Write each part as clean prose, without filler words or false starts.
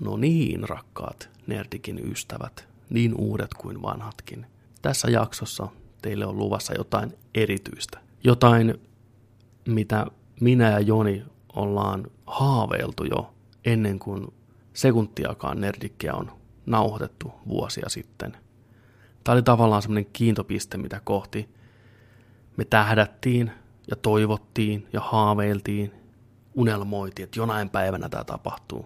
No niin, rakkaat Nerdikin ystävät, niin uudet kuin vanhatkin. Tässä jaksossa teille on luvassa jotain erityistä. Jotain, mitä minä ja Joni ollaan haaveiltu jo ennen kuin sekuntiakaan Nerdikkiä on nauhoitettu vuosia sitten. Tämä oli tavallaan semmoinen kiintopiste, mitä kohti me tähdättiin ja toivottiin ja haaveiltiin, unelmoitiin, että jonain päivänä tämä tapahtuu.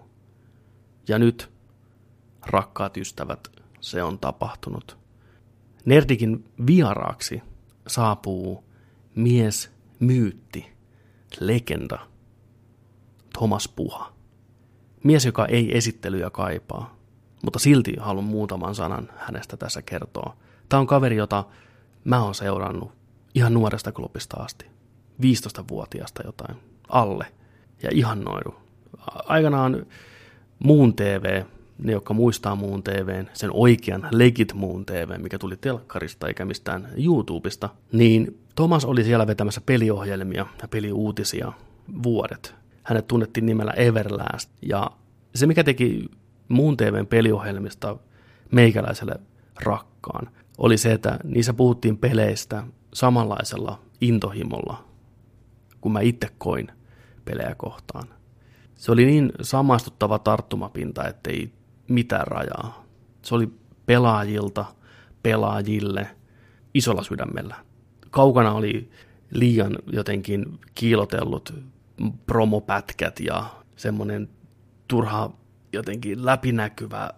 Ja nyt, rakkaat ystävät, se on tapahtunut. Nerdikin vieraaksi saapuu mies, myytti, legenda, Thomas Puha. Mies, joka ei esittelyjä kaipaa, mutta silti haluan muutaman sanan hänestä tässä kertoa. Tämä on kaveri, jota mä oon seurannut ihan nuoresta klubista asti. 15-vuotiaasta jotain, alle, ja ihannoidu. Aikanaan Muun TV, ne jotka muistaa Muun TVn, sen oikean legit Muun TV, mikä tuli telkkarista eikä mistään YouTubesta, niin Thomas oli siellä vetämässä peliohjelmia ja peliuutisia vuodet. Hänet tunnettiin nimellä Everlast, ja se mikä teki Muun TVn peliohjelmista meikäläiselle rakkaan, oli se, että niissä puhuttiin peleistä samanlaisella intohimolla, kun mä itse koin pelejä kohtaan. Se oli niin samastuttava tarttumapinta, ettei mitään rajaa. Se oli pelaajilta, pelaajille, isolla sydämellä. Kaukana oli liian jotenkin kiilotellut promopätkät ja semmoinen turha jotenkin läpinäkyvä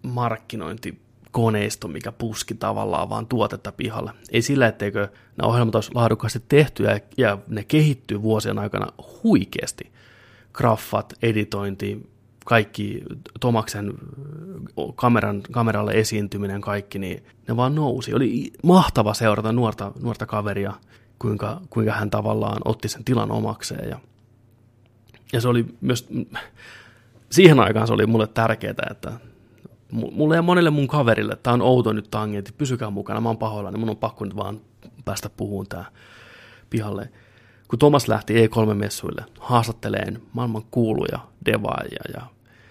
markkinointikoneisto, mikä puski tavallaan vaan tuotetta pihalle. Ei sillä, etteikö nämä ohjelmat olisi laadukkaasti tehty ja ne kehittyy vuosien aikana huikeasti. Graffat, editointi, kaikki Tomaksen kameralle esiintyminen, kaikki, niin ne vaan nousi. Oli mahtava seurata nuorta kaveria, kuinka hän tavallaan otti sen tilan omakseen. Ja se oli myös, siihen aikaan se oli mulle tärkeää, että mulle ja monelle mun kaverille, tämä on outo nyt tangentti, pysykää mukana, mä oon pahoillani, mun on pakko nyt vaan päästä puhumaan tää pihalle. Kun Thomas lähti E3-messuille haastatteleen maailman kuuluja devaajia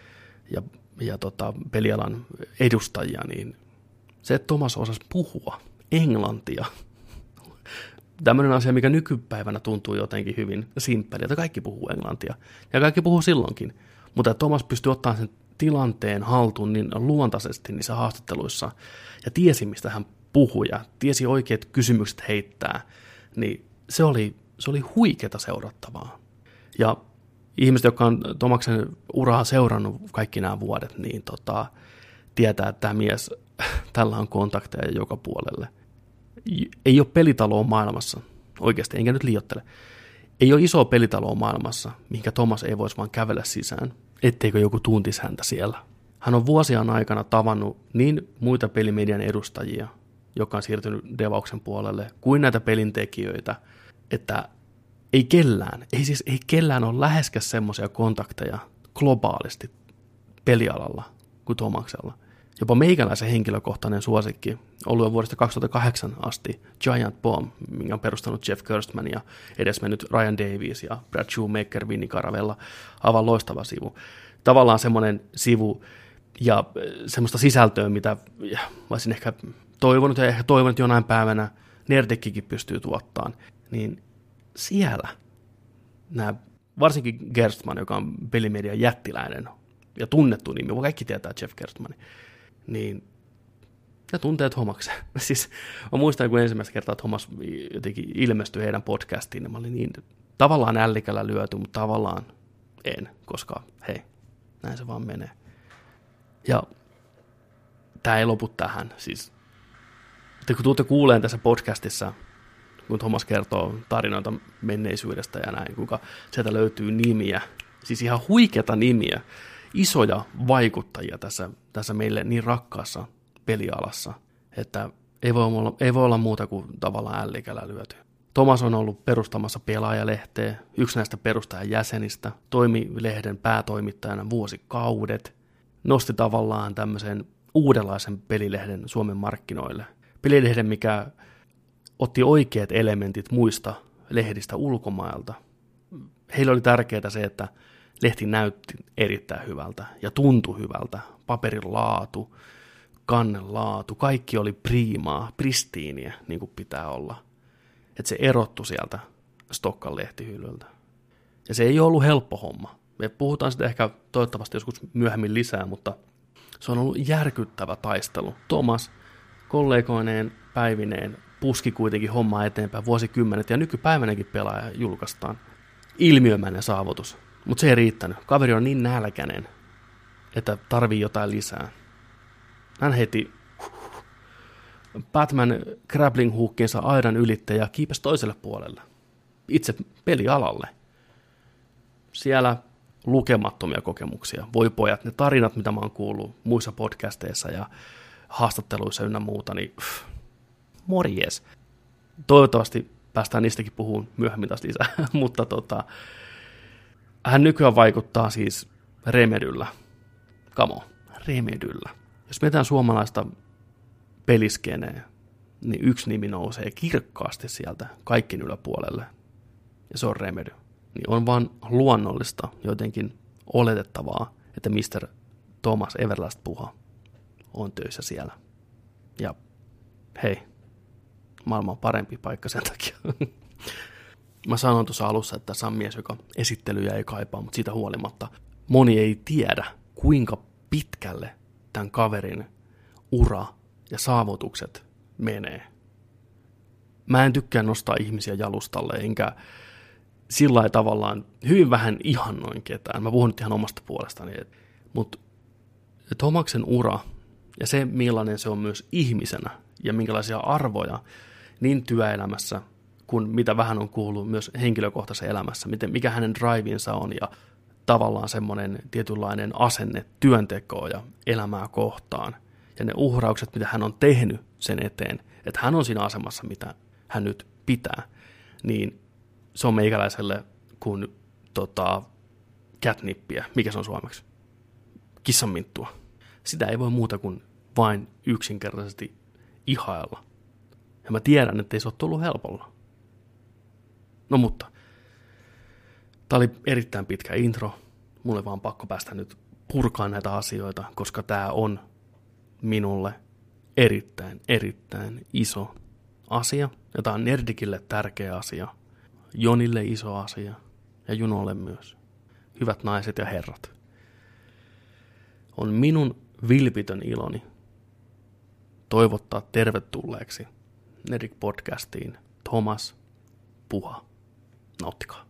ja pelialan edustajia, niin se, että Thomas osasi puhua englantia, tämmöinen asia, mikä nykypäivänä tuntuu jotenkin hyvin simppeliä, että kaikki puhuu englantia, ja kaikki puhuu silloinkin, mutta Thomas pystyi ottamaan sen tilanteen haltuun niin luontaisesti niissä haastatteluissa, ja tiesi, mistä hän puhui, ja tiesi oikeat kysymykset heittää, niin se oli huikeata seurattavaa. Ja ihmiset, jotka on Tomaksen uraa seurannut kaikki nämä vuodet, niin tietää, että tämä mies, tällä on kontakteja joka puolelle. Ei ole pelitaloa maailmassa, oikeasti, enkä nyt liioittele. Ei ole isoa pelitaloa maailmassa, mihinkä Thomas ei voisi vaan kävellä sisään, etteikö joku tuntisi häntä siellä. Hän on vuosien aikana tavannut niin muita pelimedian edustajia, jotka on siirtynyt devauksen puolelle, kuin näitä pelintekijöitä, että ei kellään ole läheskään semmoisia kontakteja globaalisti pelialalla kuin Tomaksella. Jopa meikäläisen henkilökohtainen suosikki, ollut jo vuodesta 2008 asti, Giant Bomb, minkä on perustanut Jeff Gerstmann ja edesmennyt Ryan Davies ja Brad Shoemaker, Vinny Caravella, aivan loistava sivu. Tavallaan semmoinen sivu ja semmoista sisältöä, mitä olisin ehkä toivonut ja ehkä toivonut, että jonain päivänä Nerdikkikin pystyy tuottamaan, niin siellä nämä, varsinkin Gerstmann, joka on pelimedian jättiläinen ja tunnettu nimi, kaikki tietää Jeff Gerstmann, niin ne tuntee Thomaksen. Siis mä muistan, kun ensimmäistä kertaa Thomas jotenkin ilmestyi heidän podcastiin, niin mä olin niin tavallaan ällikällä lyöty, mutta tavallaan en, koska hei, näin se vaan menee. Ja tää ei lopu tähän. Siis, kun tuutte kuuleen tässä podcastissa, kun Thomas kertoo tarinoita menneisyydestä ja näin, kuinka sieltä löytyy nimiä, siis ihan huikeata nimiä, isoja vaikuttajia tässä meille niin rakkaassa pelialassa, että ei voi olla muuta kuin tavallaan ällikällä lyöty. Thomas on ollut perustamassa Pelaajalehteä, yksi näistä perustajan jäsenistä, toimi lehden päätoimittajana vuosikaudet, nosti tavallaan tämmöisen uudenlaisen pelilehden Suomen markkinoille. Pelilehden, mikä otti oikeat elementit muista lehdistä ulkomailta. Heillä oli tärkeää se, että Lehti näytti erittäin hyvältä ja tuntui hyvältä. Paperin laatu, kannen laatu, kaikki oli priimaa, pristiiniä, niin kuin pitää olla. Että se erottui sieltä Stokkan lehtihyllyltä. Ja se ei ollut helppo homma. Me puhutaan sitten ehkä toivottavasti joskus myöhemmin lisää, mutta se on ollut järkyttävä taistelu. Thomas kollegoineen, päivineen puski kuitenkin hommaa eteenpäin vuosikymmenet, ja nykypäivänäkin pelaaja julkaistaan. Ilmiömäinen saavutus, mutta se ei riittänyt. Kaveri on niin nälkäinen, että tarvii jotain lisää. Hän heti Batman grappling hookinsa aidan ylittäjä ja kiipesi toiselle puolelle. Itse pelialalle. Siellä lukemattomia kokemuksia. Voi pojat, ne tarinat, mitä mä oon kuullut muissa podcasteissa ja haastatteluissa ynnä muuta, niin morjes. Toivottavasti päästään niistäkin puhumaan myöhemmin taas lisää, mutta hän nykyään vaikuttaa siis Remedyllä. Kamo, Remedyllä. Jos mietitään suomalaista peliskeneä, niin yksi nimi nousee kirkkaasti sieltä kaikkien yläpuolelle, ja se on Remedy. Niin on vaan luonnollista, jotenkin oletettavaa, että Mr. Thomas Everlast Puha on töissä siellä. Ja hei, maailma on parempi paikka sen takia. Mä sanoin tuossa alussa, että tässä on mies, joka esittelyjä ei kaipaa, mutta siitä huolimatta moni ei tiedä, kuinka pitkälle tämän kaverin ura ja saavutukset menee. Mä en tykkää nostaa ihmisiä jalustalle, enkä sillä lailla tavallaan hyvin vähän ihannoin ketään. Mä puhun nyt ihan omasta puolestani. Mutta Thomaksen ura ja se, millainen se on myös ihmisenä ja minkälaisia arvoja niin työelämässä kuin mitä vähän on kuullut myös henkilökohtaisessa elämässä, mikä hänen drivinsa on ja tavallaan semmoinen tietynlainen asenne työntekoa ja elämää kohtaan. Ja ne uhraukset, mitä hän on tehnyt sen eteen, että hän on siinä asemassa, mitä hän nyt pitää, niin se on meikäläiselle kuin catnippiä. Mikä se on suomeksi? Kissanminttua. Sitä ei voi muuta kuin vain yksinkertaisesti ihailla. Ja mä tiedän, että ei se ole tullut helpolla. No mutta, tää oli erittäin pitkä intro. Mulle on vaan pakko päästä nyt purkaan näitä asioita, koska tää on minulle erittäin iso asia. Ja tää on Nerdikille tärkeä asia. Jonille iso asia ja Junolle myös. Hyvät naiset ja herrat. On minun vilpitön iloni toivottaa tervetulleeksi Nerdik-podcastiin Thomas Puha. Nauttikaa.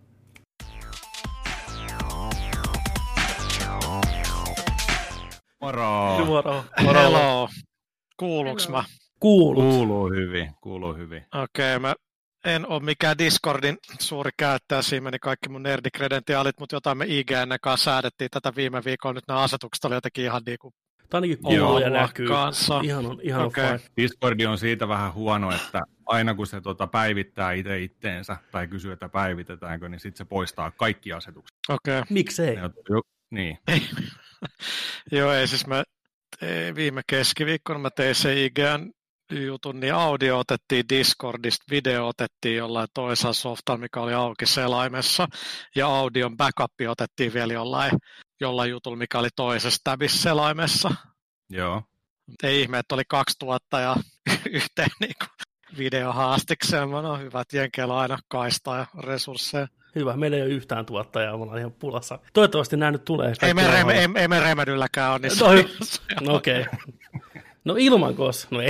Moro. Moro. Hello. Kuuluuks mä? Kuuluu hyvin. Okei, mä en ole mikään Discordin suuri käyttäjä, siinä meni kaikki mun nerdikredentiaalit, mutta jotain me IGN kanssa säädettiin tätä viime viikolla, nyt nämä asetukset oli jotenkin ihan niinku Tämä ainakin kuuluu ja näkyy. Kanssa. Ihan Okay. fine. Discord on siitä vähän huono, että aina kun se päivittää itteensä tai kysyy, että päivitetäänkö, niin sitten se poistaa kaikki asetukset. Okei. Miksei? Niin. Joo, ei siis viime keskiviikkona mä tein se IGN jutun, niin audio otettiin Discordista, video otettiin jollain toisella softalla, mikä oli auki selaimessa, ja audion backup otettiin vielä jollain jutulla, mikä oli toisessa tabissa selaimessa. Joo. Ei ihme, että oli 2000 ja yhteen niin videohaastikseen. No hyvät, jenkeillä aina kaistaa ja resursseja. Hyvä, meillä ei ole yhtään tuottajaa, me ollaan ihan pulassa. Toivottavasti nämä nyt tulee. Ei me Remedylläkään ole. No okei. No ilmankos. No ei.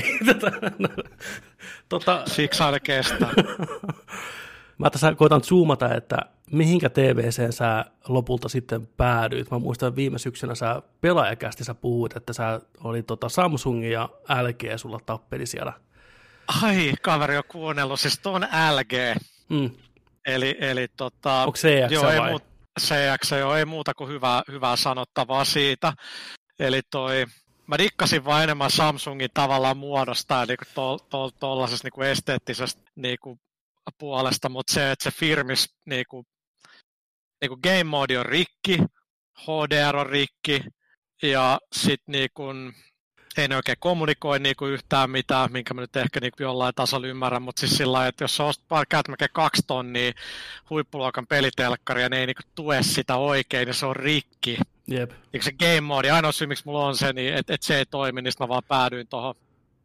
Siksi aina kestää. Mä tässä koitan zoomata, että mihinkä TVCen sä lopulta sitten päädyit. Mä muistan viime syksynä sä pelaajakästi sä puhuit, että sä oli Samsung ja LG sulla tappeli siellä. Ai, kaveri on kuunnellut. Siis tuon LG. Eli onko CX vai? CX ei muuta kuin hyvää sanottavaa siitä. Eli mä dikkasin vaan enemmän Samsungin tavallaan muodosta ja niinku tuollaisesta niinku esteettisestä niinku puolesta, mutta se, että se firmis niinku game mode on rikki, HDR on rikki ja sitten niinku ei ne oikein kommunikoi niinku yhtään mitään, minkä mä nyt ehkä niinku jollain tasolla ymmärrän, mutta siis sillä lailla, että jos sä käyt melkein 2 tonnia huippuluokan pelitelkkaria, ne ei niinku tue sitä oikein, ja se on rikki. Jep. Niin se game mode, ainoa syy, miksi mulla on se, niin että se ei toimi, niin mä vaan päädyin tuohon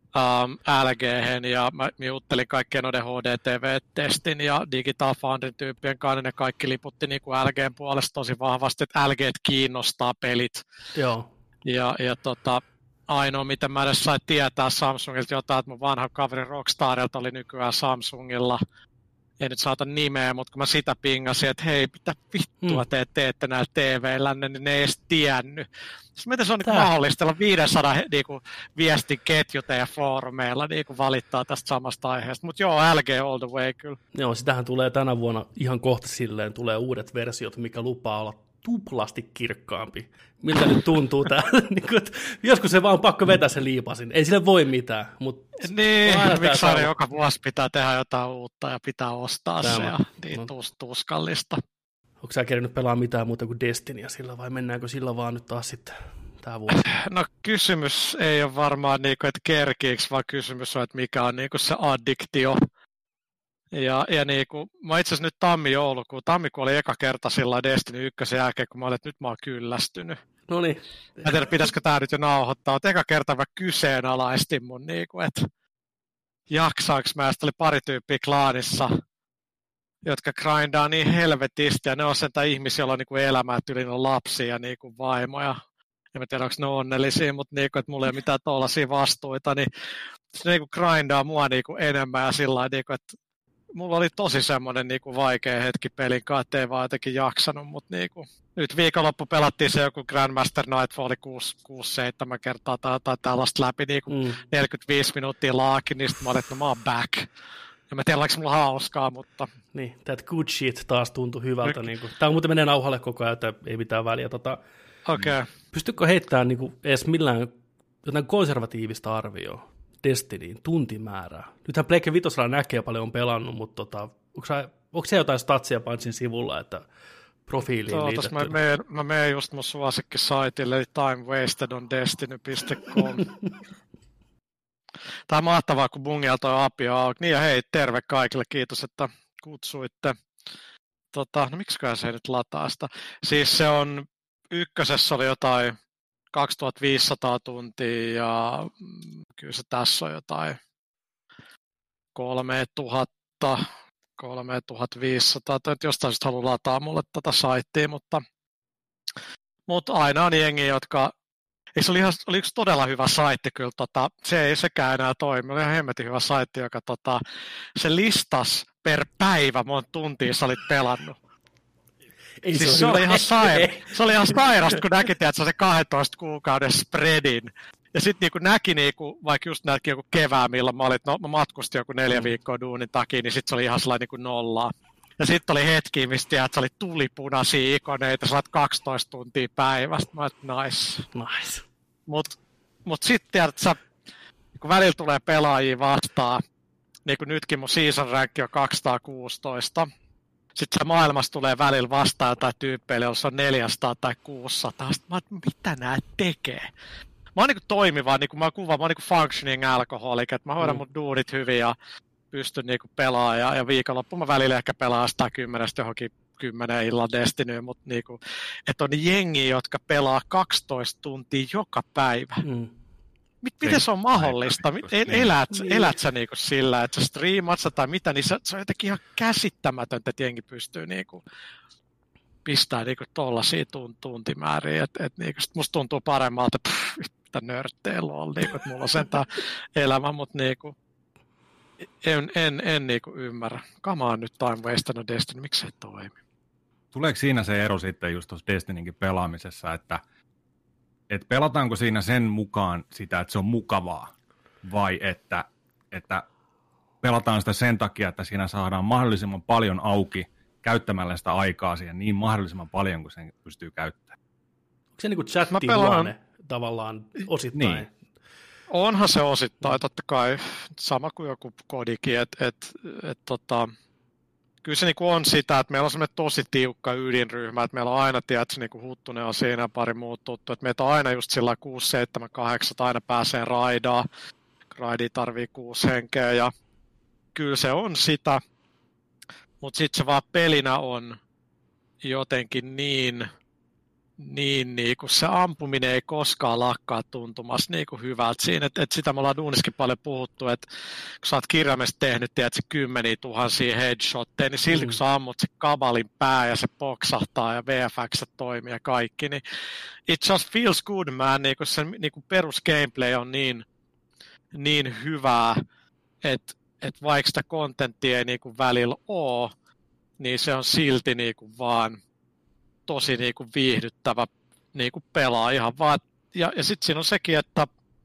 LG:hen, ja mä juttelin kaikkien noiden HDTV-testin ja Digital Foundrin tyyppien kanssa, niin ne kaikki liputti niinku LG:n puolesta tosi vahvasti, että LG kiinnostaa pelit. Joo. Ja ainoa, mitä mä edes sain tietää Samsungilta jotain, että mun vanha kaveri Rockstarilta oli nykyään Samsungilla. Ei nyt saata nimeä, mutta kun mä sitä pingasin, että hei, mitä vittua te teette näillä TV-llä, niin ne ei edes tiennyt. Siis miten se on niin mahdollista, 500 niinku, viestin ketju teidän foorumeilla niinku, valittaa tästä samasta aiheesta. Mutta joo, LG all the way kyllä. Joo, sitähän tulee tänä vuonna ihan kohta silleen, tulee uudet versiot, mikä lupaa olla tuplasti kirkkaampi. Miltä nyt tuntuu tää? Joskus se vaan on pakko vetää se liipasin. Ei sille voi mitään. Niin, miksi aina joka vuosi pitää tehdä jotain uutta ja pitää ostaa se ja niin tuskallista. Onko sä kerännyt pelaa mitään muuta kuin Destinyä sillä vai mennäänkö sillä vaan nyt taas sitten tää vuosi? No kysymys ei ole varmaan niinku, että kerkiiksi, vaan kysymys on, että mikä on niinku se addiktio. Ja niinku, mä itse asiassa nyt tammikuu oli eka kerta sillä Destiny 1 jälkeen, kun mä olin, että nyt mä oon kyllästynyt. No niin. Mä en tiedä, pitäisikö tää nyt jo nauhoittaa, mutta eka kerta mä kyseenalaistin mun, niinku, että jaksaanko mä, oli pari tyyppiä klaanissa, jotka grindaa niin helvetisti, ja ne on sen ihmisiä, joilla on niinku elämää, tyyliin on lapsia ja niinku vaimoja. En tiedä, onko ne onnellisia, mutta niinku, että mulla ei ole mitään tollaisia vastuita, niin se niinku grindaa mua niinku enemmän ja sillä niinku, että mulla oli tosi semmoinen niinku vaikea hetki pelin kanssa, ettei vaan jotenkin jaksanut, mutta niinku, nyt viikonloppu pelattiin se joku Grandmaster Nightfall 6-7 kertaa tai tällaista läpi, niinku 45 minuuttia laakin, niin sitten mä olin, että no mä oon back. En mä tiedä, oliko mulla hauskaa, mutta... Niin, that good shit taas tuntui hyvältä. Niin kuin. Tämä muuten menee nauhalle koko ajan, että ei mitään väliä. Okay. Pystytkö heittämään niin kuin, edes millään jotain konservatiivista arvioa Destinyin tuntimäärää? Nythän Pleikki Vitosella näkee paljon on pelannut, mutta onko se jotain statsia Punchin sivulla, että profiiliin liitetty? Mä menen just mun suosikkisaitille, eli timewastedondestiny.com. Tämä on mahtavaa, kun Bungialta on API auki. Niin ja hei, terve kaikille, kiitos, että kutsuitte. No miksiköhän se ei nyt lataa sitä? Siis se on, ykkösessä oli jotain 2500 tuntia ja kyllä se tässä on jotain 3500. Tai jostain sitten haluaa lataa mulle tätä saittia, mutta aina on jengi, jotka... Se oli yksi todella hyvä saitti kyllä, se ei sekään enää toimi. Oli ihan hemmetin hyvä saitti, joka se listasi per päivä monta tuntia sä olit pelannut. Siis se oli ihan sairasta, kun näki, että se 12 kuukauden spreadin. Ja sitten niinku näki, vaikka just näki joku kevään, milloin mä matkustin joku 4 viikkoa duunin takia, niin sitten se oli ihan sellainen niinku nollaa. Ja sitten oli hetki, mistä että se oli tulipunaisia ikoneita, sä olet 12 tuntia päivästä. Mä olet nice. Mut sitten tiedät, kun välillä tulee pelaajia vastaan, niin kuin nytkin mun season rank on 216. Sitten se maailmassa tulee välillä vastaan jotain tyyppejä, jossa on 400 tai 600. Sitten mä olet, mitä nää tekee? Mä oon niinku toimiva, niinku mä oon niinku functioning alcoholic, että mä hoidan mun duunit hyvin ja pystyn niinku pelaamaan ja viikonloppu mä välillä ehkä pelaan 110 johonkin 10 illan Destinyyn, mutta niinku, että on jengi, jotka pelaa 12 tuntia joka päivä. Miten se on mahdollista? Elät sä niinku sillä, että sä striimat tai mitä, niin se on jotenkin ihan käsittämätöntä, että jengi pystyy niinku pistää niinku tollaisia tuntimääriä, että niinku, musta tuntuu paremmalta, että nörtteillä on, niinku, että mulla on sentään elämä, mutta niinku, en niinku ymmärrä. Come on nyt Time Wasted on Destiny, miksi se ei toimi? Tuleeko siinä se ero sitten just tuossa Destinynkin pelaamisessa, että pelataanko siinä sen mukaan sitä, että se on mukavaa, vai että pelataan sitä sen takia, että siinä saadaan mahdollisimman paljon auki käyttämällä sitä aikaa siihen niin mahdollisimman paljon, kuin sen pystyy käyttämään? Onko se niin kuin chatti-huone tavallaan osittain? Niin. Onhan se osittain, totta kai sama kuin joku kodikin, kyllä se niinku on sitä, että meillä on semmoinen tosi tiukka ydinryhmä, että meillä on aina, tiedätkö, niinku Huttunen on siinä ja pari muut tuttu, että meitä on aina just sillä 6, 7, 8, aina pääsee raidaan. Raidi tarvii 6 henkeä ja kyllä se on sitä, mutta sitten se vaan pelinä on jotenkin niin kuin se ampuminen ei koskaan lakkaa tuntumassa niin kuin hyvältä siinä, että sitä me ollaan duunissakin paljon puhuttu, että kun sä oot kirjaimesti tehnyt, tiedätkö, 10 000 headshotteja, niin silti kun sä ammut se kabalin pää ja se poksahtaa ja VFX toimii ja kaikki, niin it just feels good, man, niin kuin se niin kuin perus gameplay on niin hyvää, että vaikka sitä contenttia ei niin kuin välillä ole, niin se on silti niin kuin vaan tosi niin kuin viihdyttävä niin kuin pelaa ihan vaan. Ja sitten siinä on sekin, että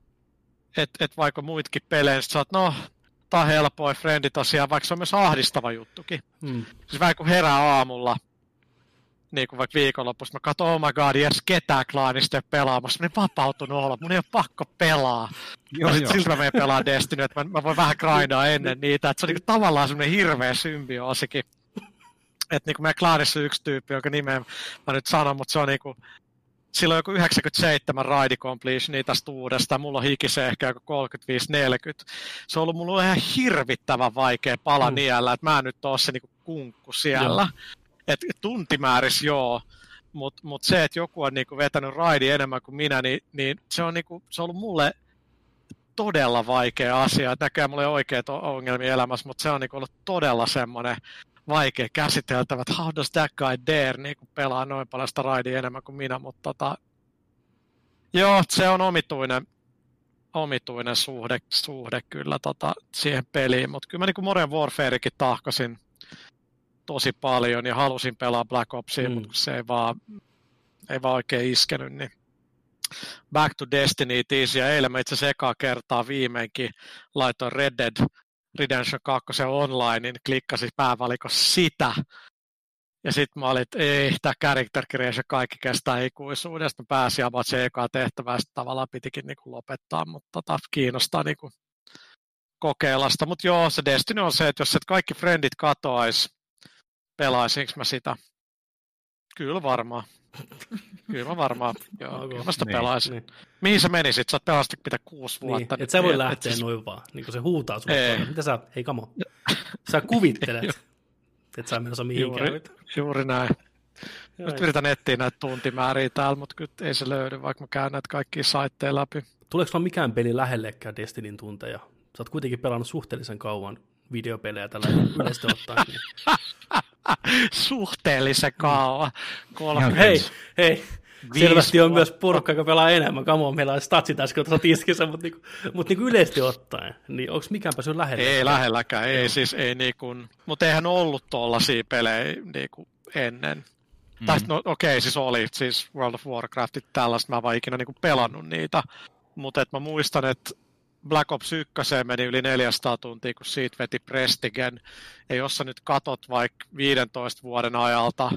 vaikka muitakin pelejä, niin sä oot, no, tää on helpoin friendit asia, vaikka se on myös ahdistava juttukin. Siis vähän kun herää aamulla, niin kuin vaikka viikonlopussa, mä katson, oh my god, edes ketään klaanista pelaamassa, mä en vapautunut olla, mun ei ole pakko pelaa. Joo. Siltä mä menen pelaa Destiny, että mä voin vähän grindaa ennen niitä, että se on niin kuin tavallaan semmoinen hirveä symbioosikin. Että niin kuin meidän klaanissa on yksi tyyppi, jonka nimeä mä nyt sanon, mutta se on niinku, sillä on joku 97 raidi completionia tästä uudesta, mulla on hikisee ehkä joku 35-40. Se on ollut mulla ihan hirvittävän vaikea pala niellä, että mä en nyt ole se niinku kunkku siellä. Että tuntimääris joo, mutta se, että joku on niinku vetänyt raidi enemmän kuin minä, niin se on niinku, se on ollut mulle todella vaikea asia. Että näköjään mulla ei ole oikeita ongelmia elämässä, mutta se on niinku ollut todella semmoinen vaikea käsiteltävä, että how does that guy dare niin kun pelaa noin paljon sitä raidia enemmän kuin minä, mutta joo, se on omituinen suhde kyllä siihen peliin, mutta kyllä mä niin kuin Modern Warfarekin tahkosin tosi paljon ja halusin pelaa Black Opsia, mutta se ei vaan oikein iskenyt, niin back to Destiny easy, ja eilen mä itse asiassa ekaa kertaa viimeinkin laitoin Red Dead Redemption 2 online, niin klikkasin päävalikossa sitä. Ja sitten mä olin, että ei, tämä character creation kaikki kestää ikuisuudesta. Mä pääsin avaamaan se ekaa tehtävää, sitten tavallaan pitikin niinku lopettaa, mutta kiinnostaa niinku kokeilla sitä. Mutta joo, se Destiny on se, että jos et kaikki friendit katoaisi, pelaisinko mä sitä? Kyllä varmaan. Joo, kyllä mä sitä pelaisin. Niin. Mihin sä menisit? Sä oot pelastit mitä 6 vuotta. Niin, et sä voi lähteä noin vaan. Niin kun se huutaa sulle. Mitä sä, hei kamo. Sä kuvittelet, että sä menossa mihinkään. Juuri näin. Nyt yritän etsiä näitä tuntimääriä täällä, mutta kyllä ei se löydy, vaikka mä käyn näitä kaikkia saitteja läpi. Tuleeko vaan mikään peli lähellekään Destinyn tunteja? Sä oot kuitenkin pelannut suhteellisen kauan videopelejä tällä yleisesti ottaen. Niin. Suhteellisen kauan. Hei. Selvästi on myös porukka, joka pelaa enemmän. Kamo, meillä on statsit äsken tuossa tiskissä, mutta niinku yleisesti ottaen, niin onko mikään päässyt lähellä? Ei lähelläkään, ei niinku, mutta eihän ollut tuollaisia pelejä niinku ennen. No okei, siis oli, siis World of Warcraftit tällaista, mä en vaan ikinä niinku pelannut niitä, mutta mä muistan, että Black Ops 1 meni yli 400 tuntia, kun siitä veti Prestigen. Ja jos sä nyt katot vaikka 15 vuoden ajalta,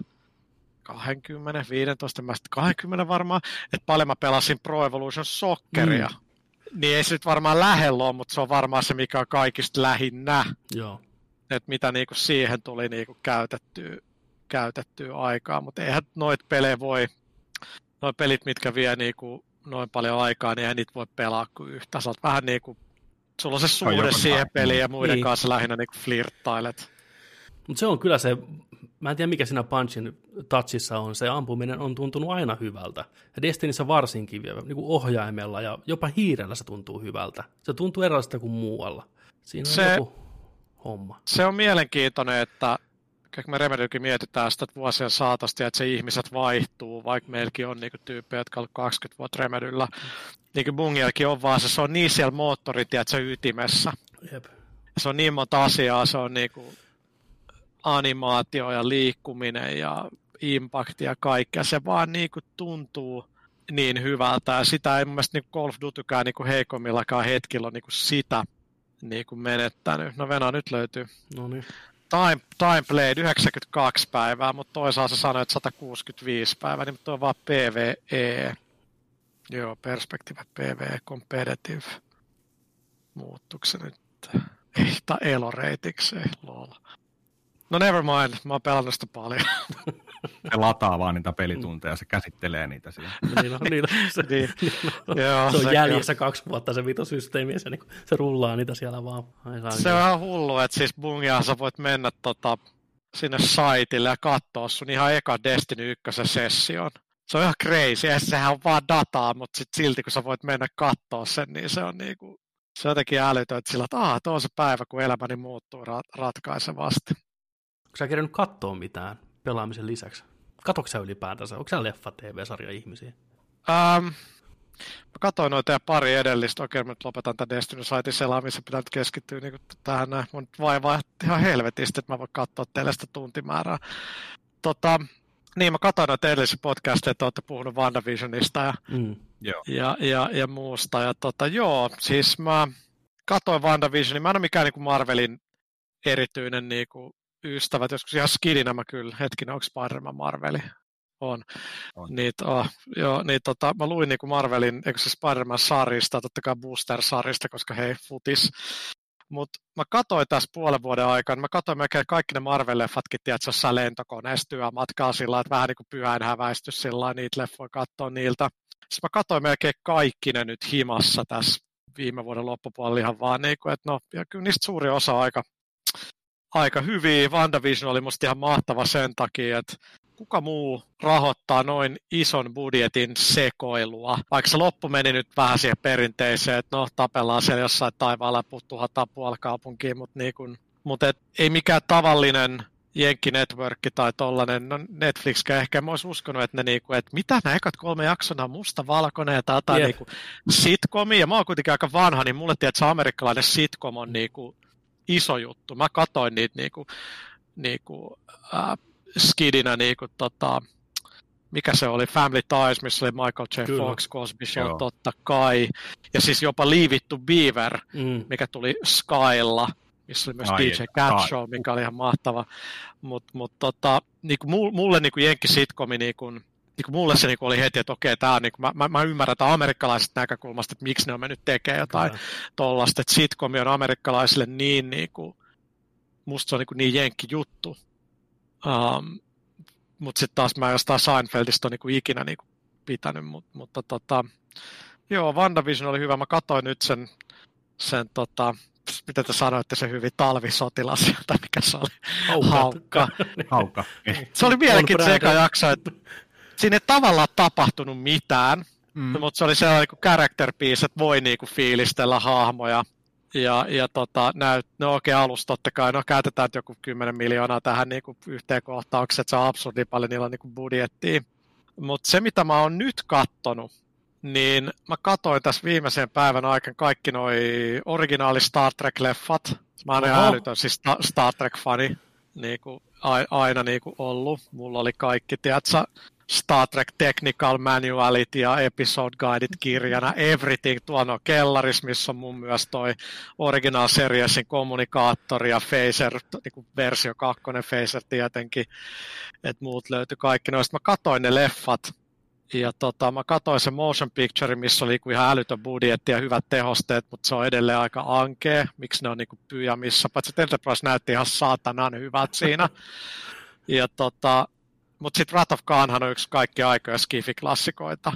20, 15, 20 varmaan, että paljon mä pelasin Pro Evolution Socceria, niin ei se nyt varmaan lähellä ole, mutta se on varmaan se, mikä on kaikista lähinnä. Joo. Että mitä niinku siihen tuli niinku käytettyä aikaa, mutta eihän noita pelejä noi pelit, mitkä vie niinku noin paljon aikaa, niin ei niitä voi pelaa kuin yhtä. Sä oot vähän niinku, sulla on se suhde siihen peliin ja muiden kanssa lähinnä niinku flirttailet. Mutta se on kyllä se, mä en tiedä mikä siinä Punchin touchissa on, se ampuminen on tuntunut aina hyvältä. Ja Destinissä varsinkin niinku ohjaimella ja jopa hiirellä se tuntuu hyvältä. Se tuntuu erilaista kuin muualla. Siinä on joku homma. Se on mielenkiintoinen, että me Remedykin mietitään sitä, että vuosien saatosta, että se ihmiset vaihtuu, vaikka meilläkin on niinku tyyppejä, jotka on ollut 20 vuotta Remedyllä. Niin kuin Bungillakin on vaan se on niin siellä moottorit, että se on ytimessä. Jep. Se on niin monta asiaa, se on niinku animaatio ja liikkuminen ja impact ja kaikkea. Se vaan niinku tuntuu niin hyvältä ja sitä ei mun mielestä niinku Call of Dutykään niinku heikommillakaan hetkillä on niinku sitä niinku menettänyt. No Venä nyt löytyy. No niin. Time played 92 päivää, mutta toisaalta se sanoi, että 165 päivää, niin tuo on vaan PvE. Joo, perspektiivi PvE competitive. Muuttuuko se nyt? Ei, tai eloreitikseen, lol. No never mind, mä oon pelannut sitä paljon. Se lataa vaan niitä pelitunteja, se käsittelee niitä siinä. Se on jäljessä 2 vuotta se vitosysteemi, ja se rullaa niitä siellä vaan. Se on ihan hullu, että siis Bungiahan sä voit mennä sinne saitille ja katsoa sun ihan eka Destiny 1 session. Se on ihan crazy, ja sehän on vaan dataa, mutta silti kun sä voit mennä katsoa sen, niin se on niinku, se on jotenkin älytön, että sillä, että tuo on se päivä, kun elämäni muuttuu ratkaisevasti. Onko sä kerännyt katsoa mitään pelaamisen lisäksi? Katsoitko sä ylipäätänsä? Onko sä leffa-tv-sarja ihmisiä? Mä katsoin noita ja pari edellistä. Okei, mä nyt lopetan tämän Destiny-saitin selaamisen. Pitää nyt keskittyä niin tähän näin. Mun vaivaa ihan helvetisti, että mä voin katsoa teille sitä tuntimäärää. Niin, mä katsoin noita edellisiä podcasteja, että olette puhunut WandaVisionista ja muusta. Ja siis mä katsoin WandaVisionin. Mä en ole mikään niin kuin Marvelin erityinen niin kuin ystävä. Joskus ihan skidinä mä kyllä. Hetkinen, onko Spider-Man Marveli? On. Mä luin niinku Marvelin, eikö se Spider-Man-sarjista, totta kai Booster-sarjista, koska hei, futis. Mutta mä katsoin tässä puolen vuoden aikana, mä katsoin melkein kaikki ne Marvel-leffatkin, tiedätkö, jossain lentokoneessa työmatkaa sillä että vähän niin kuin pyhän häväistys sillä niitä leffoja katsoa niiltä. Sitten mä katsoin melkein kaikki ne nyt himassa tässä viime vuoden loppupuolella ihan vaan, niin kuin, että ja kyllä niistä suuri osa aika hyviä. WandaVision oli musta ihan mahtava sen takia, että kuka muu rahoittaa noin ison budjetin sekoilua? Vaikka se loppu meni nyt vähän siihen perinteiseen, että tapellaan siellä jossain taivaalla ja tuhataan puolikaupunkiin, mutta ei mikään tavallinen Jenkki Networkki tai tollainen, no Netflixkään ehkä mä olisi uskonut, että että mitä nämä ekat 3 jaksona on mustavalkoinen ja jotain sitcomi, ja mä oon kuitenkin aika vanha, niin mulle tiedät, että se amerikkalainen sitcom on iso juttu. Mä katsoin niitä skidinä mikä se oli, Family Ties, missä oli Michael J. Fox, Cosby Show, totta kai. Ja siis jopa Leave It to Beaver, mikä tuli Skylla, missä oli myös DJ Cat Show, mikä oli ihan mahtava. Mulle Jenkki sitcomi, mulle se oli heti, että okei, tää on, mä ymmärrän tämän amerikkalaisesta näkökulmasta, että miksi ne on mennyt tekemään jotain tollaista, että sitcomi on amerikkalaisille musta se on niin jenkki juttu. Mutta sitten taas mä jostain Seinfeldistä on ikinä pitänyt, mutta WandaVision oli hyvä. Mä katsoin nyt sen mitä te sanoitte, se hyvin talvisotilas, tai mikä se oli? Haukka. Se oli mielenkiintoinen eka jakso, että siinä ei tavallaan tapahtunut mitään, mutta se oli sellainen character piece, että voi fiilistellä hahmoja. Oikein alusta totta kai, käytetään joku 10 miljoonaa tähän yhteen kohtaukseen, että se on absurdi paljon, niillä on budjettia. Mutta se, mitä mä oon nyt kattonut, niin mä katsoin tässä viimeisen päivän aikana kaikki noi originaali Star Trek-leffat. Mä oon ihan älytön siis Star Trek-fani aina ollut. Mulla oli kaikki, tiedätkö, Star Trek Technical Manualit ja Episode Guideit kirjana, everything tuolla kellarissa, missä on mun myös toi Original Seriesin kommunikaattori ja Phaser, versio 2, Phaser tietenkin, että muut löytyi kaikki noista. Mä katsoin ne leffat ja mä katsoin se motion picture, missä oli ihan älytön budjetti ja hyvät tehosteet, mutta se on edelleen aika ankea, miksi ne on pyjamissa, paitsi Enterprise näytti ihan saatanan hyvät siinä. Ja mutta sitten Wrath of Khanhan on yksi kaikki aikoja Skifi-klassikoita.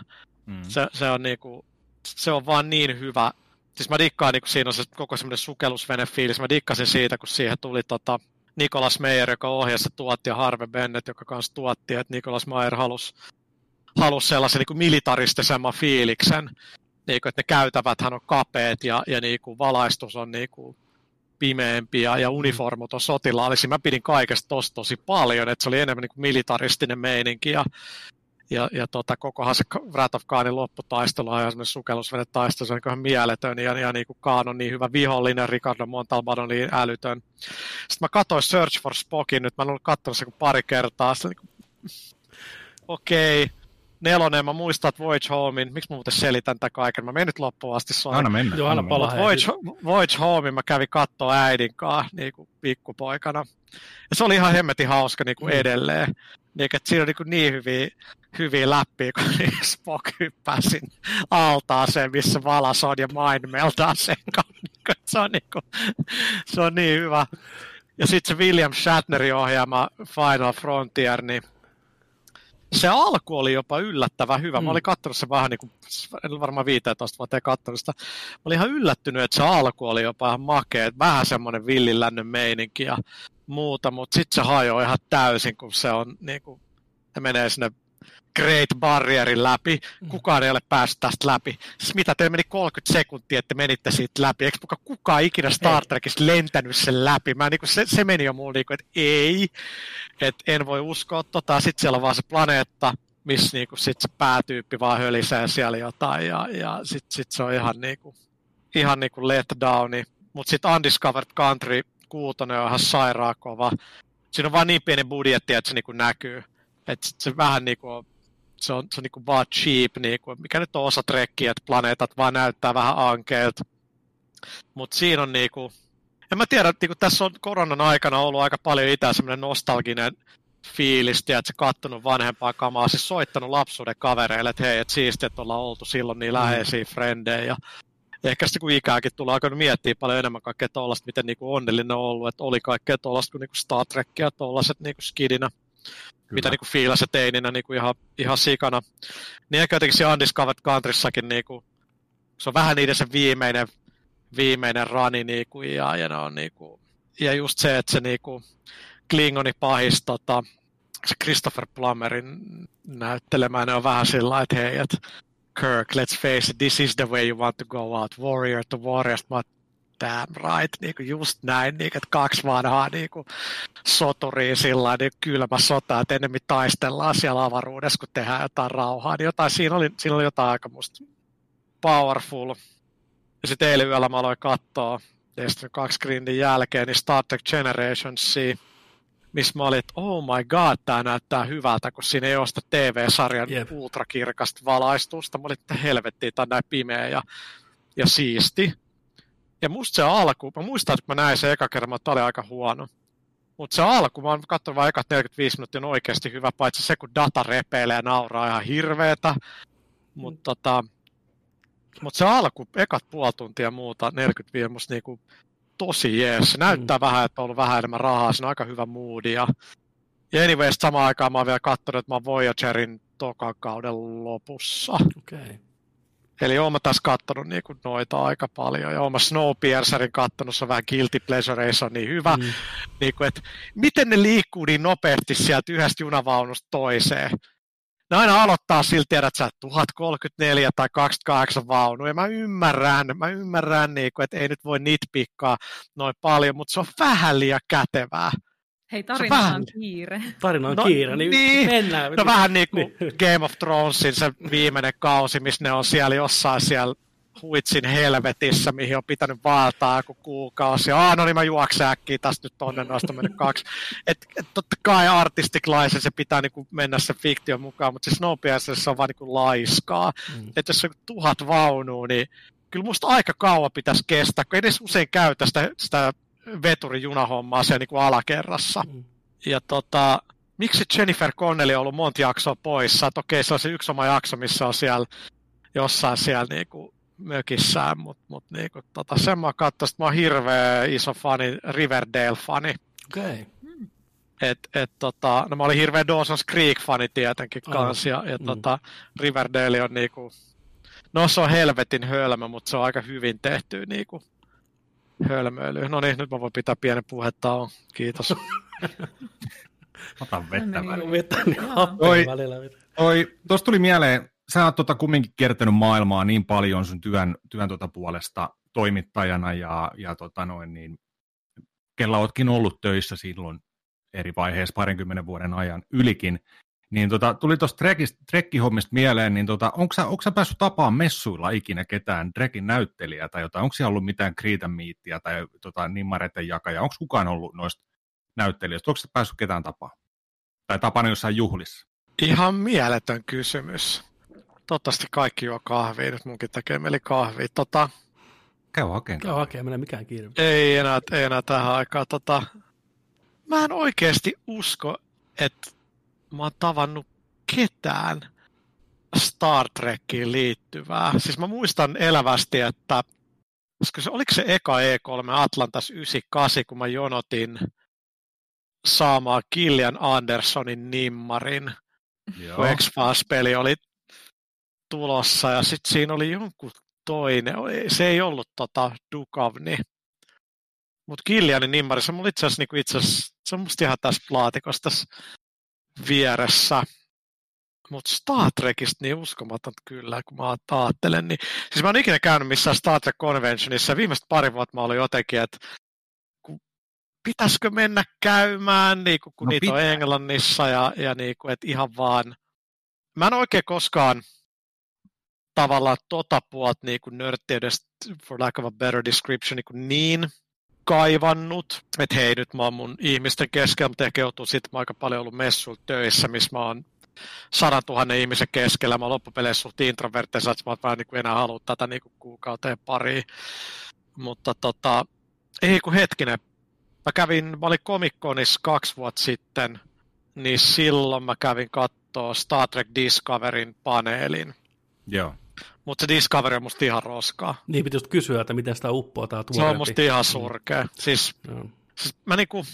Se on vaan niin hyvä. Siis mä dikkaan, siinä on se koko semmoinen sukellusvene-fiilis. Mä dikkasin siitä, kun siihen tuli Nicholas Meyer, joka ohjasi tuotti, ja Harvey Bennett, joka kanssa tuotti. Että Nicholas Meyer halusi sellaisen militaristisemman fiiliksen. Että ne käytäväthän on kapeat ja valaistus on pimeämpi ja uniformut on sotilaallisia. Mä pidin kaikesta tosta tosi paljon, että se oli enemmän militaristinen meininki ja kokohan se Wrath of Khanin lopputaistelu on ihan semmoinen sukellusvenetaistelu, se on ihan mieletön ja Khan on niin hyvä vihollinen, Ricardo Montalban on niin älytön. Sitten mä katsoin Search for Spockin, nyt mä en ollut katsonut se pari kertaa, okei. 4, mä muistan, että Voyage Homein, miksi mä muuten selitän tätä kaiken, mä menen nyt loppuun asti. Anna mennä. Voyage Homein mä kävin katsoa äidin kanssa pikkupoikana. Ja se oli ihan hemmetin hauska edelleen. Että siinä on niin hyviä läppiä, kun Spock hyppää sinne altaaseen, missä valas on ja mind meltaa sen kanssa. Se on niin hyvä. Ja sitten se William Shatnerin ohjaama Final Frontier, niin se alku oli jopa yllättävän hyvä. Mä olin katsonut se vähän niin kuin, en varmaan 15 vuoteen katsonut sitä. Mä olin ihan yllättynyt, että se alku oli jopa ihan makea. Vähän semmoinen villin lännön meininki ja muuta, mutta sitten se hajoaa ihan täysin, kun se on niin kuin, se menee sinne Great Barrierin läpi. Kukaan ei ole päässyt tästä läpi. Siis mitä, teillä meni 30 sekuntia, että menitte siitä läpi. Eikö kukaan ikinä Star Trekissa lentänyt sen läpi? Mä, niin kuin, se meni jo mulle, niin kuin, että ei. Että en voi uskoa. Sitten siellä on vaan se planeetta, missä niin kuin, sit se päätyyppi vaan hölisee siellä jotain. Ja sitten se on ihan niin kuin let downi. Mutta sitten Undiscovered Country 6 on ihan sairaan kova. Siinä on vaan niin pieni budjetti, että se niin kuin näkyy. Että se vähän niin kuin se on niin kuin vaan cheap, niin kuin, mikä nyt on osa trekkiä, että planeetat vaan näyttää vähän ankeilta. Mutta siinä on niin kuin, en mä tiedä, että niin tässä on koronan aikana ollut aika paljon itään semmoinen nostalginen fiilis, että se kattonut vanhempaa kamaa, siis soittanut lapsuuden kavereille, että hei, että siistiä, että ollaan oltu silloin niin läheisiä frendejä. Ja ehkä sitten kun ikääkin tulee alkanut miettiä paljon enemmän kaikkea tuollaista, miten niin kuin onnellinen on ollut, että oli kaikkea tuollaista kuin Star Trekkia, tuollaiset niin kuin skidinä. Kyllä. Mitä niinku fiilasi teininä niinku ihan sikana. Niin ehkä jotenkin siinä Undiscovered Countryssakin niinku, se on vähän niiden se viimeinen rani niinku, ja ne on niinku, ja just se, että se niinku Klingoni pahis se Christopher Plummerin näyttelemään, ne on vähän sillä että hei, että Kirk, let's face it, this is the way you want to go out, warrior to warrior. Mä damn right, niinku just näin, niinku, että 2 vanhaa niinku soturia sillä niin kylmä sota, että enemmän taistellaan siellä avaruudessa, kun tehdään jotain rauhaa. Niin jotain, siinä oli jotain aika musta powerful. Ja sitten eilen yöllä mä aloin katsoa Destiny 2 grindin jälkeen niin Star Trek Generationsia, missä mä olin, että oh my god, tää näyttää hyvältä, kun siinä ei ole sitä TV-sarjan ultrakirkasta valaistusta. Mä olin, että helvettiä, tää on näin pimeä ja siisti. Ja musta se alku, mä muistan, että mä näin se eka kerran, että tää oli aika huono. Mutta se alku, mä oon katsonut vain ekat 45 minuuttia, on oikeasti hyvä, paitsi se, kun data repeilee ja nauraa ihan hirveetä. Mutta se alku, ekat puoli tuntia ja muuta, 45 musta niinku tosi jees. Se näyttää vähän, että on ollut vähän enemmän rahaa, se on aika hyvä moodi. Ja anyways, samaan aikaan mä oon vielä katsonut, että mä oon Voyagerin tokan kauden lopussa. Okay. Eli oon mä tässä kattonut niinku noita aika paljon, ja oon mä Snowpiercerin kattonut, se on vähän guilty pleasure, ei se on niin hyvä. Niinku, että miten ne liikkuu niin nopeasti sieltä yhdestä junavaunusta toiseen? Ne aina aloittaa siltä, tiedät sä, 1034 tai 28 vaunu, ja mä ymmärrän niinku, että ei nyt voi nitpikkaa noin paljon, mutta se on vähän liian kätevää. Hei, tarina on kiire. Tarina on kiire, niin mennään. No vähän niin kuin Game of Thronesin se viimeinen kausi, missä ne on siellä jossain siellä huitsin helvetissä, mihin on pitänyt vaeltaa joku kuukausi. No niin, mä juoksen äkkiä tästä nyt tonne, noista mennyt 2. Et totta kai artistic license, se pitää niinku mennä sen fiktion mukaan, mutta se Snowpiercerissa on vaan niinku laiskaa. Että jos on 1000 vaunua, niin kyllä musta aika kauan pitäisi kestää, kun edes usein käytä sitä veturijunahommaa siellä niinku alakerrassa. Ja miksi Jennifer Connelly on ollut monta jaksoa poissa? Et okei, se on se yksi oma jakso, missä on siellä jossain siellä niinku mökissään, mutta niinku, sen mä katsoin, että mä oon hirveä iso fani, Riverdale-fani. Okei. No mä olin hirveä Dawson's Creek-fani tietenkin kanssa, ja Riverdale on niinku, no se on helvetin hölmö, mutta se on aika hyvin tehty niinku hölmöily. No niin, nyt mä voin pitää pienen puhetta. Kiitos. Otan vettä välillä. Tuossa tuli mieleen, sä oot kumminkin kiertänyt maailmaa niin paljon sun työn puolesta toimittajana ja niin, kella ootkin ollut töissä silloin eri vaiheissa 20 vuoden ajan ylikin. Niin tuli tuosta Trekki-hommista mieleen, niin onko sä päässyt tapaamaan messuilla ikinä ketään Trekin näyttelijää tai jotain? Onko siellä ollut mitään Creed and Meatia tai Nimmareiden jakaja? Onko kukaan ollut noista näyttelijöistä? Onko sä päässyt ketään tapaamaan? Tai tapana jossain juhlissa? Ihan mieletön kysymys. Toivottavasti kaikki juo kahvia. Nyt munkin tekee mieli kahvia. Käy hakemaan. Menee mikään kiire. Ei enää tähän aikaan. Mä en oikeasti usko, että mä oon tavannut ketään Star Trekkiin liittyvää. Siis mä muistan elävästi, että oliko se eka E3 Atlantas 98, kun mä jonotin saamaan Gillian Andersonin nimmarin, kun X-Files-peli oli tulossa, ja sitten siinä oli jonkun toinen, se ei ollut Duchovny, mutta Gillianin nimmari, se on itse asiassa, se on musta ihan tässä laatikossa tässä vieressä. Mutta Star Trekista niin uskomaton kyllä, kun mä ajattelen. Niin, siis mä oon ikinä käynyt missään Star Trek Conventionissa, ja viimeiset pari vuotta mä olin jotenkin, että pitäisikö mennä käymään, niin kun niitä on Englannissa, ja niin kuin, että ihan vaan. Mä en oikein koskaan tavallaan puolta niin kuin nörttiydestä, for lack of a better description, niin kaivannut. Että hei, nyt mä oon mun ihmisten keskellä, mutta ehkä joutuu sitten, mä aika paljon ollut messuilla töissä, missä mä oon 100 000 ihmisen keskellä. Mä oon loppupeleissä suht introvertteissa, että mä oon niin enää halua tätä niin kuin kuukauteen pariin. Mutta ei kun hetkinen. Mä olin Comic-Conissa 2 vuotta sitten, niin silloin mä kävin kattoo Star Trek Discoveryn paneelin. Joo. Mutta se Discovery on musta ihan roskaa. Niin pitäisi kysyä, että miten sitä uppoo tää tuoreempi. Se on musta ihan surkea. Siis mä niinku,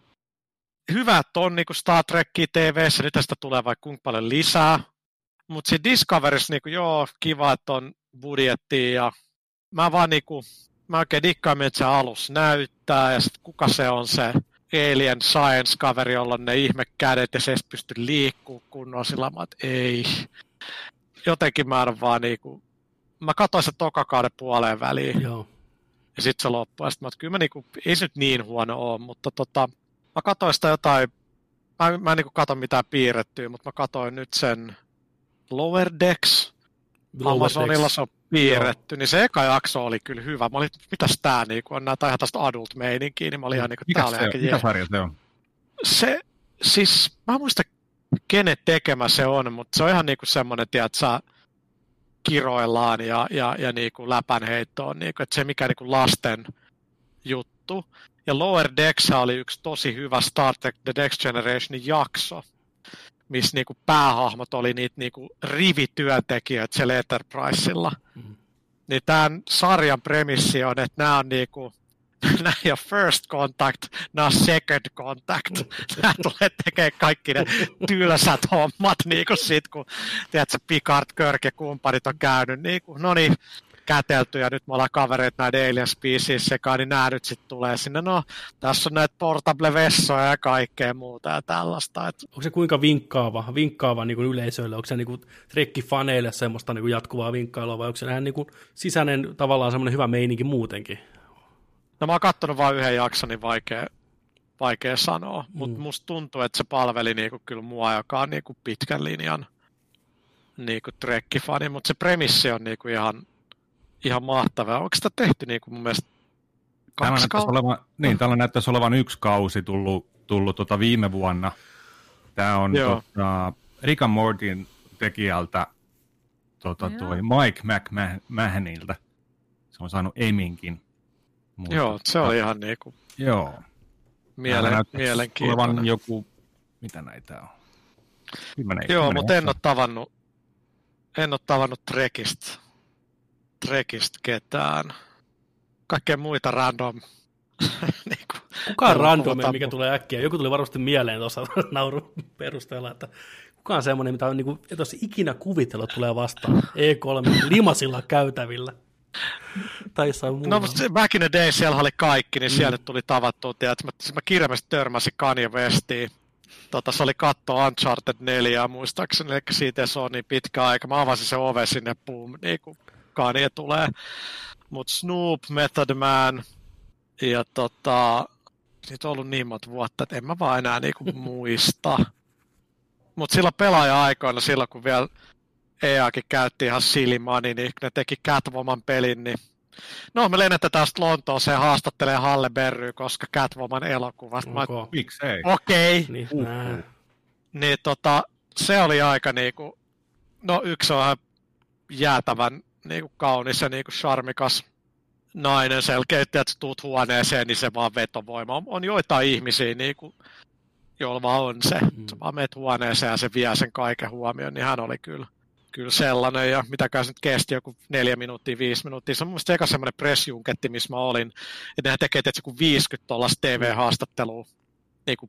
hyvä, että on niinku Star Trekkiä TV:ssä, nyt tästä tulee vaikka kuinka paljon lisää. Mutta siinä Discoveryssä niinku, joo, kiva, että on budjettia ja mä vaan niinku, mä oikein dikkaan, miltä se alus näyttää ja sit kuka se on se alien science-kaveri, jolla on ne ihmekädet ja se ei pysty liikkumaan kunnolla sillä tavalla, että ei. Jotenkin mä en vaan niinku, mä katsoin sitä tokakauden puoleen väliin. Joo. Ja sit se loppui. Ja sit mä kyllä mä niinku, ei se nyt niin huono oo, mutta mä katsoin sitä jotain, mä en niinku katso mitään piirrettyä, mutta mä katsoin nyt sen Lower Decks. Amazonilla se on piirretty, niin se eka jakso oli kyllä hyvä. Mä olin, mitäs tää niinku on, näitä ihan tästä adult-meininkiä, niin mä olin ihan niinku, tää oli aika mikä sarja se on? Se, siis, mä en muista kenen tekemä se on, mutta se on ihan niinku semmonen, tiedät sä, kiroillaan ja niinku läpänheitto on, niinku, että se mikä niinku lasten juttu. Ja Lower Decks oli yksi tosi hyvä Star Trek The Next Generationin jakso, missä niinku päähahmot oli niitä niinku rivityöntekijöitä siellä Enterprisella. Niin tämän sarjan premissi on, että nämä on niinku, nämä ei ole first contact, nämä on second contact. Nämä tulee tekemään kaikki ne tylsät hommat, niinku sit kun tiedätkö, Picard, Kirk ja kumppanit on käynyt, niinku, no niin, kätelty ja nyt me ollaan kavereita näiden alien species sekaan, niin nämä nyt sitten tulee sinne, no tässä on näitä portable-vessoja ja kaikkea muuta ja tällaista. Onko se kuinka vinkkaava niin kuin yleisöille, onko se niin kuin trekkifaneille semmoista niin kuin jatkuvaa vinkkailua vai onko se niin kuin sisäinen tavallaan semmoinen hyvä meininki muutenkin? No mä oon kattonut vain yhden jakson, niin vaikea sanoa, mutta musta tuntuu, että se palveli niinku kyllä mua, joka on niinku pitkän linjan niinku trekkifani, mutta se premissi on niinku ihan mahtava. Onko sitä tehty niinku mun mielestä 2 kautta? Niin, täällä näyttäisi olevan 1 kausi tullut viime vuonna. Tämä on Rick and Mortyn tekijältä toi Mike McMahonilta. Se on saanut Eminkin. Mutta, joo, se oli ihan niinku mielenkiintoinen. Olevan joku, mitä näitä on? Joo, mutta en ole tavannut Trekistä ketään. Kaikkea muita random. Niinku, kuka on randomia, mikä tulee äkkiä? Joku tuli varmasti mieleen tuossa naurun perusteella, että kuka on semmoinen, mitä on niinku, et olisi ikinä kuvitellut tulee vastaan E3 limasilla käytävillä. Tai no, mutta back in the day siellä oli kaikki, niin siellä tuli tavattua. Mä kirjaimesti törmäsin Kanye Westiin. Se oli katto Uncharted 4, muistaakseni, eli siitä se on niin pitkä aika. Mä avasin se ove sinne, boom, niin kuin Kanye tulee. Mutta Snoop, Method Man, ja niitä on ollut niin monta vuotta, että en mä vaan enää niinku muista. Mutta silloin pelaaja-aikoina, silloin kun vielä EAkin käytti ihan silly money, niin ne teki Catwoman pelin, niin no me lennätte tästä Lontooseen haastattelee Halle Berryä, koska Catwoman elokuvasta. Miksei? Okei. Niin, niin se oli aika niinku, no yksi on ihan jäätävän niinku kaunis ja niinku charmikas nainen selkeytti, että tuut huoneeseen, niin se vaan vetovoima. On joitain ihmisiä, niinku, joilla vaan on se. Sä vaan meet huoneeseen ja se vie sen kaiken huomioon, niin hän oli kyllä sellainen, ja mitäkään se nyt kesti joku 4 minuuttia, 5 minuuttia. Se on mun mielestä eka semmoinen press-junketti, missä mä olin, että nehän tekee tietysti joku 50 tuollaista TV-haastattelua niin kuin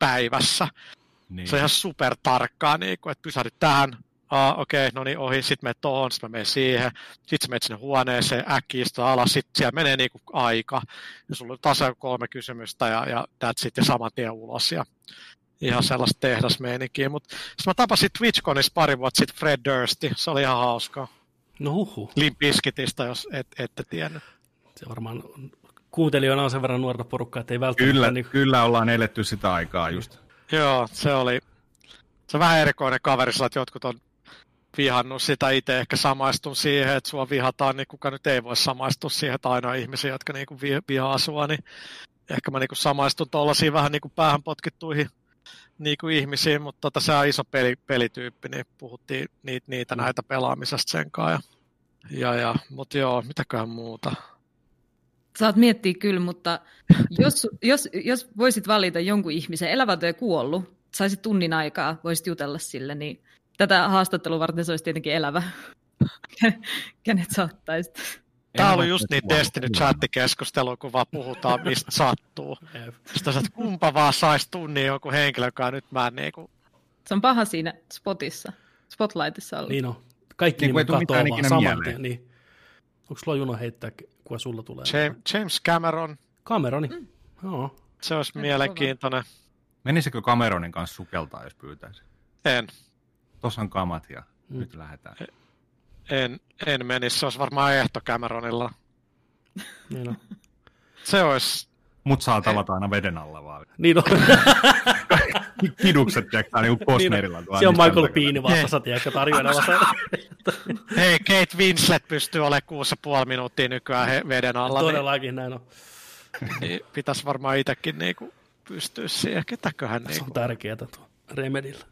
päivässä. Niin. Se on ihan super tarkkaa, niin kuin, että pysähdyt tähän, okei, no niin, ohi, sitten menet tohon, sitten mä menen siihen, sitten sä menet sinne huoneeseen, äkkiä istuu alas, sitten siellä menee niin kuin aika, ja sulla on tasa 3 kysymystä, ja that's it, ja saman tien ulos, ja ihan sellaista tehdasmeininkiä, mutta sitten mä tapasin TwitchConissa pari vuotta sitten Fred Dursty, se oli ihan hauskaa. No huhu. Limp Bizkitistä, jos ette tiennyt. Se varmaan kuuntelijoina on sen verran nuorta porukkaa, että ei välttämättä... Kyllä ollaan eletty sitä aikaa just. Joo, se on vähän erikoinen kaveri, sillä että jotkut on vihannut sitä itse, ehkä samaistun siihen, että sua vihataan, niin kuka nyt ei voi samaistua siihen, että aina ihmisiä, jotka niinku vihaa sua, niin ehkä mä niinku samaistun tuollaisiin vähän niinku päähän potkittuihin niinku ihmisiin, mutta se on iso pelityyppi, niin puhuttiin näitä pelaamisesta sen kanssa. Mutta joo, mitäköhän muuta. Saat miettiä kyllä, mutta jos voisit valita jonkun ihmisen, elävä tai kuollut, saisit tunnin aikaa, voisit jutella sille, niin tätä haastattelua varten se olisi tietenkin elävä. Kenet sä ottaisit? Tämä on ollut just niin Destiny-chattikeskustelu, kun vaan puhutaan, mistä sattuu. Sitten että kumpa vaan saisi tunnin jonkun henkilön kanssa, nyt mä en niinku... Se on paha siinä Spotlightissa olla. Niin on. Kaikki niin nimet katoaa vaan saman tien. Niin. Onko sulla juno heittää, kuka sulla tulee? James Cameron. Cameroni? Joo. Se olisi mielenkiintoinen. Menisikö Cameronin kanssa sukeltaa, jos pyytäisi? En. Tuossa on kamat ja nyt lähdetään. En menisi, se olisi varmaan ehto Cameronilla. Niin on. Se olisi... Mut saa tavata aina veden alla vaan. Niin on. Kidukset jäktää niinku Costnerilla. Se on Michael Biehn vastassa, tiedätkö, tarjoilemassa. Hei, Kate Winslet pystyy olemaan 6,5 minuuttia nykyään veden alla. Todellakin näin on. Niin pitäisi varmaan itsekin niinku pystyä siihen. Ketäköhän se niinku... on tärkeää tuo Remedillä.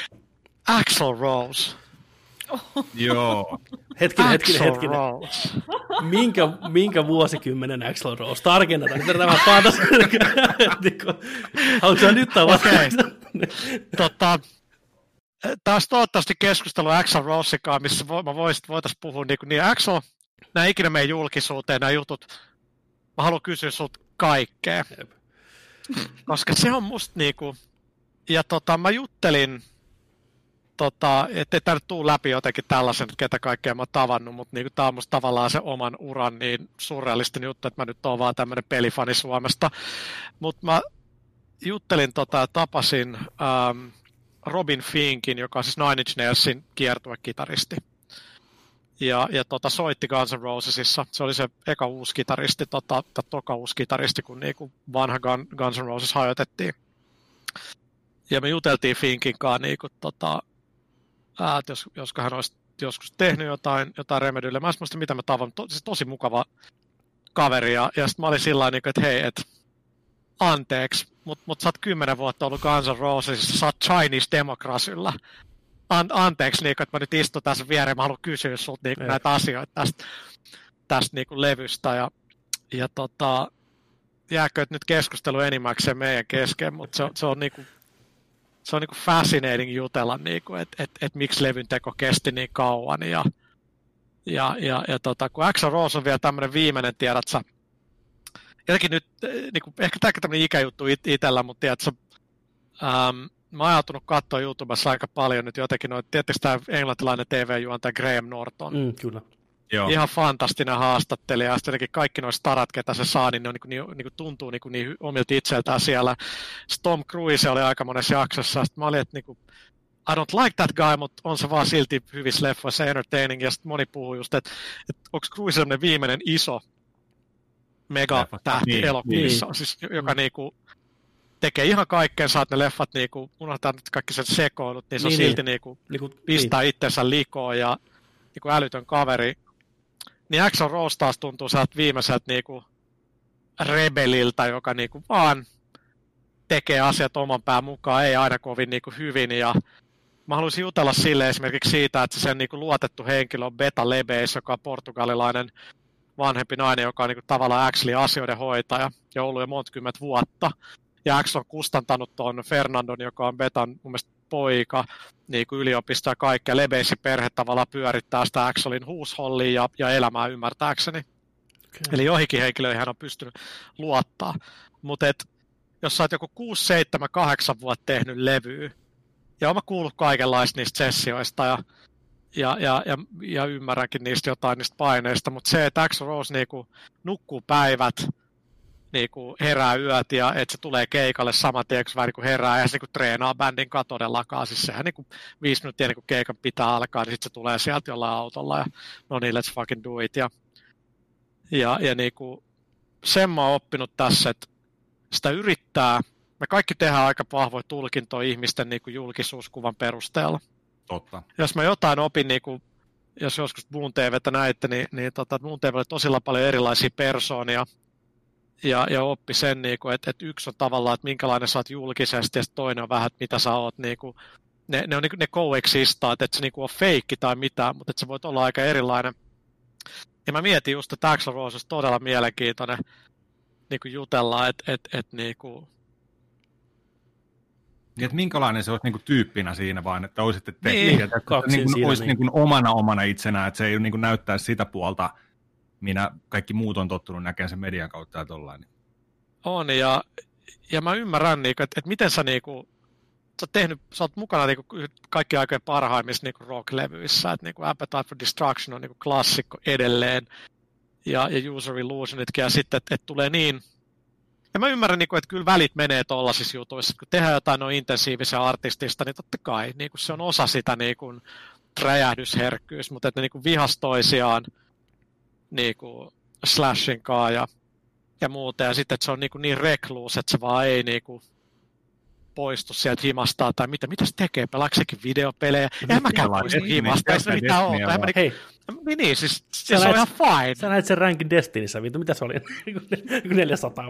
Axl Rose. Joo. Hetkinen. Rose. Minkä vuosikymmenen Axl Rose? Tarkennetaan. Nyt tämä fantasi. Haluatko sinä nyt tavata? Taas toivottavasti keskustelu Axl Roseikaan, missä voitaisiin puhua niin Axl, nämä ikinä meidän julkisuuteen, nämä jutut, mä haluan kysyä sulta kaikkea. Koska se on musta niinku, ja mä juttelin, ettei tämä nyt tule läpi jotenkin tällaisen, ketä kaikkea mä oon tavannut, mutta niinku, tämä on musta tavallaan se oman uran niin surrealistinen juttu, että mä nyt oon vaan tämmöinen pelifani Suomesta. Mutta mä juttelin tapasin Robin Finkin, joka on siis Nine Inch Nailsin kiertuekitaristi. Ja soitti Guns N' Rosesissa. Se oli se eka uusi kitaristi, toka uusi kitaristi, kun niinku vanha Guns N' Roses hajotettiin. Ja me juteltiin Finkin kanssa, niinku, että josko hän olisi joskus tehnyt jotain Remedylle. Mä en muista, mitä mä tavan. Tosi mukava kaveri. Ja sitten mä olin sillä tavalla, että hei, anteeksi, mutta sä oot 10 vuotta ollut Guns N' Rosesissa, sä oot Chinese Democracylla. Anteeksi, että mä nyt istun tässä viereen, mä haluan kysyä sulta näitä asioita tästä levystä. Ja jääkö nyt keskustelu enimmäkseen meidän kesken, mutta se on fascinating jutella, että miksi levyn teko kesti niin kauan. Kun Axl Rose on vielä tämmöinen viimeinen, tiedät sä, jotenkin nyt, ehkä tämä tämmöinen ikäjuttu itsellä, mutta tiedätkö, mä oon ajautunut katsoa YouTubessa aika paljon nyt jotenkin noita, tietysti tämä englantilainen TV-juontaja Graham Norton. Kyllä. Joo. Ihan fantastinen haastattelija, ja sitten kaikki nuo starat, ketä se saa, niin ne on, niin tuntuu niin omilta itseltään siellä. Tom Cruise oli aika monessa jaksossa, sitten mä olin, että I don't like that guy, mutta on se vaan silti hyvissä leffoissa entertaining, ja sitten moni puhuu just, että onko Cruise sellainen viimeinen iso megatähti elokuvissa, siis, joka niinku tekee ihan kaikkeensa, että ne leffat unohtaa nyt kaikki sen sekoilut, niin se on silti pistää itsensä likoon ja älytön kaveri. Niin Axl Rose taas tuntuu sieltä viimeiseltä rebeliltä, joka vaan tekee asiat oman pään mukaan, ei aina kovin hyvin. Ja mä haluaisin jutella sille esimerkiksi siitä, että sen luotettu henkilö on Beta Lebeis, joka on portugalilainen vanhempi nainen, joka on tavallaan Axlin asioiden hoitaja ja ollut jo monta kymmentä vuotta. Ja Axl on kustantanut tuon Fernandon, joka on Betan mun mielestä poika, yliopisto ja kaikkea. Lebeisin perhe tavallaan pyörittää sitä Axlin huushollia ja elämää ymmärtääkseni. Okay. Eli joihinkin henkilöihin hän on pystynyt luottaa. Mutta jos sä oot joku 6, 7, 8 vuotta tehnyt levyä, ja oon mä kuullut kaikenlaista niistä sessioista, ja ymmärränkin jotain niistä paineista, mutta se, että Axl Rose niinku nukkuu päivät, niinku herää yöt, ja että se tulee keikalle saman tien, kun niinku herää, ja se niinku treenaa bändin kanssa todellakaan. Siis sehän niinku 5 minuuttia niin kun keikan pitää alkaa, niin sitten se tulee sieltä jollain autolla, ja no niin, let's fucking do it. Ja niinku, sen mä oon oppinut tässä, että sitä yrittää. Me kaikki tehdään aika vahvoja tulkintoja ihmisten niinku julkisuuskuvan perusteella. Totta. Jos mä jotain opin, niinku, jos joskus Moon TV:tä näitte, niin Moon TV oli tosilla paljon erilaisia persoonia, ja oppi sen, niinku, että yksi on tavallaan, että minkälainen sä oot julkisesti, ja toinen on vähän, että mitä sä oot. Niinku, ne on niinku, ne coexistaa, että et se niinku on feikki tai mitään, mutta että se voit olla aika erilainen. Ja mä mietin just, että Axl Rose olisi todella mielenkiintoinen niinku jutella, että niinku... Niin, että minkälainen se olisi niinku tyyppinä siinä vaan, että olisitte olisi niinku omana itsenään, että se ei niinku näyttäisi sitä puolta, minä kaikki muut on tottunut näkemään sen median kautta ja tollain. On, ja mä ymmärrän, niinku, että miten sä niinku... Sä oot mukana niinku kaikki aikojen parhaimmissa niinku rock-levyissä, että niinku Appetite for Destruction on niinku klassikko edelleen, ja User Illusionitkin, ja sitten, että tulee niin... Ja mä ymmärrän, niinku, että kyllä välit menee tollaisissa jutuissa, kun tehdään jotain noin intensiivisen artistista, niin totta kai niinku se on osa sitä niinku räjähdysherkkyys, mutta että ne niinku vihas toisiaan niinku Slashin kaa ja muuta, ja sitten, että se on niinku niin rekluus, että se vaan ei niinku... poistu sieltä himastaa, tai mitä se tekee, pelaako sekin videopelejä, eihän mäkään poistu himasta, ei se mitään ole. Hei. Niin, siis se on ihan fine. Sä näit sen rankin Destinissä, vittu, mitä se oli? 400.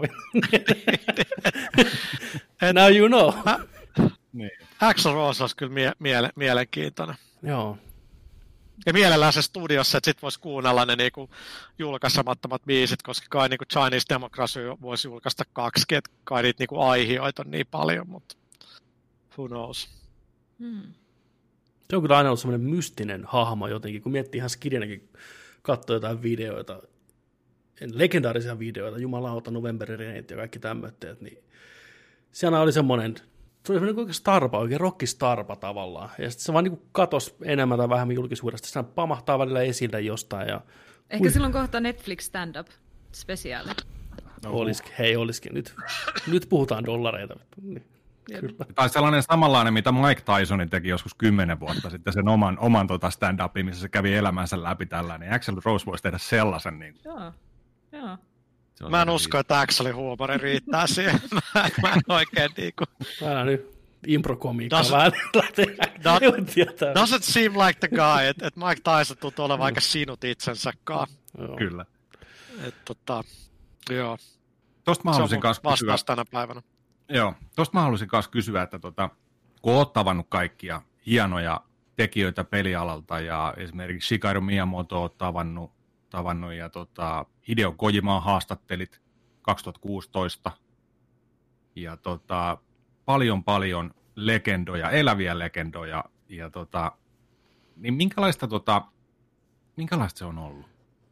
Now you know. Axl Rose olisi kyllä mielenkiintoinen. Joo. Ja mielellään se studiossa, että sit voisi kuunnella ne niinku julkaisemattomat biisit, koska kai niinku Chinese Democracy voisi julkaista 2, että kai niitä niinku aihioita on niin paljon, mutta who knows. Se on kyllä aina ollut semmoinen mystinen hahmo jotenkin, kun miettii ihan skidinäkin, katsoo jotain videoita, legendaarisia videoita, jumalauta, November Rain ja kaikki tämmöitteet, niin siellä oli semmoinen, se oli semmoinen starpa, oikein rockistarpa tavallaan. Ja sitten se vaan niin katosi enemmän tai vähemmän julkisuudesta. Se pamahtaa välillä esille jostain. Ja... Ehkä silloin kohta Netflix stand-up spesiaali. Olisikin. Nyt puhutaan dollareita. Niin, tai sellainen samanlainen, mitä Mike Tyson teki joskus 10 vuotta sitten, sen oman stand-upin, missä se kävi elämänsä läpi tällainen. Axl Rose voisi tehdä sellaisen. Niin... Joo. Mä en usko, että Axelin huumori riittää siihen. Mä en oikein niinku... Älä nyt improkomiikkaa vähän lähtee. Doesn't seem like the guy, että Mike Tyson tuntuu olevan aika sinut itsensäkaan. Kyllä. Joo. Tosta mä haluaisin kanssa kysyä. Tänä päivänä. Joo. Tosta mä haluaisin kanssa kysyä, että kun oot tavannut kaikkia hienoja tekijöitä pelialalta ja esimerkiksi Shigeru Miyamoto oot tavannut ja Hideo Kojimaa haastattelit 2016 ja paljon legendoja, eläviä legendoja ja niin minkälaista se on ollut?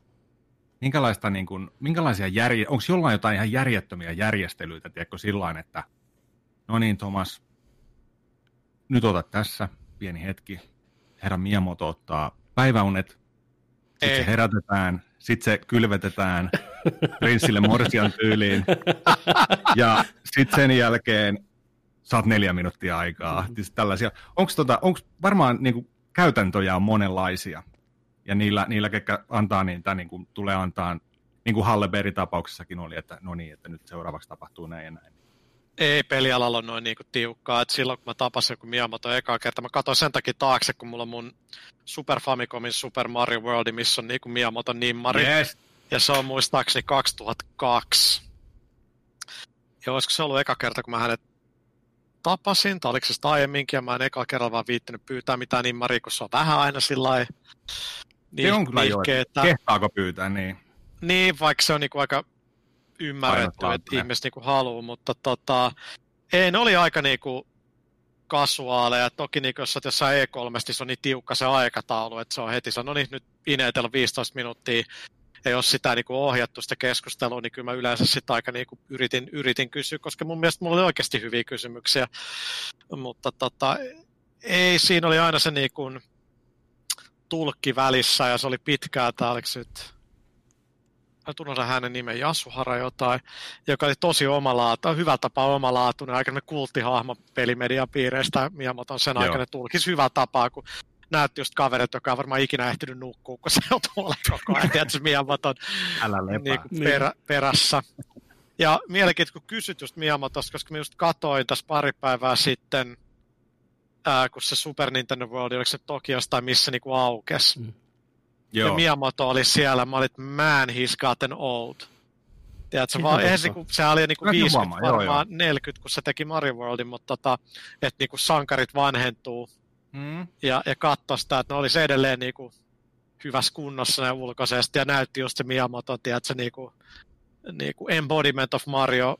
Onko jollain jotain ihan järjettömiä järjestelyitä, tiedätkö, sillain, että no niin Thomas, nyt otat tässä pieni hetki, herra Miyamoto ottaa päiväunet, sitten se herätetään, sitten se kylvetetään prinssille morsian tyyliin. Ja sitten sen jälkeen saat 4 minuuttia aikaa. Tällaisia. Onko varmaan niinku, käytäntöjä on monenlaisia. Ja niillä ketkä antaa niitä, niinku, tulee antaa, niin kuin Halle Berry-tapauksessakin oli, että no niin, että nyt seuraavaksi tapahtuu näin ja näin. Ei pelialalla ole noin niinku tiukkaa, että silloin kun mä tapasin joku Miyamoto ekaa kertaa, mä katsoin sen takia taakse, kun mulla on mun Super Famicomin Super Mario World, missä on niinku Miyamoton nimmari, ja se on muistaakseni 2002. Ja olisiko se ollut eka kerta, kun mä hänet tapasin, tai oliko se sitä aiemminkin, ja mä en eka kerralla vaan viittinyt pyytää mitään nimmaria, kun se on vähän aina sillain se on kyllä jo, että kehtaako pyytää, niin. Niin, vaikka se on niinku aika ymmärretty, että ihmiset niinku haluaa, mutta ei, ne oli aika niinku kasuaaleja. Toki niinku, jos sä oot jossain E3, niin se on niin tiukka se aikataulu, että se on heti sanonut, niin nyt ineetellä 15 minuuttia. ei ole sitä niin kuin ohjattu sitä keskustelua, niin kyllä mä yleensä sitä aika niin kuin yritin kysyä, koska mun mielestä mulla oli oikeasti hyviä kysymyksiä, mutta ei, siinä oli aina se niin kuin tulkki välissä, ja se oli pitkään, oliko se nyt, mä tunnosan hänen nimen, Yasuhara jotain, joka oli tosi hyvällä tapaa omalaatuinen, aikainen kulttihahmo pelimedian piireistä, Miyamoto on sen aikainen tulkisi hyvällä tapaa, kun näytti just kaverit, joka on varmaan ikinä ehtinyt nukkua, kun se on tuolla koko ajan, tiedätkö, Miyamoton perässä. Ja mielenkiintoista, kun kysyt just Miyamotosta, koska mä just katoin tässä pari päivää sitten, kun se Super Nintendo World, oliko se Tokiossa tai missä niin kuin aukesi. Ja Miyamoto oli siellä, mä olin, man, he's gotten old. Tiedätkö, se oli niinku 50, varmaan 40, kun se teki Mario Worldin, mutta että niinku sankarit vanhentuu. Ja katsoi sitä, että ne olisi edelleen niinku hyvässä kunnossa ne ulkoisesti, ja näytti just se Miyamoto, tiedätkö, niinku embodiment of Mario.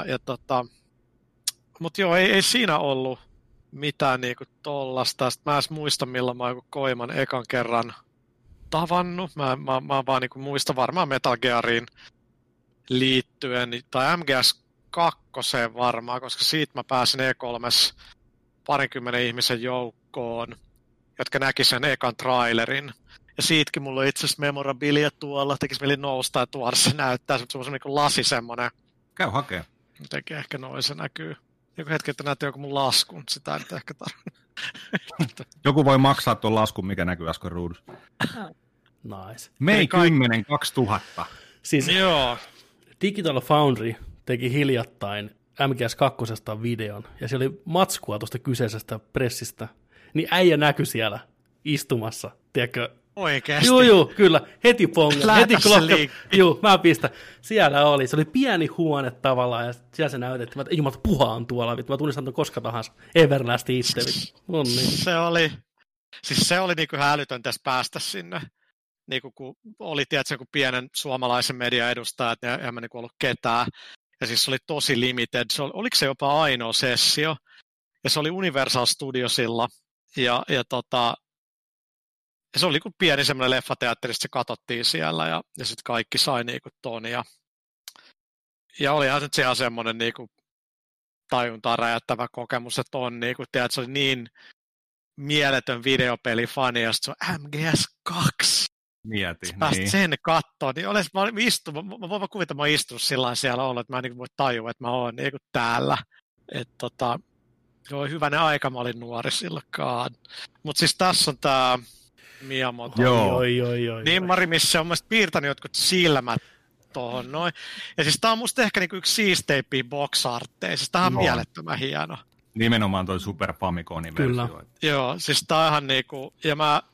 Mutta joo, ei siinä ollut mitään niinku tollasta. Sitten mä en muista, milloin mä oon Koiman ekan kerran tavannut. Mä vaan niinku muistan varmaan Metal Geariin liittyen, tai MGS2 varmaan, koska siitä mä pääsin E3 20 ihmisen joukkoon, jotka näki sen ekan trailerin. Ja siitäkin mulla on itse asiassa memorabilia tuolla, tekisi mieli nousta ja tuoda se näyttää, se on niin kuin lasi semmoinen. Käy hakee. Jotenkin ehkä noin se näkyy. Joku hetki, että näyttää joku mun laskun, sitä nyt ehkä tarvitse. Joku voi maksaa tuon laskun, mikä näkyy äsken ruudussa. Nice. May 10 2000. Siis joo. Digital Foundry teki hiljattain MGS2 videon, ja siellä oli matskua tuosta kyseisestä pressistä, niin äijä näkyi siellä istumassa, tiedätkö? Oikeasti? Joo, kyllä. Heti pongalla. Heti klokka. Joo, mä pistän. Siellä oli. Se oli pieni huone tavallaan, ja siellä se näytettiin, että jumalta puhaan tuolla. Mä tunnistan ton koska tahansa. Everlastin itse. Se oli niinku älytön tässä päästä sinne. Niinku kun oli, tiedätkö, kun pienen suomalaisen median edustaja, että eihän mä niinku ollut ketään. Ja siis se oli tosi limited. Oliko se jopa ainoa sessio? Ja se oli Universal Studiosilla. Ja se oli kuin pieni semmoinen leffateatteri, se katsottiin siellä ja sitten kaikki sai niinku ton. Ja olihan se ihan semmoinen niinku tajuntaan räjättävä kokemus, että on niinku, tiedät, se oli niin mieletön videopelifani, ja sitten se on MGS2. Mieti, niin. Sen kattoon, niin mä voin kuvitella, että mä oon istunut sillä siellä ollut, että mä en niin voi tajua, että mä oon niin täällä. Että joo, hyvänen aika, mä olin nuori silloinkaan. Mutta siis tässä on tää Miyamoto. Joo. Nimmari, missä se on mielestäni piirtänyt jotkut silmät tuohon noin. Ja siis tää on musta ehkä niinku yksi siisteimpiä box-artteja. Siis tää on mielettömän hieno. Nimenomaan toi Super Famiconin versio. Joo, siis tää on ihan niinku, ja mä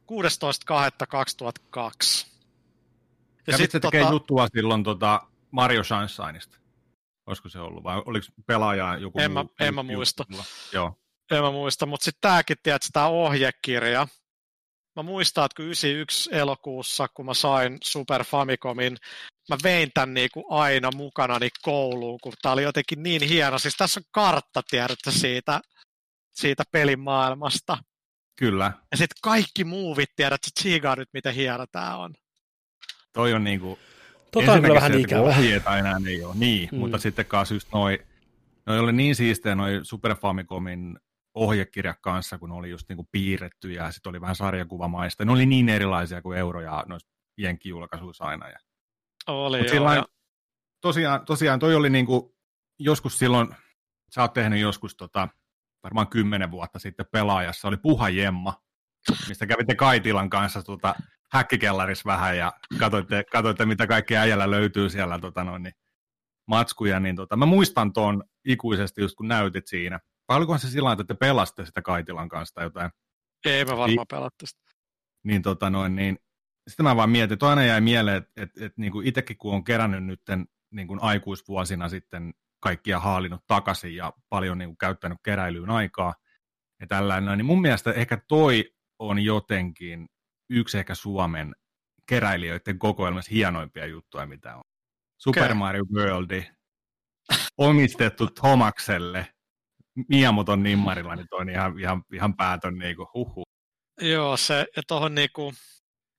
16.2.2002. Kävit se tekee juttua silloin Mario Sunshineista? Olisiko se ollut, vai oliko pelaaja joku muu? En mä muista. Joo. En mä muista, mutta sitten tääkin, tiedätkö, tää ohjekirja. Mä muistan, että kun 91 elokuussa, kun mä sain Super Famicomin, mä vein tän niinku aina mukanani kouluun, kun tää oli jotenkin niin hieno. Siis tässä on kartta, tiedätkö, siitä pelin maailmasta. Kyllä. Ja sitten kaikki muuvit, tiedätkö, tsiigaa nyt, miten hieno tää on. Toi on niinku... Tota on kyllä vähän ikävä. Ohjeita enää ei ole, niin, mutta sitten kanssa just noi oli niin siistejä noi Super Famicomin ohjekirjat kanssa, kun ne oli just niinku piirretty ja sitten oli vähän sarjakuvamaista. Ne oli niin erilaisia kuin euroja noissa jenkkijulkaisuissa aina. Oli joo. Sillain, tosiaan toi oli niinku joskus silloin, sä oot tehnyt joskus varmaan 10 vuotta sitten Pelaajassa, oli Puha Jemma, mistä kävitte Kaitilan kanssa häkkikellarissa vähän ja katsoitte mitä kaikkea äijällä löytyy siellä matskuja, niin mä muistan tuon ikuisesti just kun näytit siinä. Vai olikohan se sillä että te pelasitte sitä Kaitilan kanssa tai jotain? Ei me varmaan pelattu sitä. Niin niin sitten mä vaan mietin, että aina jäi mieleen, että niinku itsekin kun on kerännyt nytten niinku aikuisvuosina sitten kaikkia haalinut takaisin ja paljon niinku käyttänyt keräilyyn aikaa ja tällainen, niin mun mielestä ehkä toi on jotenkin yksi ehkä Suomen keräilijöiden kokoelmassa hienoimpia juttuja, mitä on. Super Mario World, omistettu Tomakselle, Miyamoton nimmarilla, niin toi on ihan päätön niinku huhu. Joo, se, ja tohon niinku,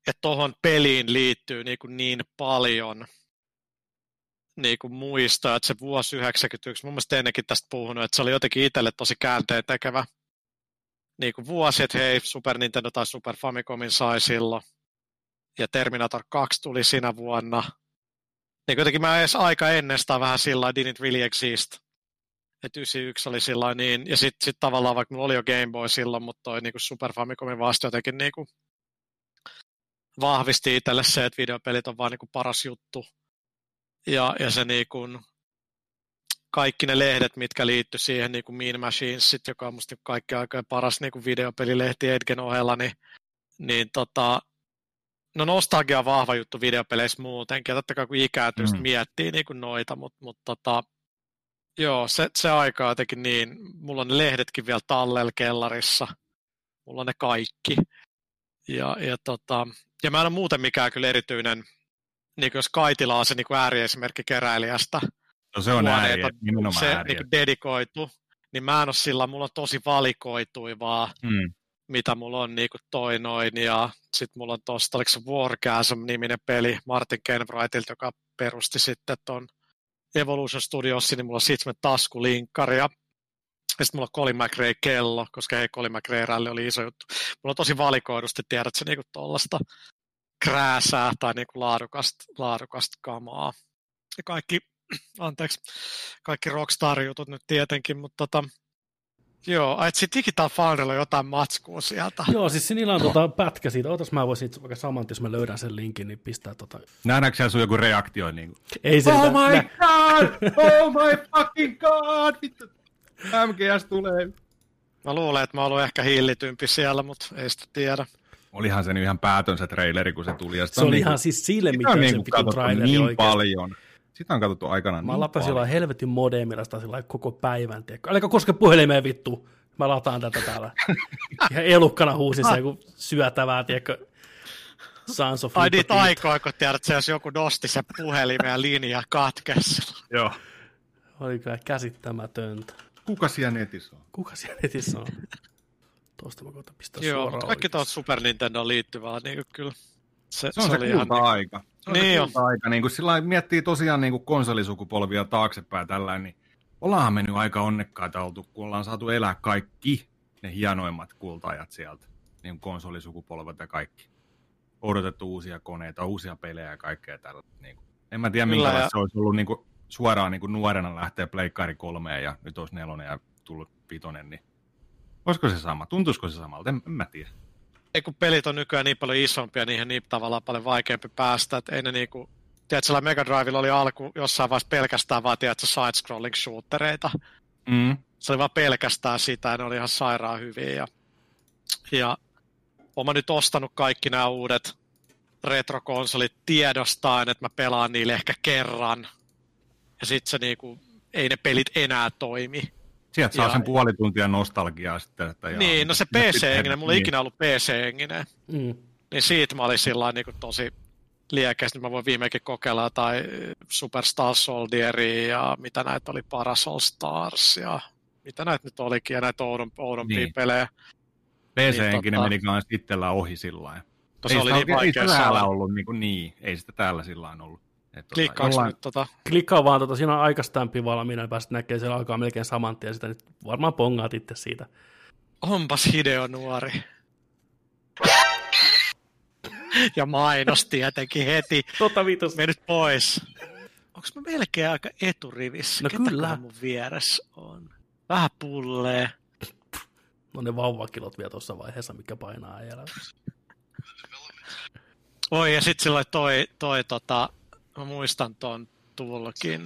että tohon peliin liittyy niin paljon muistoja, että se vuosi 1991, mun mielestä ennenkin tästä puhunut, että se oli jotenkin itselle tosi käänteen tekevä vuosi, että hei, Super Nintendo tai Super Famicomin sai silloin, ja Terminator 2 tuli sinä vuonna. Jotenkin mä edes aika ennen sitä vähän sillä didn't really exist. Että 91 oli sillä niin, ja sit tavallaan vaikka mulla oli jo Game Boy silloin, mutta toi Super Famicomin vasta jotenkin vahvisti itselle se, että videopelit on vaan paras juttu. Ja se kaikki ne lehdet, mitkä liittyi siihen Mean Machines, joka on musta kaikki aikojen paras videopelilehti Edgen ohella, niin no nostalgia on vahva juttu videopeleissä muutenkin, ja totta kai kun ikääntyy, miettii noita, mutta joo, se aika jotenkin niin, mulla on ne lehdetkin vielä tallella kellarissa, mulla on ne kaikki, ja mä en ole muuten mikään kyllä erityinen, jos Kaitila on se ääriesimerkki keräilijästä, no se on nimenomaan se dedikoitu, niin mä en ole sillä, mulla on tosi valikoituivaa, mitä mulla on toi noin, ja sitten mulla on tosta, oliko se Wargasm-niminen peli Martin Kenwrightilta, joka perusti sitten ton Evolution Studiosin, niin mulla on 7 taskulinkkari, ja sitten mulla on Colin McRae-kello, koska hei, Colin McRae-rälli oli iso juttu. Mulla on tosi valikoidusti, tiedät se tollaista krääsää tai laadukasta kamaa. Ja kaikki Rockstar-jutut nyt tietenkin, mutta joo, että sitten Digital Foundrylla on jotain matskua sieltä. Joo, siis niillä on pätkä siitä. Ootas, mä voisin itse vaikka saman, jos mä löydän sen linkin, niin pistää Nähdäänkö siellä sun joku reaktio? Ei se. Oh my god! Oh my fucking god! Vittu. MGS tulee. Mä luulen, että mä oon ollut ehkä hillitympi siellä, mutta ei sitä tiedä. Olihan se nyt ihan päätön se traileri, kun se tuli. Ja se oli ihan siis sille, mikä se vittu traileri niin oikein. Paljon. Sitä on katsottu aikanaan mä lapasin jollain helvetin modemilla sitä koko päivän. Älkää koske puhelimeen vittu. Mä lataan tätä täällä. Ihan elukkana huusin se, kun syötävää, tiedätkö, Sons of Ai niitä aikoja, kun tiedät, että jos joku nosti se puhelimen ja linja katkesi. Joo. Oli kyllä käsittämätöntä. Kuka siellä netissä on? Tuosta mä koitan pistää joo, suoraan. Joo, kaikki tuossa Super Nintendoon liittyvää, niin kyllä. Se on se kulta-aika. Niin kulta-aika. Niin sillä miettii tosiaan konsolisukupolvia taaksepäin tällainen, niin ollaanhan mennyt aika onnekkaita oltu, kun ollaan saatu elää kaikki ne hienoimmat kulta-ajat sieltä. Niin konsolisukupolvet ja kaikki. Odotettu uusia koneita, uusia pelejä ja kaikkea tällä. Niin en mä tiedä, minkälaista se olisi ollut suoraan nuorena lähteä Pleikkari 3 ja nyt olisi 4 ja tullut 5, niin olisiko se sama? Tuntuisiko se samalta? En mä tiedä. Ei kun pelit on nykyään niin paljon isompia, niihin niin tavallaan paljon vaikeampi päästä, että ei ne tiedätkö, sillä Mega Drivella oli alku jossain vaiheessa pelkästään vaan, tiedätkö, side-scrolling shootereita. Se oli vaan pelkästään sitä, ja ne oli ihan sairaan hyviä. Ja olen mä nyt ostanut kaikki nämä uudet retrokonsolit tiedostaen, että mä pelaan niille ehkä kerran. Ja sit se ei ne pelit enää toimi. Sieltä saa sen puoli tuntia nostalgiaa sitten. Että niin, no se PC-enginen, mulla ei ikinä ollut PC-enginen. Niin siitä mä olin sillain tosi liekeästi. Mä voin viimeinkin kokeilla jotain Superstar Soldieria ja mitä näitä oli, Parasol Stars ja mitä näitä nyt olikin ja näitä oudompia pelejä. PC-enginen meni kanssa itsellään ohi sillain. Se oli niin vaikea täällä ollut niin, ei sitä täällä sillain ollut. Klikkaanko nyt Klikkaa vaan, siinä on aikastämpi valmiina ja päästä näkee, siellä alkaa melkein saman tien, sitä nyt varmaan pongaat itse siitä. Onpas Hideo nuori. Ja mainos tietenkin heti. Mennyt pois. Onko mä melkein aika eturivissä? No kyllä. Mun vieressä on? Vähän pullee. No ne vauvakilot vielä tuossa vaiheessa, mikä painaa äijällä. Oi, ja sit silloin mä muistan ton tullakin.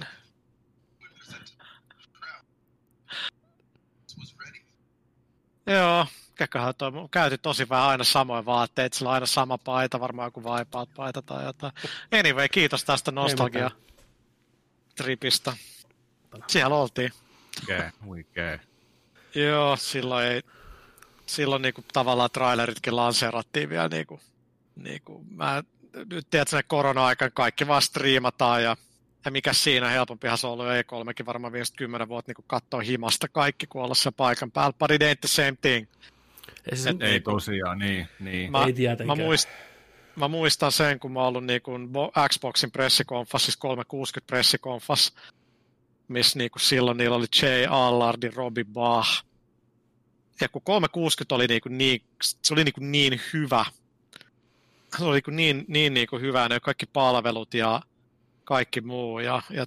Joo, käytin tosi vähän aina samoin vaatteet, sillä on aina sama paita, varmaan joku Wipeout-paita tai jotain. Anyway, kiitos tästä nostalgia-tripistä. Siellä oltiin. Huikee. Joo, silloin tavallaan traileritkin lanseerattiin vielä nyt tiedät, että korona-aikaan kaikki vaan striimataan ja mikä siinä helpompihan se on ollut E3kin varmaan 10 vuotta katsoa himasta kaikki, kun olla sen paikan päällä. But it ain't the same thing. Ei tosiaan, niin. Mä mä muistan sen, kun mä oon ollut niin kuin Xboxin pressikonfas, siis 360 pressikonfas, missä niin kuin silloin niillä oli Jay Allardi, Robbie Bach. Ja kun 360 oli se oli niin hyvä. Se oli niin hyvä, ne kaikki palvelut ja kaikki muu.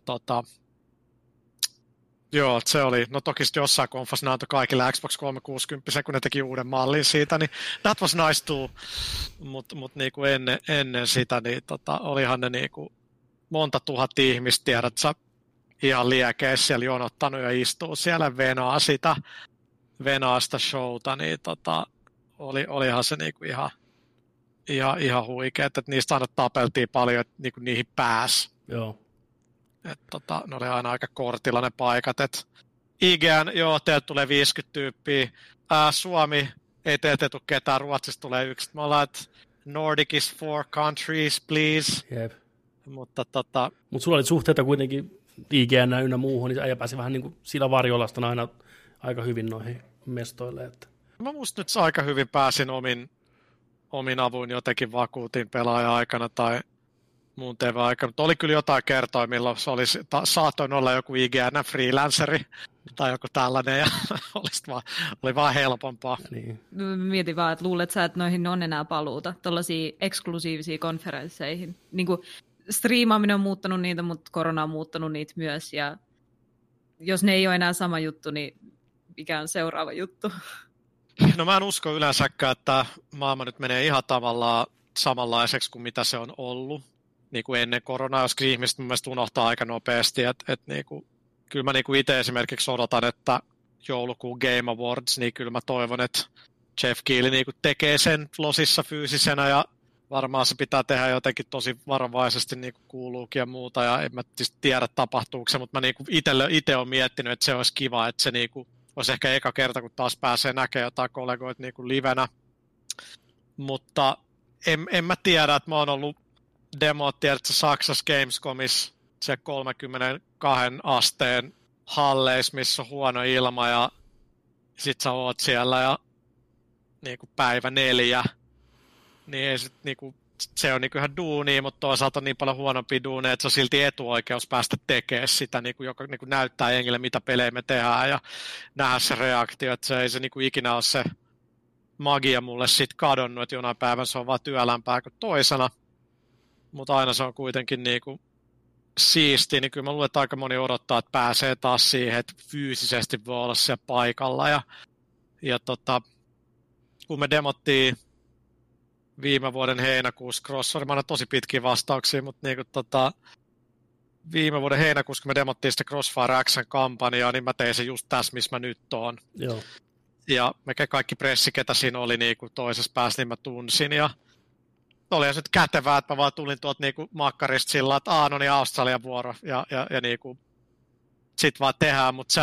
Joo, se oli, no toki jossain konfassa ne antoi kaikille Xbox 360, kun ne teki uuden mallin siitä, niin that was nice too, mutta niinku ennen sitä, niin olihan ne niinku monta tuhat ihmistä, tiedät sä, ihan liekeissä siellä jonottanut ja istuu siellä venaa sitä showta, niin olihan se niinku ihan huikea, että niistä aina tapeltiin paljon, että niinku niihin pääsi. Joo. Ne oli aina aika kortilla ne paikat. IGN, joo, teiltä tulee 50 tyyppiä. Suomi, ei teiltä tule ketään, Ruotsista tulee 1. Me ollaan, että Nordic is 4 countries, please. Jep. Mutta sulla oli suhteita kuitenkin IGN ynnä muuhun, niin äijä pääsi vähän niin kuin sillä varjolasta aina aika hyvin noihin mestoille. Että. Mä musta nyt aika hyvin pääsin omin avuin jotenkin vakuutin pelaaja-aikana tai muun TV-aikana, mutta oli kyllä jotain kertoa, milloin se saatoin olla joku IGN-freelanceri tai joku tällainen, ja oli vaan helpompaa. Niin. Mietin vaan, että luulet sä, että noihin on enää paluuta, tuollaisiin eksklusiivisiin konferensseihin. Niin kuin striimaaminen on muuttanut niitä, mutta korona on muuttanut niitä myös, ja jos ne ei ole enää sama juttu, niin mikä on seuraava juttu? No mä en usko yleensäkään, että maailma nyt menee ihan tavallaan samanlaiseksi kuin mitä se on ollut. Niin kuin ennen koronaa, joskin ihmiset mun mielestä unohtaa aika nopeasti, että niinku, kyllä mä niinku itse esimerkiksi odotan, että joulukuun Game Awards, niin kyllä mä toivon, että Jeff Keighley niinku tekee sen losissa fyysisenä, ja varmaan se pitää tehdä jotenkin tosi varovaisesti, niin kuin kuuluukin ja muuta, ja en mä tiedä tapahtuuko se, mutta mä niinku itse olen miettinyt, että se olisi kiva, että se niinku olisi ehkä eka kerta, kun taas pääsee näkemään jotain kollegoita niinku livenä, mutta en mä tiedä, että mä oon ollut demo, tiedätkö, Saksassa Gamescomissa se 32 asteen halleissa, missä on huono ilma, ja sit sä oot siellä ja niinku päivä 4, niin sit, niinku, se on niinku ihan duunia, mutta toisaalta on niin paljon huonompia duuneja, että se on silti etuoikeus päästä tekemään sitä, niinku, joka niinku näyttää jengille, mitä pelejä me tehdään, ja nähdä se reaktio, että se ei se niinku ikinä ole se magia mulle sit kadonnut, että jonain päivän se on vaan työlämpää kuin toisena. Mutta aina se on kuitenkin niinku siistiä, niin kyllä mä luulen, että aika moni odottaa, että pääsee taas siihen, että fyysisesti voi olla siellä paikalla. Ja kun me demottiin viime vuoden heinäkuussa Crossfire, mä annan tosi pitkiä vastauksia, mutta niinku viime vuoden heinäkuussa, kun me demottiin sitä Crossfire X-kampanjaa, niin mä tein se just tässä, missä mä nyt oon. Joo. Ja me kaikki pressi, ketä siinä oli niinku toisessa päässä, niin mä tunsin, ja oli se nyt kätevää, että mä vaan tulin tuolta niinku makkarista sillä, että no niin Australian vuoro ja niinku sit vaan tehdään, mutta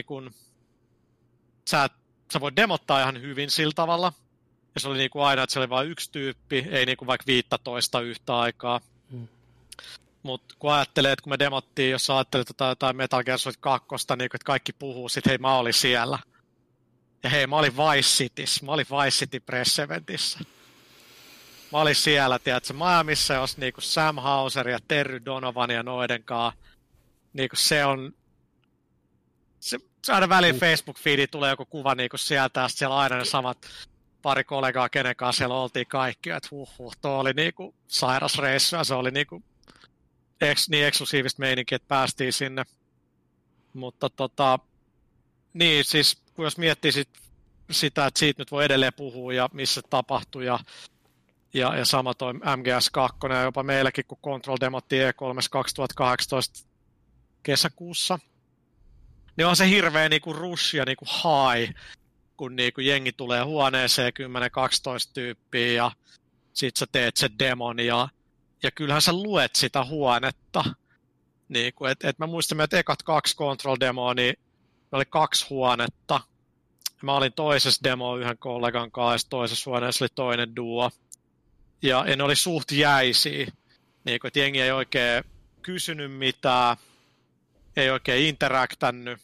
sä voit demottaa ihan hyvin sillä tavalla. Ja se oli niinku aina, että se oli vain yksi tyyppi, ei niinku vaikka 15 yhtä aikaa. Mutta kun ajattelee, että kun me demottiin, jos sä ajattelet jotain Metal Gear Solid 2, niin että kaikki puhuu, sit hei mä olin siellä. Ja hei mä olin Vice Cityssä, mä olin Vice City Press Eventissä. Mä olin siellä, tiedätkö, Miamiissa, jos niinku Sam Hauser ja Terry Donovan ja noidenkaan, niinku se on, se aina väliin Facebook-feediin tulee joku kuva niinku sieltä, ja siellä aina ne samat pari kollegaa, kenen kanssa siellä oltiin kaikki, että tuo oli niinku sairas reissu, ja se oli niinku niin eksklusiivista meininkiä, että päästiin sinne. Mutta niin siis, kun jos miettii sitä, että siitä nyt voi edelleen puhua, ja missä tapahtui, ja sama toi MGS2, ja jopa meilläkin, kun Control demottiin E3 2018 kesäkuussa, niin on se hirveä niinku rush ja niinku high, kun niinku jengi tulee huoneeseen 10-12 tyyppiä, ja sit sä teet sen demon, ja kyllähän sä luet sitä huonetta. Niinku, et mä muistan, että ekat 2 Control-demoa, niin oli 2 huonetta. Mä olin toisessa demo yhden kollegan kanssa, toisessa huoneessa oli toinen duo. Ja ne oli suht jäisiä, niin että jengi ei oikein kysynyt mitään, ei oikein interaktannut.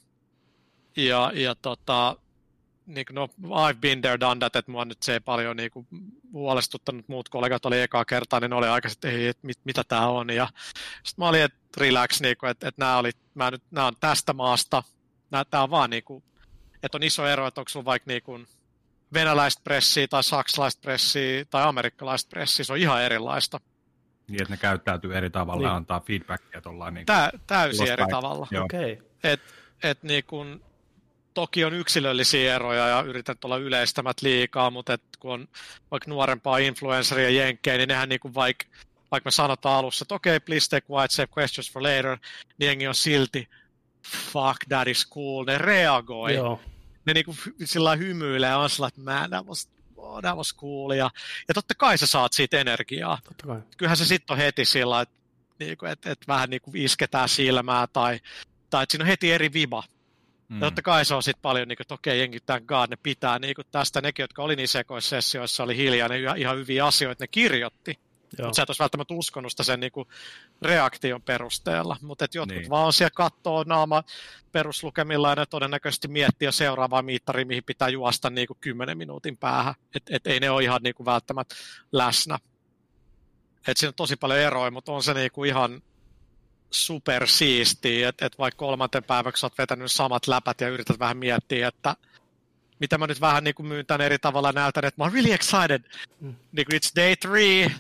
Ja niin kuin, no, I've been there, done that, että mua nyt se ei paljon niin kuin huolestuttanut, muut kollegat oli ekaa kertaa, niin ne oli aika, että ei, että mitä tämä on. Ja sitten mä olin, että relax, niin kuin, että nämä on tästä maasta, tämä on vaan, niin kuin, että on iso ero, että onko sulla vaikka niin kuin venäläistä pressiä tai saksalaista pressiä tai amerikkalaista pressiä, se on ihan erilaista. Niin, että ne käyttäytyy eri tavalla ja antaa feedbackia tuollain. Niin täysin eri tavalla. Okei. Et niin kun, toki on yksilöllisiä eroja ja yritän olla yleistämät liikaa, mutta kun on vaikka nuorempaa influenceria jenkkejä, niin nehän niin kuin vaikka me sanotaan alussa, että okei, please take white, save questions for later, niin jengi on silti, fuck, that is cool, ne reagoi. Joo. Ne niin kuin sillä hymyilee ja on sillä, että man, that was cool. Ja totta kai sä saat siitä energiaa. Totta kai. Kyllähän se sitten on heti sillä, että vähän niin kuin isketään silmää tai että siinä on heti eri viba. Ja totta kai se on sitten paljon, niin kuin, että okei, jengi thank God, ne pitää niin kuin tästä, nekin, jotka oli niin sekoissessioissa, oli hiljaa, ne ihan hyviä asioita, ne kirjoitti. Mutta sä et olisi välttämättä uskonut sitä sen niin kuin reaktion perusteella. Mutta jotkut vaan on siellä kattoo naama peruslukemilla ja ne todennäköisesti miettii jo seuraavaa miittaria, mihin pitää juosta niin kuin 10 minuutin päähän. Et ei ne ole ihan niin kuin välttämättä läsnä. Et siinä on tosi paljon eroja, mutta on se niin kuin ihan super siistiä, että vaikka 3. päiväksi olet vetänyt samat läpät ja yrität vähän miettiä, että mitä mä nyt vähän niin kuin myyn tämän eri tavalla näytän, että mä oon really excited. Niin kuin it's day 3.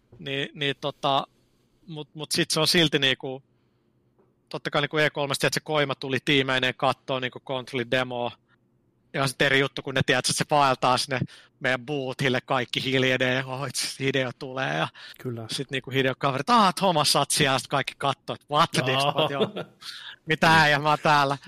Mutta sitten se on silti niinku, totta kai niinku E3, että se Koima tuli tiimeineen kattoon niinku Controlin demoa. Ja on sitten eri juttu, kun ne tiedät, että se vaeltaa sinne meidän boothille, kaikki hiljenee, itse Hideo tulee. Ja sitten niinku Hideo kaverit, Thomas, sä oot siellä, sitten kaikki kattoo, että what the next, mitä äijä, mä oon täällä.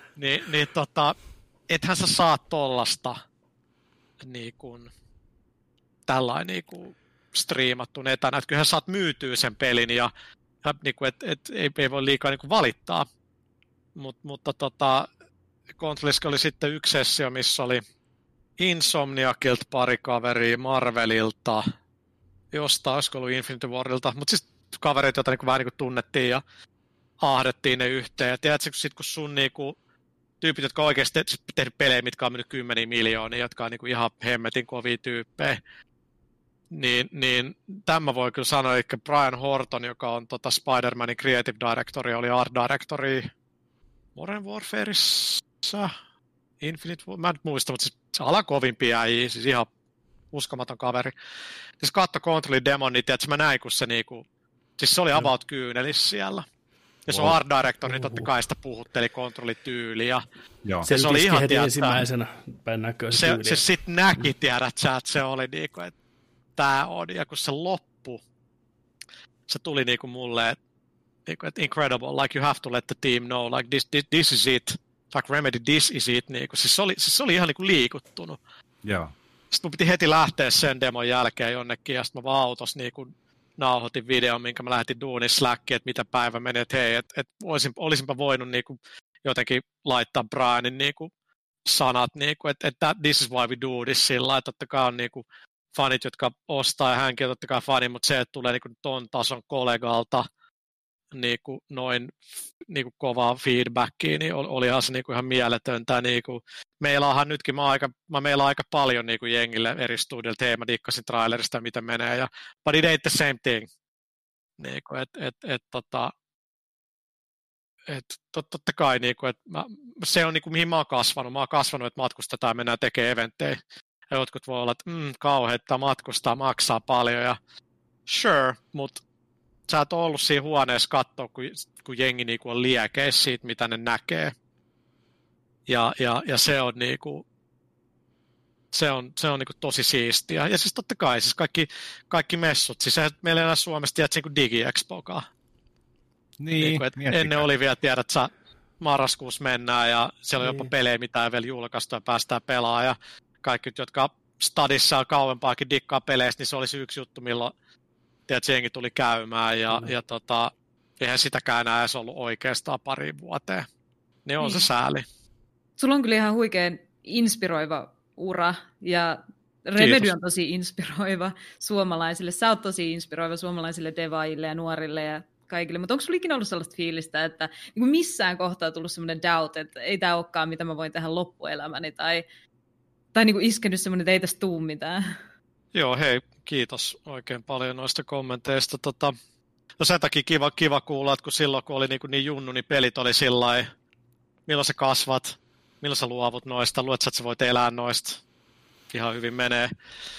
Ethän sä saa tollasta niinku, tällainen niinku, striimattu etänä, että kyllähän saat myytyä sen pelin ja niinku, ei voi liikaa niinku valittaa. Mutta Controlissa oli sitten yksi sessio, missä oli Insomniacilta pari kaveria, Marvelilta, jostain olisiko ollut Infinity Wardilta, mutta siis kaverit, joita niinku vähän niinku tunnettiin ja ahdettiin ne yhteen. Ja tiedätkö, kun sun niinku, tyypit, jotka oikeasti tehnyt pelejä, mitkä on mennyt 10 miljoonia, jotka on niinku ihan hemmetin kovia tyyppejä, niin tämä voi kyllä sanoa, että Brian Horton, joka on Spider-Manin creative directori, oli art directori Modern Warfareissa, Infinite War, mä en muista, mutta siis se ala kovimpia äijä, siis ihan uskomaton kaveri. Siis katso Controlin demon, niin tiedätkö, mä näin, kun se niinku, siis se oli about kyynelissä siellä. Ja se on art director, niin totta kai sitä puhutteli Controlityyliä. Se oli ihan, tiedätkö, ensimmäisenä päin näköä se tyyliä. Se sitten näki, tiedätkö, että se oli niinku, että tää on, ja kun se loppu, se tuli niinku mulle, että incredible, like you have to let the team know, like this is it, like Remedy, this is it, niinku. Siis se oli ihan niinku liikuttunut. Joo. Sitten mun piti heti lähteä sen demon jälkeen jonnekin, ja sitten mä vaan autossa niinku nauhoitin videon, minkä mä lähetin duunin Slackiin, että mitä päivä meni, että hei, että olisinpa voinut niinku jotenkin laittaa Brianin niinku sanat, niinku, että this is why we do this sillä, että totta kai on niinku fanit, jotka ostaa, ja hänkin on totta kai fani, mutta se, että tulee niinku ton tason kollegalta niinku noin niinku kovaa feedbackia, niin olihan se niinku ihan mieletöntä. Niinku, meilaahan nytkin, mä meilaan aika paljon niinku jengille eri studioilta, hei mä dikkasin trailerista, miten menee, ja but it ain't the same thing. Niinku, totta kai, niinku, se on niinku, mihin mä oon kasvanut. Mä oon kasvanut, että matkustetaan ja mennään tekemään eventtejä. Ja jotkut voi olla, että kauheita matkustaa, maksaa paljon ja sure, mutta sä et ole ollut siinä huoneessa katsoa, kun jengi niinku on liekeissä siitä, mitä ne näkee. Ja se on niinku, se on niinku tosi siistiä. Ja siis totta kai, siis kaikki messut, siis meillä ei ole Suomessa tiedät niin kuin DigiExpokaan. Niin ennen oli vielä, tiedät sä, marraskuussa mennään ja siellä on jopa pelejä, mitä ei vielä julkaistu ja päästään pelaamaan. Ja kaikki, jotka stadissa on kauempaakin dikkaa peleistä, niin se olisi yksi juttu, milloin tiedät, jengi tuli käymään ja eihän sitäkään enää edes ollut oikeastaan pariin vuoteen. Niin on se sääli. Sulla on kyllä ihan huikean inspiroiva ura ja Remedy on tosi inspiroiva suomalaisille. Sä oot tosi inspiroiva suomalaisille devaajille ja nuorille ja kaikille, mutta onko sulla ikinä ollut sellaista fiilistä, että niin missään kohtaa on tullut sellainen doubt, että ei tämä olekaan, mitä mä voin tehdä loppuelämäni, tai niin kuin iskenyt semmoinen, että ei tästä tule mitään? Joo, hei, kiitos oikein paljon noista kommenteista. No sen takia kiva kuulla, että kun silloin kun oli niin junnu, niin pelit oli sillai, milloin sä kasvat, milloin sä luovut noista, luet sä, että sä voit elää noista. Ihan hyvin menee.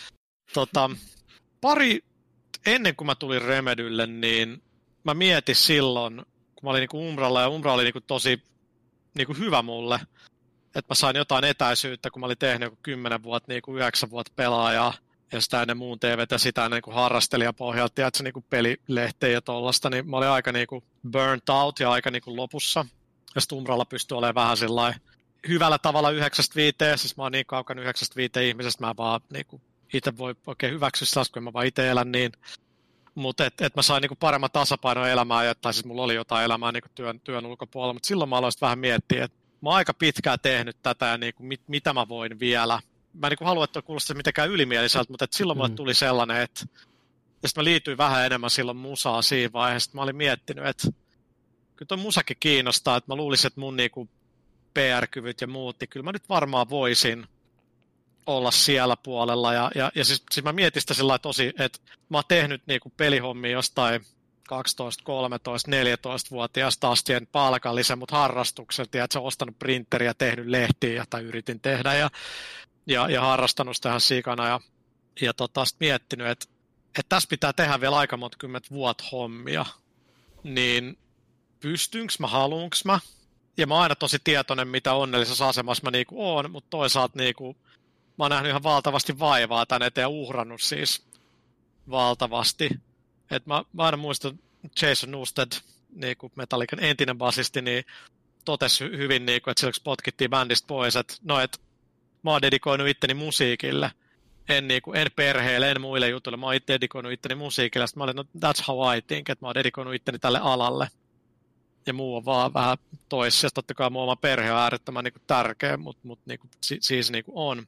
Ennen kuin mä tulin Remedylle, niin mä mietin silloin, kun mä olin niin Umbralla, ja Umbra oli niin tosi niin hyvä mulle, että mä sain jotain etäisyyttä, kun mä olin tehnyt joku 10 vuotta, niin 9 vuotta pelaajaa, ja sitä ennen muun TVtä, sitä ennen kuin harrastelijapohjalta, että se niin pelilehteen ja tollaista, niin mä olin aika niin burnt out ja aika niin lopussa. Ja sitten Umbralla pystyi olemaan vähän sellainen hyvällä tavalla 9-5, siis mä oon niin kaukana 9-5 ihmisestä, mä vaan niin itse voi oikein hyväksyä sellaista, kun mä vaan itse elän niin. Mutta et mä sain niin paremman tasapainon elämää, tai siis mulla oli jotain elämää niin työn ulkopuolella, mutta silloin mä aloin vähän miettiä, että mä oon aika pitkään tehnyt tätä ja niin mitä mä voin vielä. Mä en halua, että kuulostaa mitenkään ylimieliseltä, mutta silloin mulle tuli sellainen, että ja sitten mä liityin vähän enemmän silloin musaa siinä vaiheessa. Mä olin miettinyt, että kyllä toi musakin kiinnostaa, että mä luulisin, että mun niinku PR-kyvyt ja muut, niin kyllä mä nyt varmaan voisin olla siellä puolella. Ja siis mä mietin sitä sillä tosi, että mä oon tehnyt niinku pelihommia jostain 12, 13, 14-vuotiaasta asti en palkallisen, mutta harrastukselta, ja että sä oon ostanut printeriä, tehnyt lehtiä, tai yritin tehdä, ja harrastanut sitä ihan sikana, ja sitten miettinyt, että tässä pitää tehdä vielä aika monta 10 vuotta hommia, niin pystynkö mä, haluanko mä, ja mä oon aina tosi tietoinen, mitä onnellisessa asemassa mä niinku oon, mutta toisaalta niinku, mä oon nähnyt ihan valtavasti vaivaa tän eteen ja uhrannut siis valtavasti. Et mä aina muistan Jason Newsted, niinku Metallican entinen basisti, niin totesi hyvin, niinku, että silloin kun potkittiin bändistä pois, että no, et mä oon dedikoinut itteni musiikille. En perheelle, en muille jutuille. Mä oon itse dedikoinut itteni musiikille. Sitten mä olin, no that's how I think, että mä oon dedikoinut itteni tälle alalle. Ja muu on vaan vähän toissa. Ja totta kai mun oma perhe on äärettömän niin kuin tärkeä, mutta niin kuin, siis niin kuin on.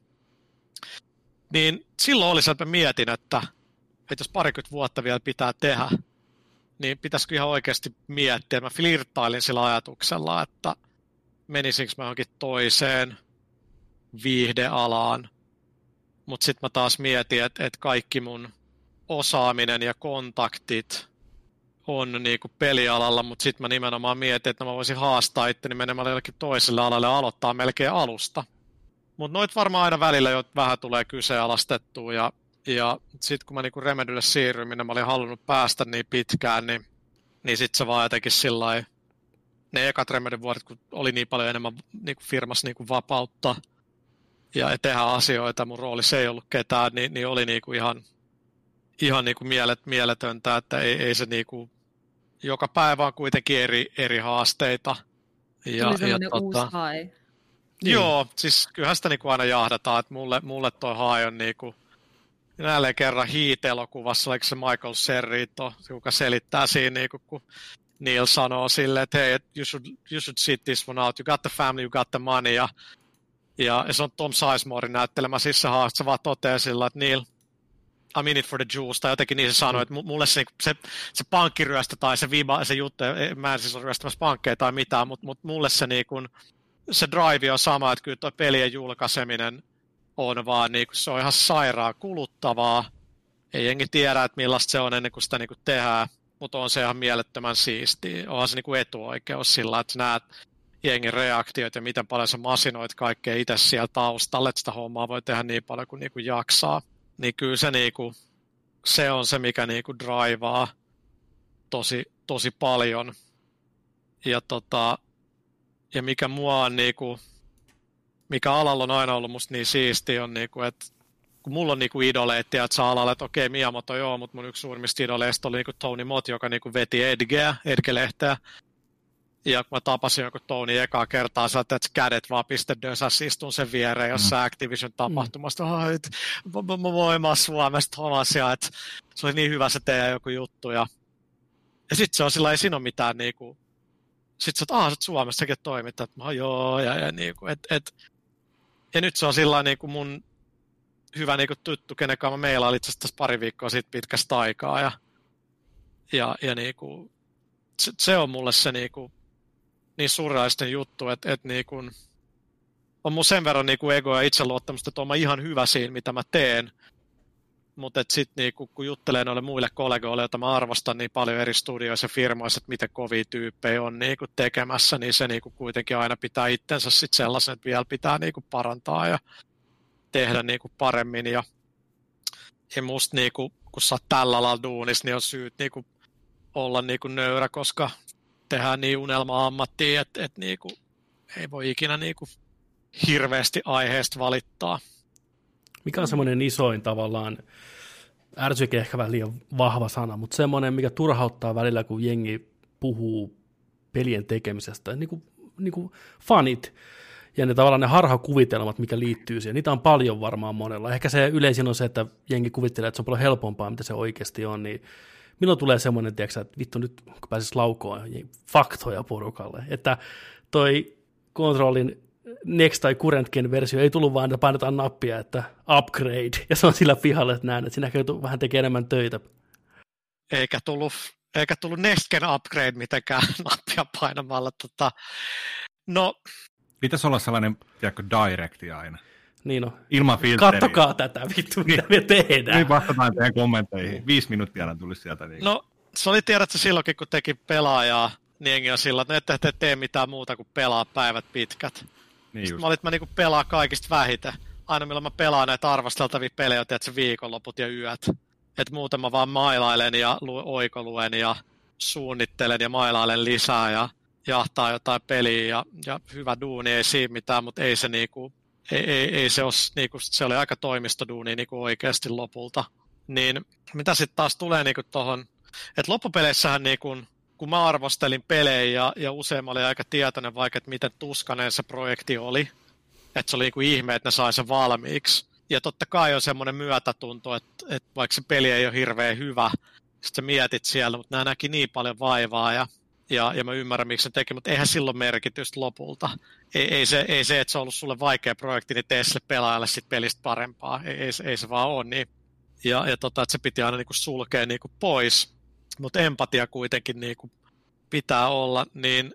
Niin silloin oli se, että mä mietin, että jos 20 vuotta vielä pitää tehdä, niin pitäisikö ihan oikeasti miettiä. Mä flirttailin sillä ajatuksella, että menisinkö mä johonkin toiseen viihdealaan. Mutta sitten mä taas mietin, että kaikki mun osaaminen ja kontaktit on niinku pelialalla, mutta sitten mä nimenomaan mietin, että mä voisin haastaa itteni menemällä jollekin toiselle alalle ja aloittaa melkein alusta. Mutta noit varmaan aina välillä jo vähän tulee kyseenalaistettua, ja sitten kun mä niinku Remedylle siirryin, minne mä olin halunnut päästä niin pitkään, niin sitten se vaan jotenkin sillai, ne ekat Remedyn vuodet, kun oli niin paljon enemmän niinku firmassa niinku vapautta, ja tehdä asioita, mun roolissa ei ollut ketään, niin oli niinku ihan niinku mieletöntä, että ei se niinku, joka päivä on kuitenkin eri haasteita. Tuli sellainen uusi hae. Joo, siis kyllähän sitä niinku aina jahdataan, että mulle toi hae on niinku, jälleen kerran Heat-elokuvassa, oliko se Michael Cerrito, joka selittää siinä, niinku, kun Neil sanoo silleen, että hei, you should sit this one out, you got the family, you got the money, ja se on Tom Sizemoren näyttelemä, siis se vaan toteaa sillä, että Neil, I'm in it for the juice, tai jotenkin niin se sanoi, että mulle se pankkiryöstö tai se juttu, mä en siis ole ryöstämässä pankkeja tai mitään, mutta mulle se drive on sama, että kyllä tuo pelien julkaiseminen on vaan, se on ihan sairaan kuluttavaa, ei jengi tiedä, että millaista se on ennen kuin sitä tehdään, mutta on se ihan mielettömän siistiä, onhan se etuoikeus sillä, että näet jengin reaktiot ja miten paljon sä masinoit kaikkea itse siellä taustalla, että sitä hommaa voi tehdä niin paljon kuin jaksaa. Niin kyllä se on se, mikä draivaa tosi paljon. Ja mikä mua on mikä alalla on aina ollut musta niin siistiä on että kun mulla on idoleettia, että saa alalle, että okei, Miyamoto joo, mutta mun yksi suurimmista idoleista oli Tony Mott, joka veti Edge-lehteä. Ja kun mä tapasin joku Tony ekaa kertaa, sä että kädet vaan pistedösäs, istun sen viereen jossain Activision-tapahtumasta. Mä voin Suomesta homasia, että se oli niin hyvä se teidän joku juttu. Ja sit se on sillä, ei siinä ole mitään sit sä oot, sä oot Suomessa sekin toimittaa, että joo, ja nyt se on sillä mun hyvä tuttu, kenenkaan mä meilailin itse asiassa pari viikkoa siitä pitkästä aikaa. Ja se on mulle se niin surrealisten juttu, että on mun sen verran ego ja itseluottamusta, että on mä ihan hyvä siinä, mitä mä teen. Mutta sitten niinku, kun juttelee noille muille kollegoille, joita mä arvostan niin paljon eri studioissa ja firmoissa, että miten kovia tyyppejä on niinku tekemässä, niin se niinku kuitenkin aina pitää itsensä sit sellaisen, että vielä pitää niinku parantaa ja tehdä niinku paremmin. Ja musta niinku, kun sä oot tällä alalla duunissa, niin on syyt niinku olla niinku nöyrä, koska tehdään niin unelma-ammattia, että niinku, ei voi ikinä niinku hirveästi aiheesta valittaa. Mikä on semmoinen isoin tavallaan, ärsyke ehkä vähän liian vahva sana, mutta semmoinen, mikä turhauttaa välillä, kun jengi puhuu pelien tekemisestä, niin kuin fanit ja ne tavallaan ne harhakuvitelmat, mikä liittyy siihen, niitä on paljon varmaan monella. Ehkä se yleisin on se, että jengi kuvittelee, että se on paljon helpompaa, mitä se oikeasti on, niin milloin tulee semmoinen, tiiäksä, että vittu nyt, kun pääsis laukoon faktoja porukalle, että toi Controlin Next tai Current Gen versio ei tullut vaan, että painetaan nappia, että upgrade, ja se on sillä pihalla, että näen, että siinä vähän tekee enemmän töitä. Eikä tullut Next Gen upgrade mitenkään nappia painamalla. No. Pitäisi olla sellainen, tiedätkö, directi aina. Niin on. Ilman filtteriä. Kattokaa tätä, vittu, mitä me tehdään. Niin vastataan teidän kommentteihin. 5 minuuttia aina tulisi sieltä. Niin. No, se oli tiedätkö silloinkin, kun teki pelaajaa, niin jengi on sillä, että ette tee mitään muuta kuin pelaa päivät pitkät. Niin sitten mä niinku pelaa kaikista vähiten. Aina milloin mä pelaan näitä arvosteltavia pelejä, että se viikonloput ja yöt. Että muuten mä vaan mailailen ja oikoluen ja suunnittelen ja mailailen lisää ja jahtaa jotain peliä ja hyvä duuni, ei siinä mitään, mutta ei se niinku, ei se ole niinku, se oli aika toimistoduuni niinku oikeasti lopulta. Niin mitä sitten taas tulee niinku tohon, että loppupeleissähän niinku, kun mä arvostelin pelejä ja usein mä olin aika tietoinen vaikka, että miten tuskainen se projekti oli, että se oli niinku ihme, että ne sai sen valmiiksi. Ja totta kai on semmoinen myötätunto, että vaikka se peli ei ole hirveän hyvä, sitten sä mietit siellä, mutta nämä näki niin paljon vaivaa ja mä ymmärrän, miksi se teki, mutta eihän silloin merkitystä lopulta. Ei se, että se on ollut sulle vaikea projekti, niin tee sille pelaajalle sit pelistä parempaa. Ei se vaan ole niin. Ja että se piti aina niinku sulkea niinku pois, mutta empatia kuitenkin niinku pitää olla, niin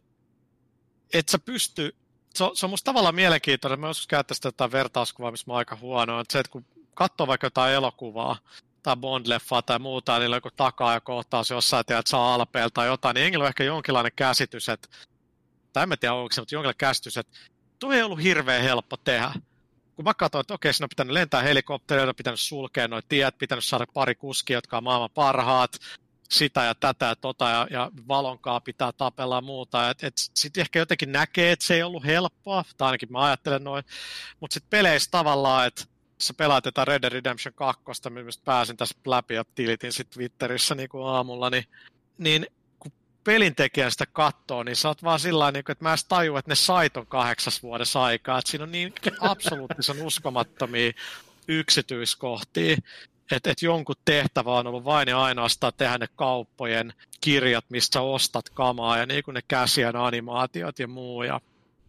et sä pysty, se on musta tavallaan mielenkiintoinen, mä joskus käyttäisin jotain vertauskuvaa, missä mä oon aika huono, että se, että kun katsoo vaikka jotain elokuvaa, tai Bond-leffaa tai muuta, ja niillä on joku takaa ja kohtaus jossain, että saa alpeella tai jotain, niin henkilöllä on ehkä jonkinlainen käsitys, että, tai en mä tiedä onko se, mutta jonkinlainen käsitys, että tuo ei ollut hirveän helppo tehdä. Kun mä katsoin, että okei, siinä on pitänyt lentää helikoptereita, on pitänyt sulkea nuo tiet, pitänyt saada pari kuskia, jotka on maailman parhaat, sitä ja tätä ja tota, ja valonkaa pitää tapella ja muuta. Sitten ehkä jotenkin näkee, että se ei ollut helppoa, tai ainakin mä ajattelen noin, mutta sitten peleissä tavallaan, että sä pelaat jotain Red Dead Redemption 2, mistä pääsin tässä läpi ja tilitin sitten Twitterissä niin kuin aamulla, niin kun pelintekijä sitä katsoo, niin sä oot vaan sillä niin että mä en tajua, että ne sait on 8 vuodessa aikaa, että siinä on niin absoluuttisen uskomattomia yksityiskohtia, että jonkun tehtävä on ollut vain ja ainoastaan tehdä ne kauppojen kirjat, mistä ostat kamaa ja niin kuin ne käsien animaatiot ja muu. Ja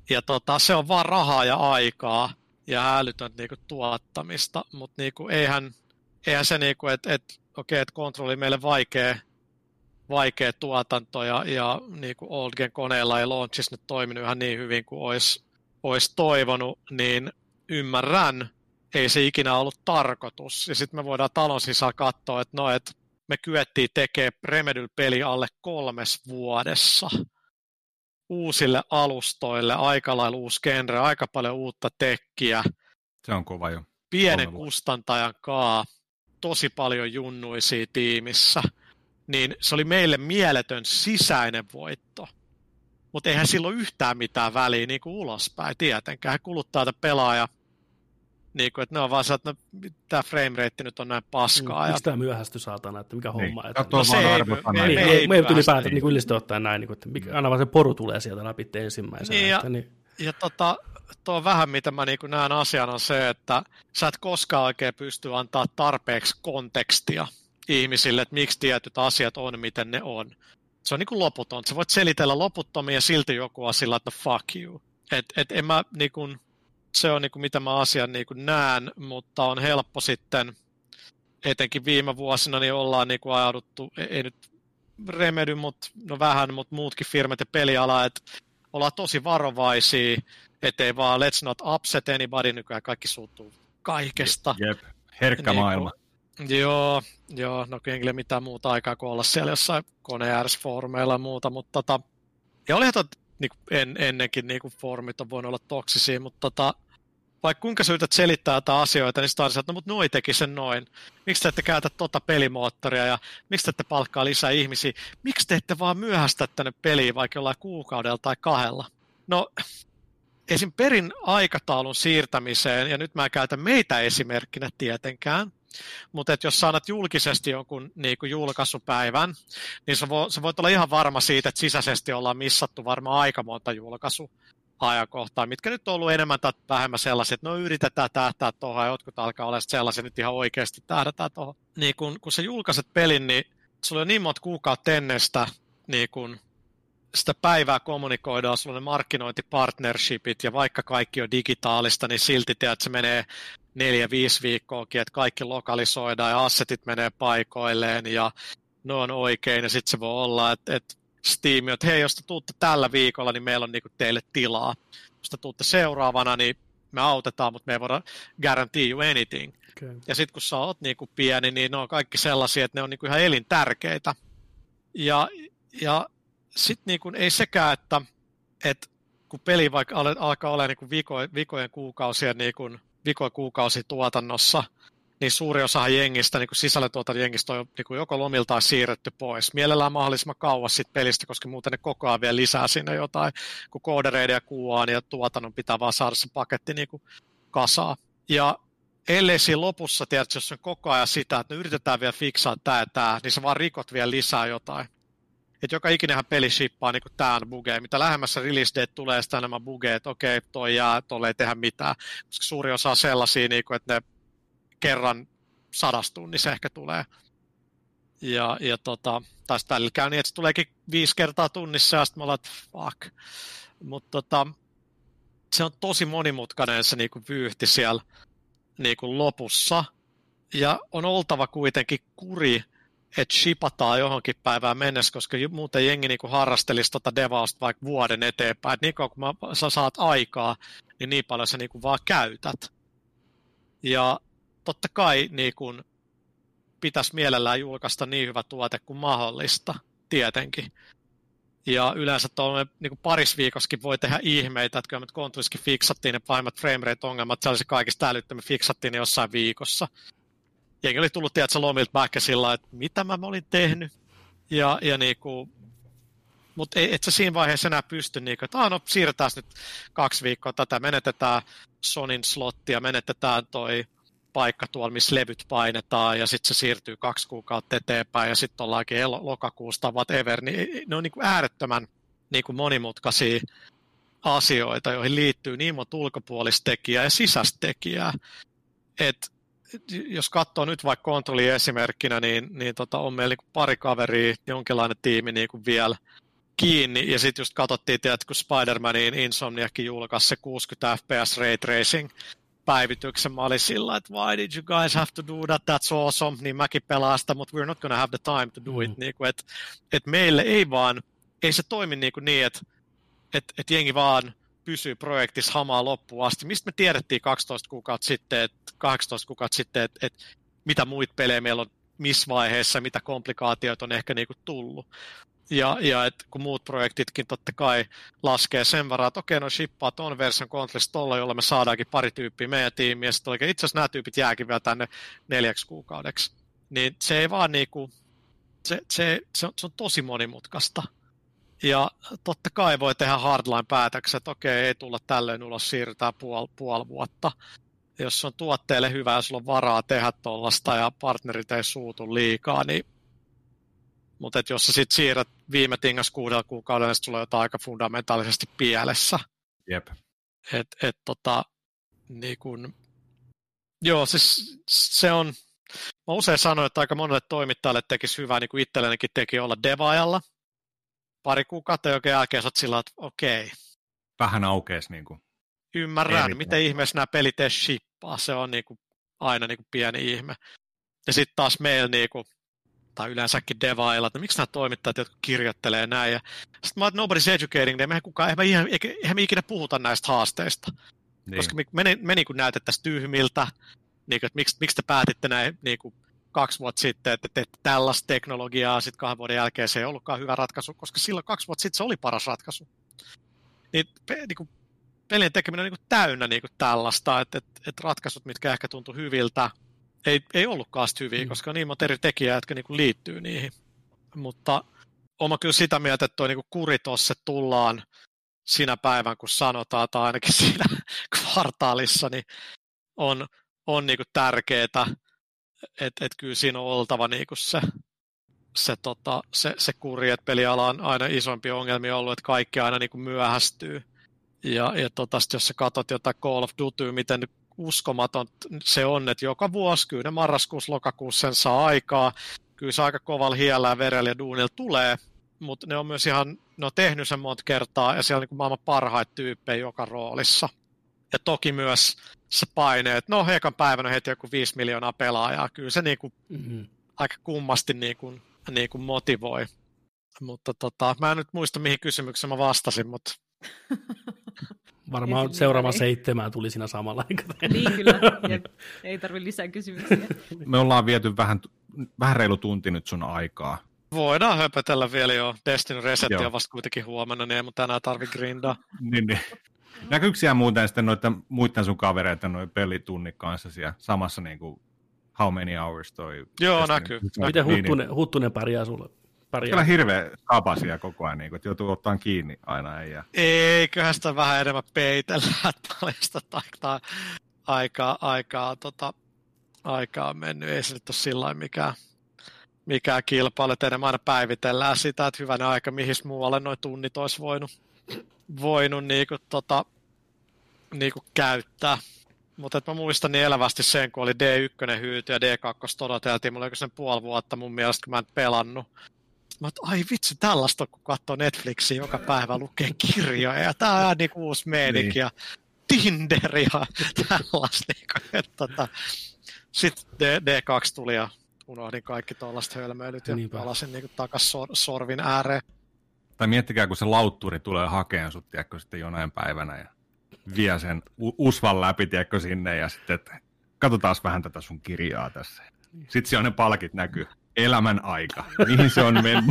se on vaan rahaa ja aikaa ja älytön niinku tuottamista, mutta niinku eihän se niinku, että okei, että Control meille vaikea tuotanto ja niinku Old Gen koneella ei launchissa nyt toiminut ihan niin hyvin kuin olisi toivonut, niin ymmärrän, ei se ikinä ollut tarkoitus. Ja sitten me voidaan talon sisällä katsoa, että me kyettiin tekemään Remedy-peli alle 3 vuodessa. Uusille alustoille, aika lailla uusi genre, aika paljon uutta tekkiä. Se on kova jo. Pienen kustantajan kaa, tosi paljon junnuisia tiimissä. Niin se oli meille mieletön sisäinen voitto. Mutta eihän sillä ole yhtään mitään väliä niin kuin ulospäin tietenkään. He kuluttaa tätä pelaaja. Niin kuin, että ne on vaan että tämä framerate nyt on näin paskaa. Miksi tämä myöhästy saatana, että mikä homma? Ei me ylipäätään niin yleisesti ottaen näin, että aina vaan se poru tulee sieltä läpi ensimmäisenä. Ja tuo on vähän, mitä mä niin näen asiana, on se, että sä et koskaan oikein pysty antaa tarpeeksi kontekstia ihmisille, että miksi tietyt asiat on, miten ne on. Se on niin kuin loputon. Sä voit selitellä loputtomia ja silti joku on sillä, että fuck you. En mä niin kuin, se on niin kuin, mitä mä asian niin kuin näen, mutta on helppo sitten, etenkin viime vuosina, niin ollaan niin kuin ajauduttu, ei nyt Remedy, mutta muutkin firmat ja peliala, että ollaan tosi varovaisia, ettei vaan let's not upset anybody, nykyään kaikki suuttuu kaikesta. Jep, herkkä maailma. Joo, no kyllä ei mitään muuta aikaa kuin olla siellä jossain kone-foorumeilla ja muuta, mutta ja olihan niin ennenkin niin foorumit on voinut olla toksisia, mutta vaikka kuinka sä yrität selittää jotain asioita, niin sitten on että no, mutta noi teki sen noin. Miksi te ette käytä pelimoottoria ja miksi te ette palkkaa lisää ihmisiä? Miksi te ette vaan myöhästä tänne peliin vaikka jollain kuukaudella tai 2? No, esim. Perin aikataulun siirtämiseen, ja nyt mä käytän meitä esimerkkinä tietenkään, mutta jos saanat julkisesti jonkun niin kuin julkaisupäivän, niin sä voit olla ihan varma siitä, että sisäisesti ollaan missattu varmaan aika monta julkaisuajankohtaa, mitkä nyt on ollut enemmän tai vähemmän sellaisia, että no yritetään tähtää tuohon, ja jotkut alkaa olla sellaisia, nyt ihan oikeasti tähdätään tuohon. Niin kun sä julkaiset pelin, niin sulla on niin monta kuukautta ennen sitä, niin kun sitä päivää kommunikoidaan, sulla on ne markkinointipartnershipit, ja vaikka kaikki on digitaalista, niin silti tiedät, että se menee 4-5 viikkoakin, että kaikki lokalisoidaan ja assetit menee paikoilleen ja ne on oikein. Ja sitten se voi olla, että Steam, että hei, jos te tuutte tällä viikolla, niin meillä on niinku teille tilaa. Jos te tuutte seuraavana, niin me autetaan, mutta me ei voida guarantee you anything. Okay. Ja sitten kun sä oot niinku pieni, niin ne on kaikki sellaisia, että ne on niinku ihan elintärkeitä. Ja sitten niinku ei sekään, että kun peli vaikka alkaa olla niinku vikojen kuukausien niinku kuukausi tuotannossa, niin suuri osa jengistä, niin sisällöntuotannon jengistä on niin joko lomiltaan siirretty pois. Mielellään mahdollisimman kauas sit pelistä, koska muuten ne koko ajan vielä lisää sinne jotain, kun koodereiden ja QA:n ja tuotannon pitää vaan saada se paketti niin kasaa. Ja ellei siinä lopussa, tiedät, jos on koko ajan sitä, että yritetään vielä fiksaa tämä, niin sä vaan rikot vielä lisää jotain. Että joka ikinenhän peli shippaa niin tämän bugeja. Mitä lähemmässä release date tulee, sitä enemmän bugeja, että okei, toi jää, tuolla ei tehdä mitään. Koska suuri osa on sellaisia, niin kuin, että ne kerran 100 tunnissa ehkä tulee. Tai sitten välillä käy niin, että se tuleekin 5 kertaa tunnissa, ja sitten me ollaan, että fuck. Mutta se on tosi monimutkainen se niin kuin vyyhti siellä niin kuin lopussa. Ja on oltava kuitenkin kuri, että shipataan johonkin päivään mennessä, koska muuten jengi niin harrastelisi devausta vaikka vuoden eteenpäin. Et niin kauan kun sä saat aikaa, niin paljon sä niin vaan käytät. Ja totta kai niin pitäisi mielellään julkaista niin hyvä tuote kuin mahdollista, tietenkin. Ja yleensä niin parissa viikossakin voi tehdä ihmeitä, että kyllä me Contrissakin fiksattiin ne pahimmat framerate-ongelmat, se oli se kaikista älyttömän, me fiksattiin ne jossain viikossa. Jengi oli tullut, tiedätkö, lomilta back sillä, että mitä mä olin tehnyt. Mutta et sä siinä vaiheessa enää pysty, että no siirretään nyt 2 viikkoa tätä, menetetään Sonyn slottia, menetetään toi paikka tuolla, missä levyt painetaan, ja sitten se siirtyy 2 kuukautta eteenpäin, ja sitten ollaankin lokakuusta, whatever. Ne on äärettömän monimutkaisia asioita, joihin liittyy niin monta ulkopuolista tekijää ja sisäistä tekijää, että jos katsoo nyt vaikka Controlin esimerkkinä, niin on meillä niin pari kaveria, jonkinlainen tiimi niin vielä kiinni, ja sitten just katsottiin, kun Spider-Manin Insomniakin julkaisi se 60 FPS Ray Tracing päivityksen, mä olin sillä, että why did you guys have to do that, that's awesome, niin mäkin pelaan sitä, mutta we're not gonna have the time to do it, että meille ei se toimi niin, että jengi vaan pysyy projektissa hamaan loppuun asti. Mistä me tiedettiin 12 kuukautta sitten, 18 kuukautta sitten, että mitä muita pelejä meillä on missä vaiheessa, mitä komplikaatioita on ehkä tullut. Ja että kun muut projektitkin totta kai laskee sen varaa, että okei, no shippaa ton version Controlista tolla, jolla me saadaankin pari tyyppiä meidän tiimiin, ja sitten itse asiassa nämä tyypit jääkin vielä tänne 4 kuukaudeksi. Niin se ei vaan se on tosi monimutkaista. Ja totta kai voi tehdä hardline-päätökset, että okei, ei tulla tällöin ulos, siirrytään puoli vuotta. Ja jos se on tuotteelle hyvä ja sulla on varaa tehdä tuollaista ja partnerit ei suutu liikaa, niin mutta jos sä sitten siirrät viime tingas 6 kuukaudella, niin sulla on jotain aika fundamentaalisesti pielessä. Jep. Joo, siis se on, mä usein sanoin, että aika monelle toimittajalle tekisi hyvää, niin kuin itsellenikin teki olla devaajalla. Pari kuukautta jonkin jälkeen sä oot sillä, että okei. Vähän aukees Ymmärrän, miten ihmeessä nämä pelit edes shippaa. Se on aina pieni ihme. Ja sitten taas meillä tai yleensäkin devailla, että miksi nämä toimittajat, jotka kirjoittelee näin. Sitten mä oon, että nobody's educating them, eihän me ikinä puhuta näistä haasteista. Niin. Koska me näytettäisiin tyhmiltä, että miksi te päätitte näin 2 vuotta sitten, että tällaista teknologiaa, sitten 2 vuoden jälkeen se ei ollutkaan hyvä ratkaisu, koska silloin 2 vuotta sitten se oli paras ratkaisu. Niin pelien tekeminen on niin täynnä niin tällaista, että ratkaisut, mitkä ehkä tuntui hyviltä, ei ollutkaan hyviä, koska on niin monta eri tekijää, jotka niin liittyy niihin. Mutta olen kyllä sitä mieltä, että tuo niin kuri tossa tullaan sinä päivän, kun sanotaan, tai ainakin siinä kvartaalissa, niin on niin tärkeää, että kyllä siinä on oltava niin se kuri, että peliala on aina isompia ongelmia ollut, että kaikki aina niin myöhästyy. Ja sit jos sä katsot jotain Call of Dutyä, miten uskomaton se on, että joka vuosi, kyllä ne marraskuussa, lokakuussa sen saa aikaa, kyllä se aika kovalla hiellä ja verellä ja duunilla tulee, mutta ne on myös ne on tehnyt sen monta kertaa, ja siellä on niin maailman parhaita tyyppejä joka roolissa. Ja toki myös se paine, että ekan päivänä heti joku 5 miljoonaa pelaajaa, kyllä se niin kuin aika kummasti niin kuin motivoi. Mutta mä en nyt muista, mihin kysymykseen mä vastasin, mutta varmaan seuraava 7 tuli siinä samalla aikaa. Niin kyllä, ei tarvitse lisää kysymyksiä. Me ollaan viety vähän reilu tunti nyt sun aikaa. Voidaan höpötellä vielä jo. Destiny Resetti on vasta kuitenkin huomenna, niin ei mun tänään tarvitse grindaa. niin. Näkyykö siellä muuten sitten muiden sun kavereiden noin pelitunnit kanssa siellä samassa niin kuin How Many Hours toi? Joo, näkyy. Miten Huttunen pärjää sulle? Kyllä hirveä kapasia koko ajan, niin kuin, että joutuu ottaan kiinni aina. Eiköhän sitä vähän enemmän peitellä, että paljon sitä aikaa on mennyt. Ei se nyt ole sillä mikään kilpailu, että enemmän aina päivitellään sitä, että hyvänä aika, mihin muualle nuo tunnit olisi voinut niinku käyttää. Mutta mä muistan niin elävästi sen, kun oli D1 hyyty ja D2 odoteltiin. Mulla oli sen puoli vuotta mun mielestä, kun mä en pelannut. Mä oon, ai vitsi, tällaista kun katsoo Netflixiä joka päivä, lukee kirjoja ja tää on ihan niinku uusi meininki ja Tinder ja tällaista. Sitten D2 tuli ja unohdin kaikki tuollaiset hölmöilyt ja palasin niinku takas sorvin ääreen. Tai miettikää, kun se lautturi tulee hakemaan sut, tiedätkö, sitten jonain päivänä ja vie sen usvan läpi, tiedätkö, sinne ja sitten, että katsotaan vähän tätä sun kirjaa tässä. Sitten siellä ne palkit näkyy. Elämän aika. Mihin se on mennyt?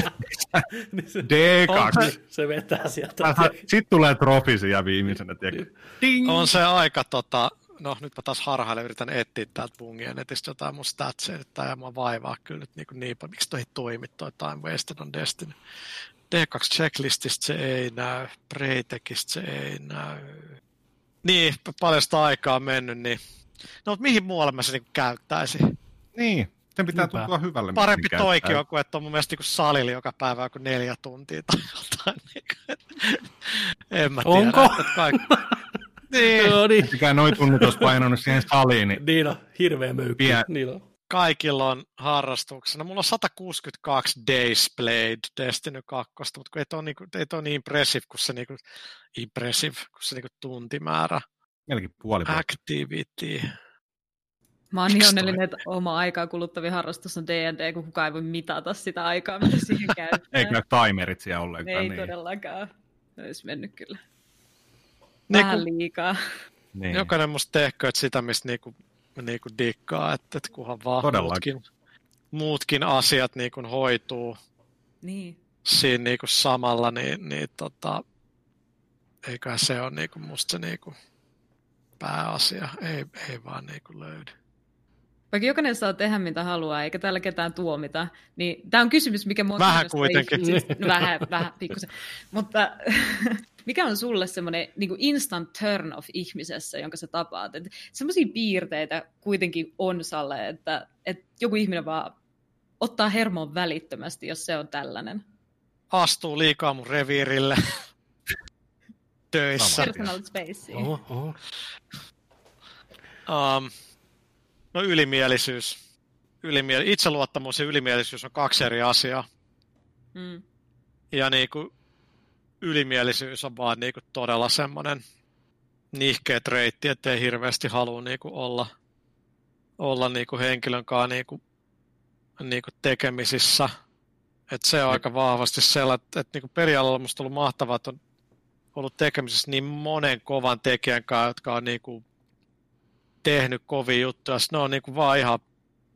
D2. Se vetää sieltä. Sitten tulee trofisia viimeisenä. Ding! On se aika, no nyt mä taas harhailen, yritän etsiä täältä Bungien netistä jotain mun statseja, ja mä vaivaa kyllä nyt niin paljon. Miksi toi ei toimi, toi Time Wasted on Destiny? D2 checklististä se ei näy, Preytekistä se ei näy. Niin, paljon sitä aikaa on mennyt, niin no mutta mihin muualle mä se niin käyttäisin? Niin. Sen pitää tuntua hyvälle. Parempi toikin on, kuin että on mun mielestä salilla joka päivä joku 4 tuntia tai jotain. En mä tiedä. Onko? Niin. No niin. Mikä noin tunnit olisi painanut siihen saliin. Niin on, hirveä möykky. Niin on. Kaikilla on harrastuksena. Mulla on 162 days played Destiny 2, mutta kun ei toi niin impressive kuin se niinku tuntimäärä. Melkein puoli vuotta. Activity. Mä oon niin onnellinen, että oma aikaa kuluttavia harrastus on D&D, kun kukaan ei voi mitata sitä aikaa, mitä siihen käyttää. Ei käy timerit siellä ollenkaan. Ei niin. todellakaan. Olisi mennyt kyllä vähän liikaa. Niin. Jokainen musta tehkööt sitä, mistä niinku dikkaa, että kunhan vaan muutkin asiat niinku hoituu siinä niinku samalla, niin eiköhän se ole niinku musta se niinku pääasia. Ei vaan niinku löydy. Vaikka jokainen saa tehdä mitä haluaa, eikä täällä ketään tuomita, niin tämä on kysymys, mikä mua vähän kuitenkin. No, vähän pikkusen. Mutta mikä on sulle semmoinen niin kuin instant turn off ihmisessä, jonka sä tapaat? Semmoisia piirteitä kuitenkin on, Salle, että joku ihminen vaan ottaa hermoon välittömästi, jos se on tällainen. Astuu liikaa mun reviirille töissä. Personal space. No ylimielisyys. Itseluottamus ja ylimielisyys on 2 eri asiaa. Ja niinku ylimielisyys on vaan niinku todella semmoinen nihkeä treitti, ettei hirveästi halua niinku olla niinku henkilön kanssa niinku tekemisissä. Et se on aika vahvasti sellainen, että niinku periaatteella musta on ollut mahtavaa, että on ollut tekemisissä niin monen kovan tekijän kanssa, jotka on niinku tehnyt kovia juttuja. Ne on niinku vaan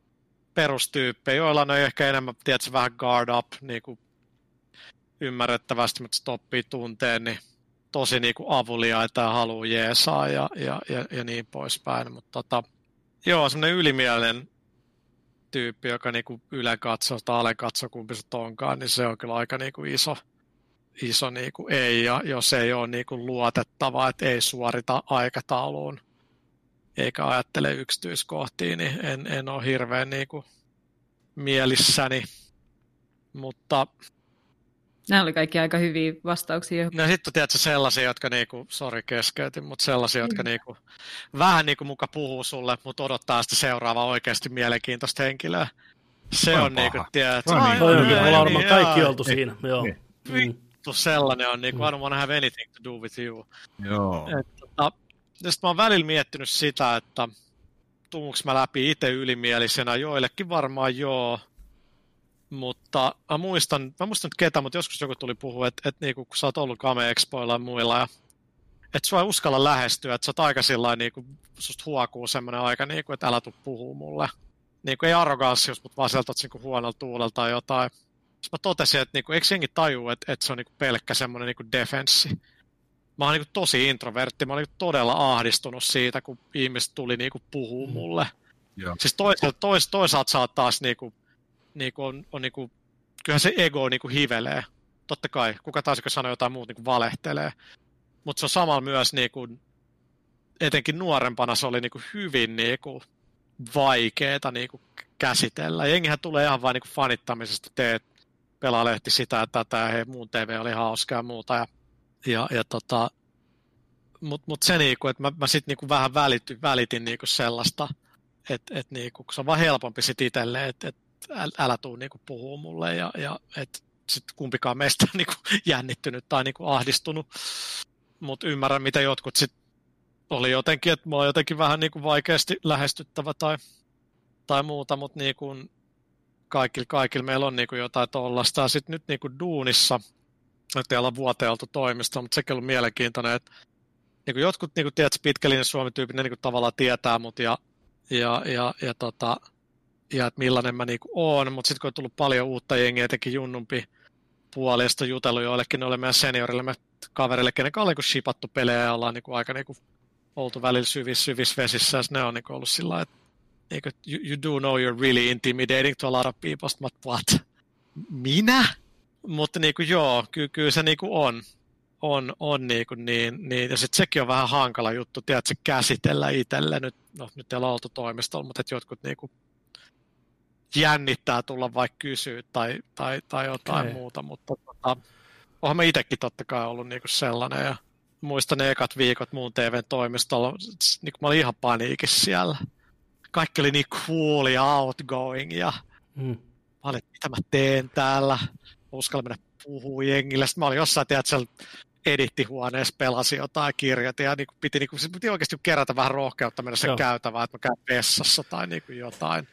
perustyyppejä, joilla ne ehkä enemmän, tiedätkö, vähän guard up, niin kuin ymmärrettävästi, mutta stoppii tunteen, niin tosi niin kuin avuliaita ja haluaa jeesaa ja niin poispäin. Mutta joo, semmoinen ylimielinen tyyppi, joka niin kuin ylen katsoo tai alen katsoo, kumpi se onkaan, niin se on kyllä aika niin kuin iso niin kuin ei, ja jos ei ole niin kuin luotettava, että ei suorita aikatauluun eikä ajattele yksityiskohtia, niin en ole hirveän niin kuin mielissäni, mutta nämä oli kaikki aika hyviä vastauksia. no sitten tiedätkö sellaisia, jotka niinku, sori keskeytin, mutta sellaisia, jotka niinku, vähän niinku muka puhuu sulle, mutta odottaa sitä seuraavaa oikeasti mielenkiintoista henkilöä. Se on niinku, tiedätkö. Ollaan varmaan kaikki oltu siinä, joo. Vittu sellainen on, niinku, I don't want to have anything to do with you. Joo. Sitten mä oon välillä miettinyt sitä, että tuunko mä läpi itse ylimielisenä, joillekin varmaan joo. Mutta mä muistan nyt ketä, mutta joskus joku tuli puhua, että niinku, kun sä oot ollut Game Expoilla ja muilla, ja että sua ei uskalla lähestyä, että sä oot aika sillain, niinku, susta huokuu semmoinen aika, niinku, että älä tuu puhuu mulle. Niinku, ei arroganssius, mutta vaan sieltä oot niinku, huonolta tuulelta tai jotain. Sitten mä totesin, että niinku, eikö jengi tajua, että se on niinku, pelkkä semmoinen niinku, defenssi. Mä oon niinku, tosi introvertti, mä oon niinku, todella ahdistunut siitä, kun ihmiset tuli niinku, puhuu mulle. Siis toisaalta sä oot taas niinku, on niinku, kyllähän se ego niinku hivelee. Totta kai, kuka taas, kun sanoo jotain muuta, niinku valehtelee. Mutta se on samalla myös, niinku, etenkin nuorempana se oli niinku hyvin niinku, vaikeeta niinku, käsitellä. Jengihän tulee ihan vain niinku, fanittamisesta, teet pelaalehti sitä ja tätä, ja hei, muun TV oli hauskaa ja muuta. Mutta se, niinku, että mä sitten niinku, vähän välitin niinku, sellaista, että niinku, se on vaan helpompi sitten itselleen, että älä tuu niinku puhuu mulle ja että sitten kumpikaan meistä on niinku jännittynyt tai niinku ahdistunut. Mutta ymmärrän, mitä jotkut sitten oli jotenkin, että mä oon jotenkin vähän niinku vaikeasti lähestyttävä tai muuta, mutta niinku kaikilla meillä on niinku jotain tollasta. Ja sitten nyt niinku duunissa, nyt ei olla vuoteen oltu toimista, mutta sekin on ollut mielenkiintoinen, että niinku jotkut niinku, tiedätkö, pitkällinen Suomi-tyyppi, ne niinku tavallaan tietää mut ja että millainen mä niinku oon, mutta sitten kun on tullut paljon uutta jengiä, etenkin junnumpi puolesta jutellut joillekin noille meidän seniorille, me kaverille, kenen kanssa on niinku shipattu pelejä ja ollaan niinku aika niinku oltu välillä syvissä vesissä, ja ne on niinku ollut sillä lailla, että niinku, you do know you're really intimidating to a lot of people, but what? Minä? Mutta niinku joo, kyllä se niinku on niinku niin, ja sitten sekin on vähän hankala juttu, tiedätkö, käsitellä itselle, nyt ei olla oltu toimistolla, mutta että jotkut niinku jännittää tulla vaikka kysyä tai jotain muuta, mutta oonhan mä itsekin totta kai ollut niinku sellainen, ja muistan ne ekat viikot muun TVn toimistolla, niin mä olin ihan paniikissa siellä. Kaikki oli niin cool ja outgoing, ja mä olin, mitä mä teen täällä, uskallan mennä puhua jengille. Sitten mä olin jossain, tiedät, siellä edittihuoneessa pelasin jotain, kirjoitin, ja niinku piti oikeasti kerätä vähän rohkeutta mennä sen käytävään, että mä käyn vessassa tai niinku jotain.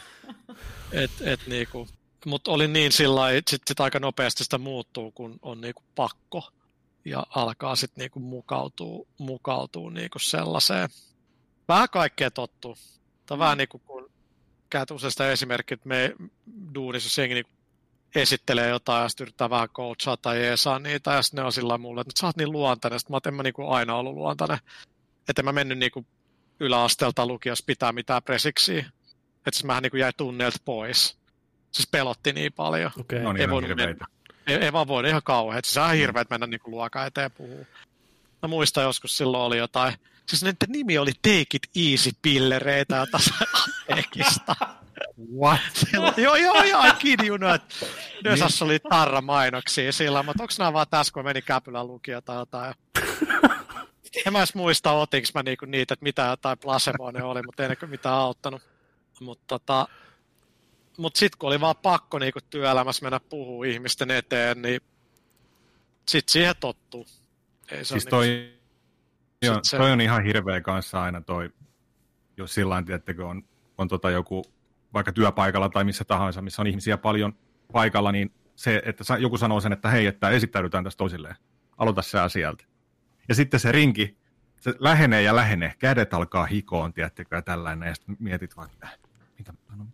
Niinku, mutta oli niin sillai, sit aika nopeasti sitä muuttuu, kun on niinku pakko ja alkaa sitten niinku mukautuu niinku sellaiseen. Vähän kaikkea tottuu. Tämä on vähän niin kuin, kun käyt usein sitä esimerkkiä, että me duunissa, jos jengi niinku esittelee jotain ja sitten yrittää vähän coachaa tai jeesaa niitä, ja sitten ne on sillä mulle, että sä oot niin luontainen. Sitten mä oon, en mä niinku aina ollut luontainen. Että en mä mennyt niinku yläasteelta lukiossa pitää mitään presiksiä. Että siis mähän niinku jäi tunneilta pois. Siis pelotti niin paljon. Okay. No niin, ei vaan voida, ihan kauhean. Siis on hirveet mennä niinku luokan eteen puhuu. Mä muistan joskus silloin oli jotain, siis niiden nimi oli Take It Easy-pillereitä ja apteekista. What? Joo, I kid you not. Nösassa oli tarra-mainoksia sillä, mutta onko nämä vaan tässä, kun meni Käpylän lukio tai jotain. En mä edes muista, otinko mä niinku niitä, että mitä jotain placeboa ne oli, mutta ei ne mitään auttanut. Mutta sitten kun oli vaan pakko niinku työelämässä mennä puhua ihmisten eteen, niin sitten siihen tottuu. Ei siis toi on ihan hirveä kanssa aina toi, jos sillain, tiettäkö, on joku vaikka työpaikalla tai missä tahansa, missä on ihmisiä paljon paikalla, niin se, että joku sanoo sen, että hei, että esittäydytään tässä toisilleen. Aloita sä sieltä. Ja sitten se rinki, se lähenee ja lähenee. Kädet alkaa hikoon, tiettäkö, ja tällainen. Ja sitten mietit vaan, mitä?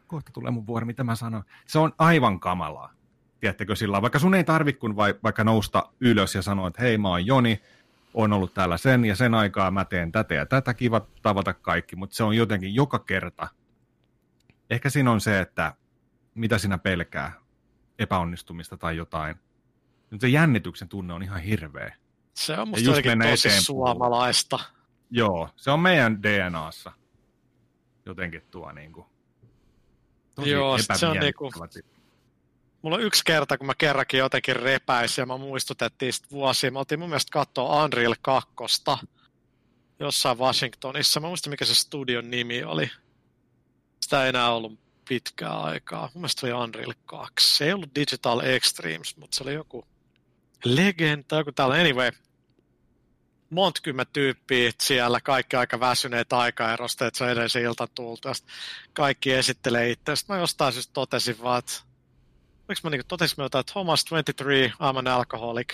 kohta tulee mun vuoro, mitä mä sanon. Se on aivan kamalaa. Tiedättekö sillä, vaikka sun ei tarvitse kun vaikka nousta ylös ja sanoa, että hei, mä oon Joni, on ollut täällä sen ja sen aikaa, mä teen tätä ja tätä, kiva tavata kaikki, mutta se on jotenkin joka kerta. Ehkä siinä on se, että mitä sinä pelkää, epäonnistumista tai jotain. Nyt se jännityksen tunne on ihan hirveä. Se on musta jotenkin tosi suomalaista. Joo, se on meidän DNAssa. Jotenkin tuo niinku. Tosi joo, se on niinku. Mulla on yksi kerta, kun mä kerrankin jotenkin repäisin ja mä muistutettiin sitä vuosia. Me oltiin mun mielestä katsoa Unreal 2 jossain Washingtonissa. Mä muistan, mikä se studion nimi oli. Sitä ei enää ollut pitkää aikaa. Mun mielestä oli Unreal 2. Se ei ollut Digital Extremes, mutta se oli joku Legend tai joku tällainen. Anyway, montkymmentä tyyppiä siellä, kaikki aika väsyneet aikaerosta, että se on edellisen iltan tultu. Kaikki esittelee itse. Sitten mä jostain syystä totesin vaan, että totesin jotain, että Thomas 23, I'm an alcoholic.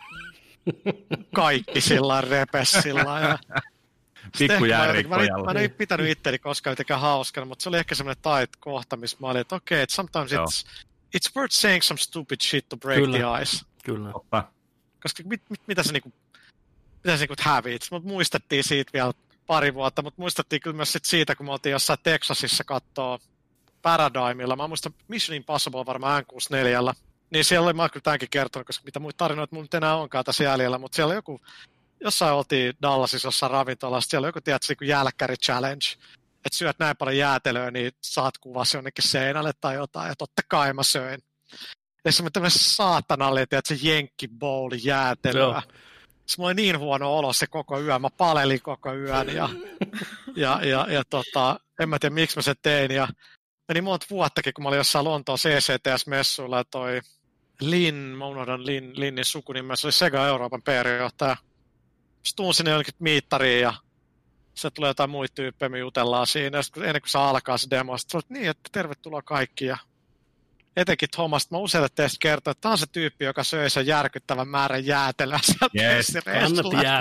Kaikki sillä repes sillä. Mä en ole pitänyt itteni koskaan mitenkään hauskana, mutta se oli ehkä semmoinen kohta, missä mä olin, että okei, sometimes it's worth saying some stupid shit to break the ice. Kyllä. Koska mitä se niinku hävit? Mut muistettiin siitä vielä pari vuotta, mutta muistettiin kyllä myös siitä, kun me oltiin jossain Texasissa kattoo Paradigmilla. Mä muistan Mission Impossible varmaan N64. Niin siellä oli, mä oon kyllä tämänkin kertonut, koska mitä muita tarinoita mun nyt enää onkaan tässä jäljellä, mutta siellä oli jossain oltiin Dallasissa jossain ravintolassa, siellä oli joku, tiedätkö, jälkkäri challenge, että syöt näin paljon jäätelöä, niin saat kuvasi jonnekin seinälle tai jotain, ja totta kai mä söin. Ja se on tämmöinen saatanallinen, tiedätkö, jenkki bowl jäätelöä. Se mulla oli niin huono olo se koko yön, mä palelin koko yön, ja en mä tiedä miksi mä sen tein, ja meni monta vuottakin, kun mä olin jossain Lontoon CCTS-messuilla, ja toi mä unohdan Linnin sukunimessä, se oli Sega Euroopan PR-johtaja. Sitten tuun sinne jonnekin miittariin, ja se tulee jotain muita tyyppejä, me jutellaan siinä, ja ennen kuin se alkaa se demo, sitten niin, että tervetuloa kaikki, ja etenkin Thomas, mä useille teistä kertoin, että tämä on se tyyppi, joka söi sen järkyttävän määrän jäätelöä sieltä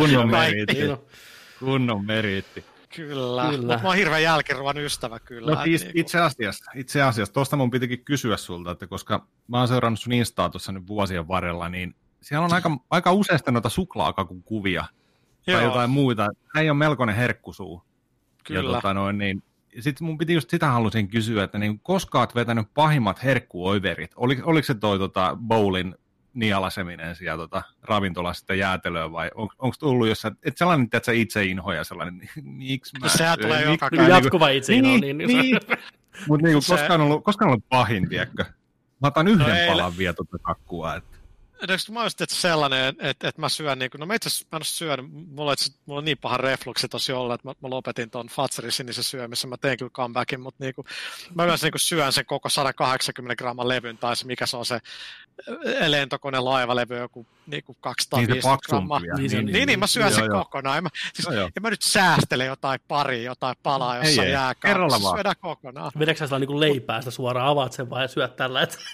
Kunnon meriitti. Kyllä. Mutta mä oon hirveän jälkiruoan ystävä kyllä. No, itse asiassa, tuosta mun pitikin kysyä sulta, että koska mä oon seurannut sun Instaa tuossa nyt vuosien varrella, niin siellä on aika useasti noita suklaakakun kuvia tai jotain muita. Ei ole melkoinen herkkusuu. Kyllä. Ja niin sitten mun piti just sitä halusin kysyä, että niin, koska oot vetänyt pahimmat herkkuoiverit? Oliko se toi bowlin nialaseminen siellä ravintolassa jäätelöä vai onko tullut jossain, että sellainen, että sä itse inhoja sellainen, miksi mä... Sehän tulee joka kerta. Jatkuva itse inho. Niin. Mutta niin, koskaan ollut pahin, tiedätkö? Mä otan yhden palan vielä kakkua, että... Mä olisin tietysti sellainen, että mä syön, niin kuin, no mä itse asiassa mä en syön, mulla on niin paha refluksi tosi olla, että mä lopetin ton Fatserin sinisen syömisen, mä tein kyllä comebackin, mutta niin kuin, mä yleensä niin kuin syön sen koko 180 gramman levyn, tai se mikä se on se lentokone laivalevy, joku niin kuin 250 grammaa. Niin, mä syön sen kokonaan. En mä nyt säästele jotain palaa jossain jääkaapissa, syödään kokonaan. Vedätkö sä sellainen niin leipää sitä suoraan, avaat sen vaan ja syöt tällä, että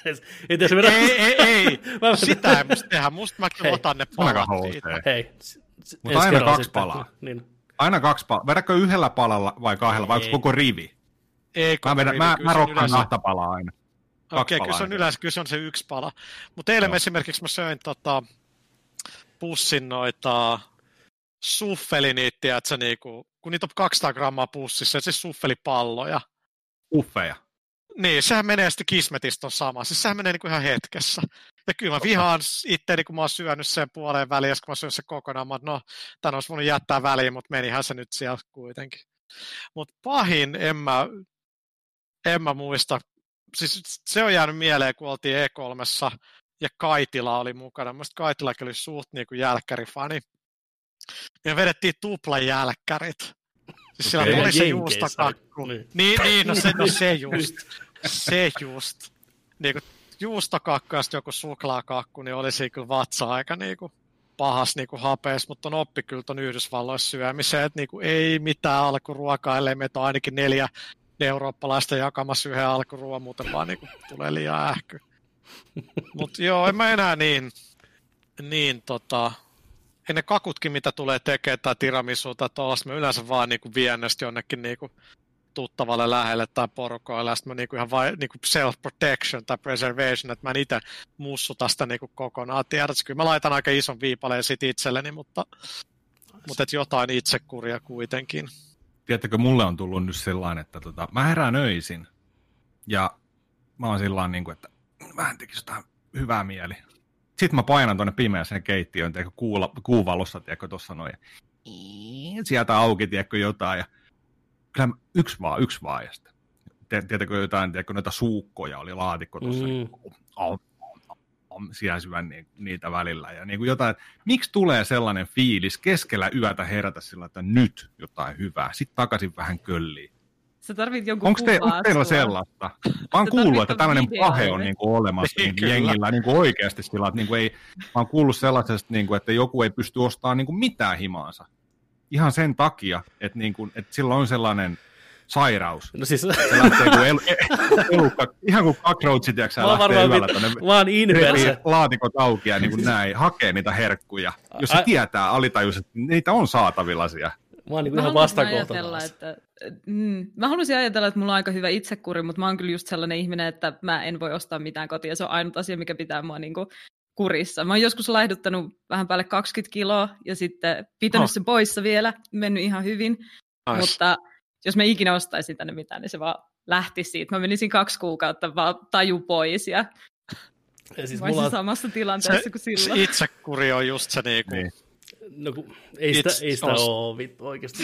ei, sitä ei musta tehdä. Musta mäkin otan ne palat siitä. Hei, mutta aina 2 palaa. Niin. Aina 2 palaa. Vedätkö yhdellä palalla vai 2, vai onko koko rivi? Ei koko rivi. Mä rokkaan 2 palaa aina. Okei, kyllä se on se 1 pala. Mutta eilen esimerkiksi mä söin pussin noita suffeliniittiä, että niinku, kun niitä on 200 grammaa pussissa, että se suffelipalloja. Uffeja. Niin, sehän menee sitten Kismetistä on sama. Siis sehän menee niinku ihan hetkessä. Ja kyllä mä vihaan itteeni, kun mä oon syönyt sen puoleen väliin, ja kun mä syön sen kokonaan. Tän olisi voinut jättää väliin, mutta menihän se nyt siellä kuitenkin. Mutta pahin en mä muista. Siis se on jäänyt mieleen, kun oltiin E3:ssa ja Kaitila oli mukana. Mielestäni Kaitilakin oli suht niinku jälkkärifani. Ja vedettiin tuplajälkkärit. Siis siellä oli se juustokakku. Niin, no se just. Niinku juustokakku ja joku suklaakakku, niin oli siinä kyllä vatsa aika niinku pahas niinku hapees, mutta on oppi kyllä ton Yhdysvalloissa syömiseen, että niinku ei mitään alkuruokaa, ellei meitä on ainakin 4 eurooppalaista jakamassa yhden alkuruoan, muuten vaan niinku tulee liian ähky. Mut joo, en mä enää ei ne kakutkin, mitä tulee tekemään tai tiramisua tai tuollaista, mä yleensä vaan niinku vien jonnekin niinku tuttavalle lähelle tai porukoille, ja sitten mä niinku ihan vain niinku self-protection tai preservation, että mä en itse mussuta sitä niinku kokonaan. Tiedätkö, kyllä mä laitan aika ison viipaleen sit itselleni, mutta et jotain itsekuria kuitenkin. Tiedättekö, mulle on tullut nyt sellainen, että mä herään öisin, ja mä oon sillain, niin kuin, että vähän tekisi jotain hyvää mieli. Sitten mä painan tuonne pimeäseen keittiöön, tiedätkö, kuuvalossa, tiedätkö, tuossa noin. Sieltä auki, tiedätkö, jotain, ja kyllä yksi vaan, ja sitten. Tiedätkö, jotain, tiedätkö, noita suukkoja oli laatikko tuossa, siellä syön niitä välillä, ja niin kuin jotain, miksi tulee sellainen fiilis keskellä yötä herätä sillä, että nyt jotain hyvää, sitten takaisin vähän kölliin. Sä tarvit jonkun onko teillä sellaista? Mä oon kuullut, että tämmöinen pahe on niinku olemassa niinku jengillä niinku oikeasti sillä, että niinku ei, mä oon kuullut sellaisesta, niinku, että joku ei pysty ostamaan niinku mitään himaansa. Ihan sen takia, että niinku, et sillä on sellainen sairaus. No siis... Se lähtee kuin elukka, ihan kuin cockroachit, lähtee yöllä tuonne laatikot auki ja niin kuin näin, hakee niitä herkkuja. Jos se tietää alitajuisesti, niitä on saatavilla siellä. Mä oon niin ihan vastakohtana. Mä haluaisin ajatella, että mulla on aika hyvä itsekuri, mutta mä oon kyllä just sellainen ihminen, että mä en voi ostaa mitään kotia. Se on ainut asia, mikä pitää mua niin kuin kurissa. Mä oon joskus laihduttanut vähän päälle 20 kiloa ja sitten pitänyt sen poissa vielä, mennyt ihan hyvin. Mutta jos mä ikinä ostaisin tänne mitään, niin se vaan lähti siitä. Mä menisin 2 kuukautta vaan taju pois ja siis mä olisin samassa tilanteessa kuin silloin. Se itsekuri on just se niinku... Niin. No, ei sitä ole vittu oikeasti.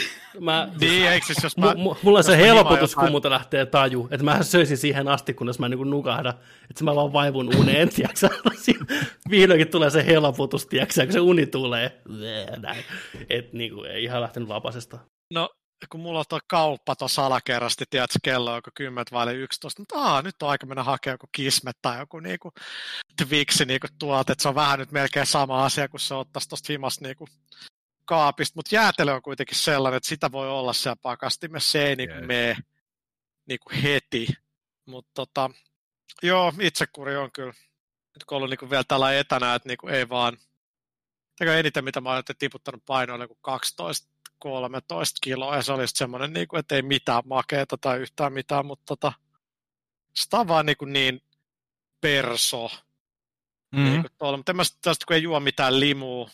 Mulla on se helpotus, kun multa lähtee taju. Että mä söisin siihen asti, kunnes mä niin nukahdan. Että mä vaan vaivun uneen, tiiäksä. Vihdoinkin tulee se helpotus, tiiäksä, kun se uni tulee. Että niin ei ihan lähtenyt lapasesta. No, kun mulla on tuo kauppa tuossa alakerrasti, tiedätkö, kello on 10:11, mutta nyt on aika mennä hakemaan joku Kismet tai joku niinku Twixi niinku tuolta, että se on vähän nyt melkein sama asia, kun se ottaisi tuosta himasta niinku kaapista, mutta jäätelö on kuitenkin sellainen, että sitä voi olla siellä pakastimessa, se ei niinku mene niinku heti, mutta joo, itsekuri on kyllä, nyt kun on ollut niinku vielä tällä etänä, että niinku ei vaan, eniten mitä mä oon tiputtanut painoille kuin 12-13 kiloa, ja se oli semmoinen, että ei mitään makeeta tai yhtään mitään, mutta sitä on vaan niin perso. Mutta en mä tästä, kun ei juo mitään limua,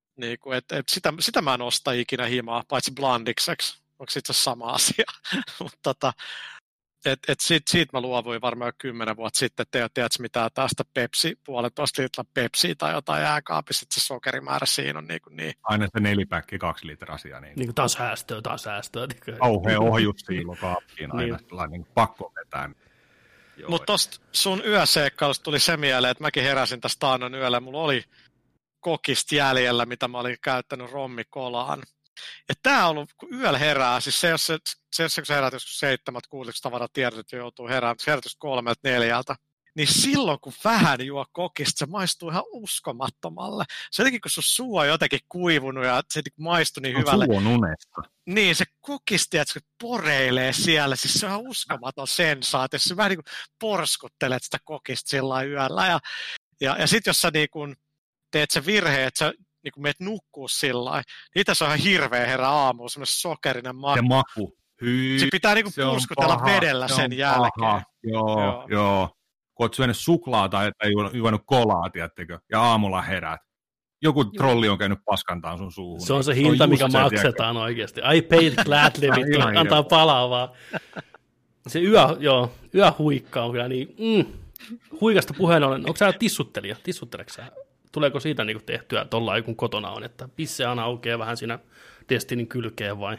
sitä mä en osta ikinä himaa, paitsi blandikseksi. Onko itse sama asia? Mutta siitä mä luovuin varmaan 10 vuotta sitten, että tiedätkö mitään tästä Pepsi, 1,5 litran Pepsiä tai jotain jääkaapissa, että se sokerimäärä siinä on niin. Aina se 4-päkki 2 litrasia. Niin taas säästöä. Kauhea ohjus siilo kaappiin aina, niin pakko vetää. Mutta tosta sun yöseikkailusta tuli se mieleen, että mäkin heräsin tästä taannoin yöllä, ja mulla oli kokista jäljellä, mitä mä olin käyttänyt rommikolaan. Ja tää on ollut, kun yöllä herää, siis se, kun sä herät joskus 7-6 tavarat tiedät, että joutuu heräämään, kun sä herät 3-4, niin silloin kun vähän juo kokista, se maistuu ihan uskomattomalle. Se jotenkin, kun sun suu on jotenkin kuivunut ja se maistuu niin hyvälle. Suu on unesta. Niin, se kokista, että se poreilee siellä, siis se on ihan uskomaton sensaatio. Se vähän niin kuin porskuttelet sitä kokista sillä yöllä. Ja sit jos sä niin kuin teet se virhe, että sä niin kun meet nukkuu sillä lailla, niin itse se on ihan hirveä herää aamulla, semmoinen sokerinen maku. Se maku. Se pitää niin kuin purskutella vedellä sen jälkeen. Joo. Kun oot syönyt suklaata tai juonut kolaa, tiedättekö, ja aamulla heräät. Joku trolli on käynyt paskantaan sun suuhun. Se on se hinta, mikä maksetaan oikeasti. I paid gladly, vittu, antaa palaa vaan. Se yöhuikka on kyllä niin, huikasta puheen ollen. Onko sä tissuttelija? Tissutteleeko sä? Tuleeko siitä niinku tehtyä tollain, kun kotona on, että pisse aina aukeaa vähän siinä Destinin kylkeen vai?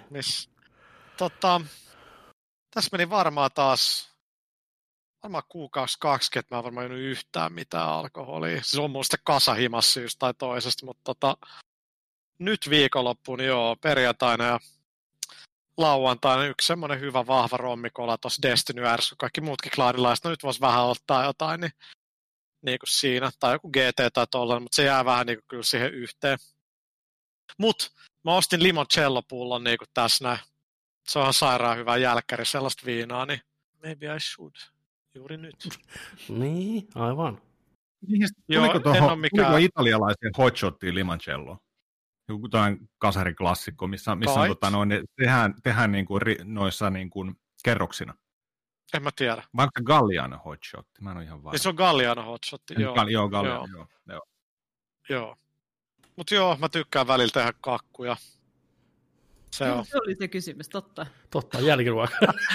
Tässä meni varmaan kuukausi 2, että mä en varmaan juonut yhtään mitään alkoholia. Se on musta kasahimassa syystä tai toisesta, mutta nyt viikonloppuun, joo, perjantaina ja lauantaina yksi semmoinen hyvä vahva rommikola tuossa Destiny Rs, kun kaikki muutkin klaarilaiset, nyt voisi vähän ottaa jotain, niin kuin siinä, tai joku GT tai tollainen, mutta se jää vähän niin kuin kyllä siihen yhteen. Mut mä ostin limoncello-pullon niin kuin tässä näin. Se on sairaan hyvä jälkkäri, sellaista viinaa, niin maybe I should. Juuri nyt. Niin, aivan. Tuliko italialaisen hotshottiin limoncello? Joku tämmöinen kasariklassikko, missä on, tehdään niin kuin, noissa niin kuin kerroksina. En mä tiedä. Vaikka Galliano hotshot, mä en ole ihan varma. Se on Galliano hotshot, joo. Galliano, joo. Joo. Mut joo, mä tykkään välillä tehdä kakkuja. Se oli se kysymys, totta. Totta, jälkiruoka.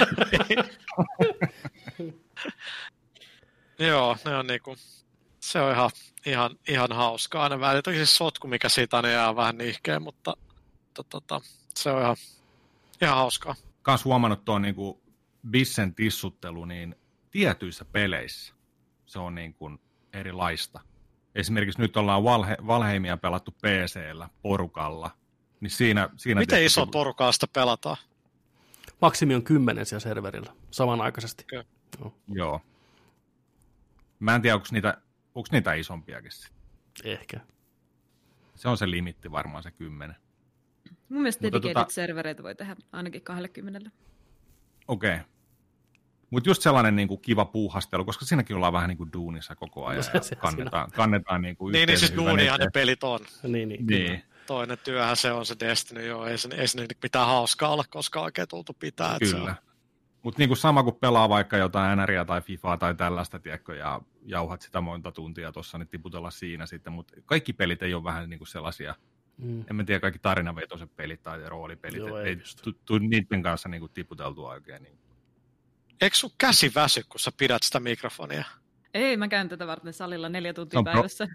Joo, ne on niinku, se on ihan hauskaa aina välillä. Toki se sotku, mikä siitä ne jää vähän nihkeä, mutta se on ihan hauskaa. Kans huomannut tuon niinku bissen tissuttelu, niin tietyissä peleissä se on niinku erilaista. Esimerkiksi nyt ollaan Valheimia pelattu PC:llä porukalla. Niin siinä miten iso porukasta pelataan? Maksimi on 10 siellä serverillä, samanaikaisesti. Okay. Joo. Mä en tiedä, onko niitä isompiakin sitten. Ehkä. Se on se limitti varmaan se 10. Mun mielestä dedicated-servereitä voi tehdä ainakin 20. Okei. Mutta just sellainen niinku kiva puuhastelu, koska siinäkin ollaan vähän niinku duunissa koko ajan ja kannetaan niinku yhteisen niin siis duuniahan ne pelit on. Niin. Toinen työhän se on se Destiny, joo. Ei se mitään hauskaa olla, koska oikein tultu pitää. Kyllä. Mutta niinku sama kuin pelaa vaikka jotain NRiä tai FIFAa tai tällaista, tiedätkö, ja jauhat sitä monta tuntia tuossa, niin tiputella siinä sitten. Mutta kaikki pelit ei ole vähän niinku sellaisia, en mä tiedä, kaikki tarinavetoiset pelit tai roolipelit, joo, ei tule niiden kanssa niinku tiputeltua oikein. Niin. Eikö sun käsi väsy, kun sä pidät sitä mikrofonia? Ei, mä käyn tätä varten salilla 4 tuntia päivässä.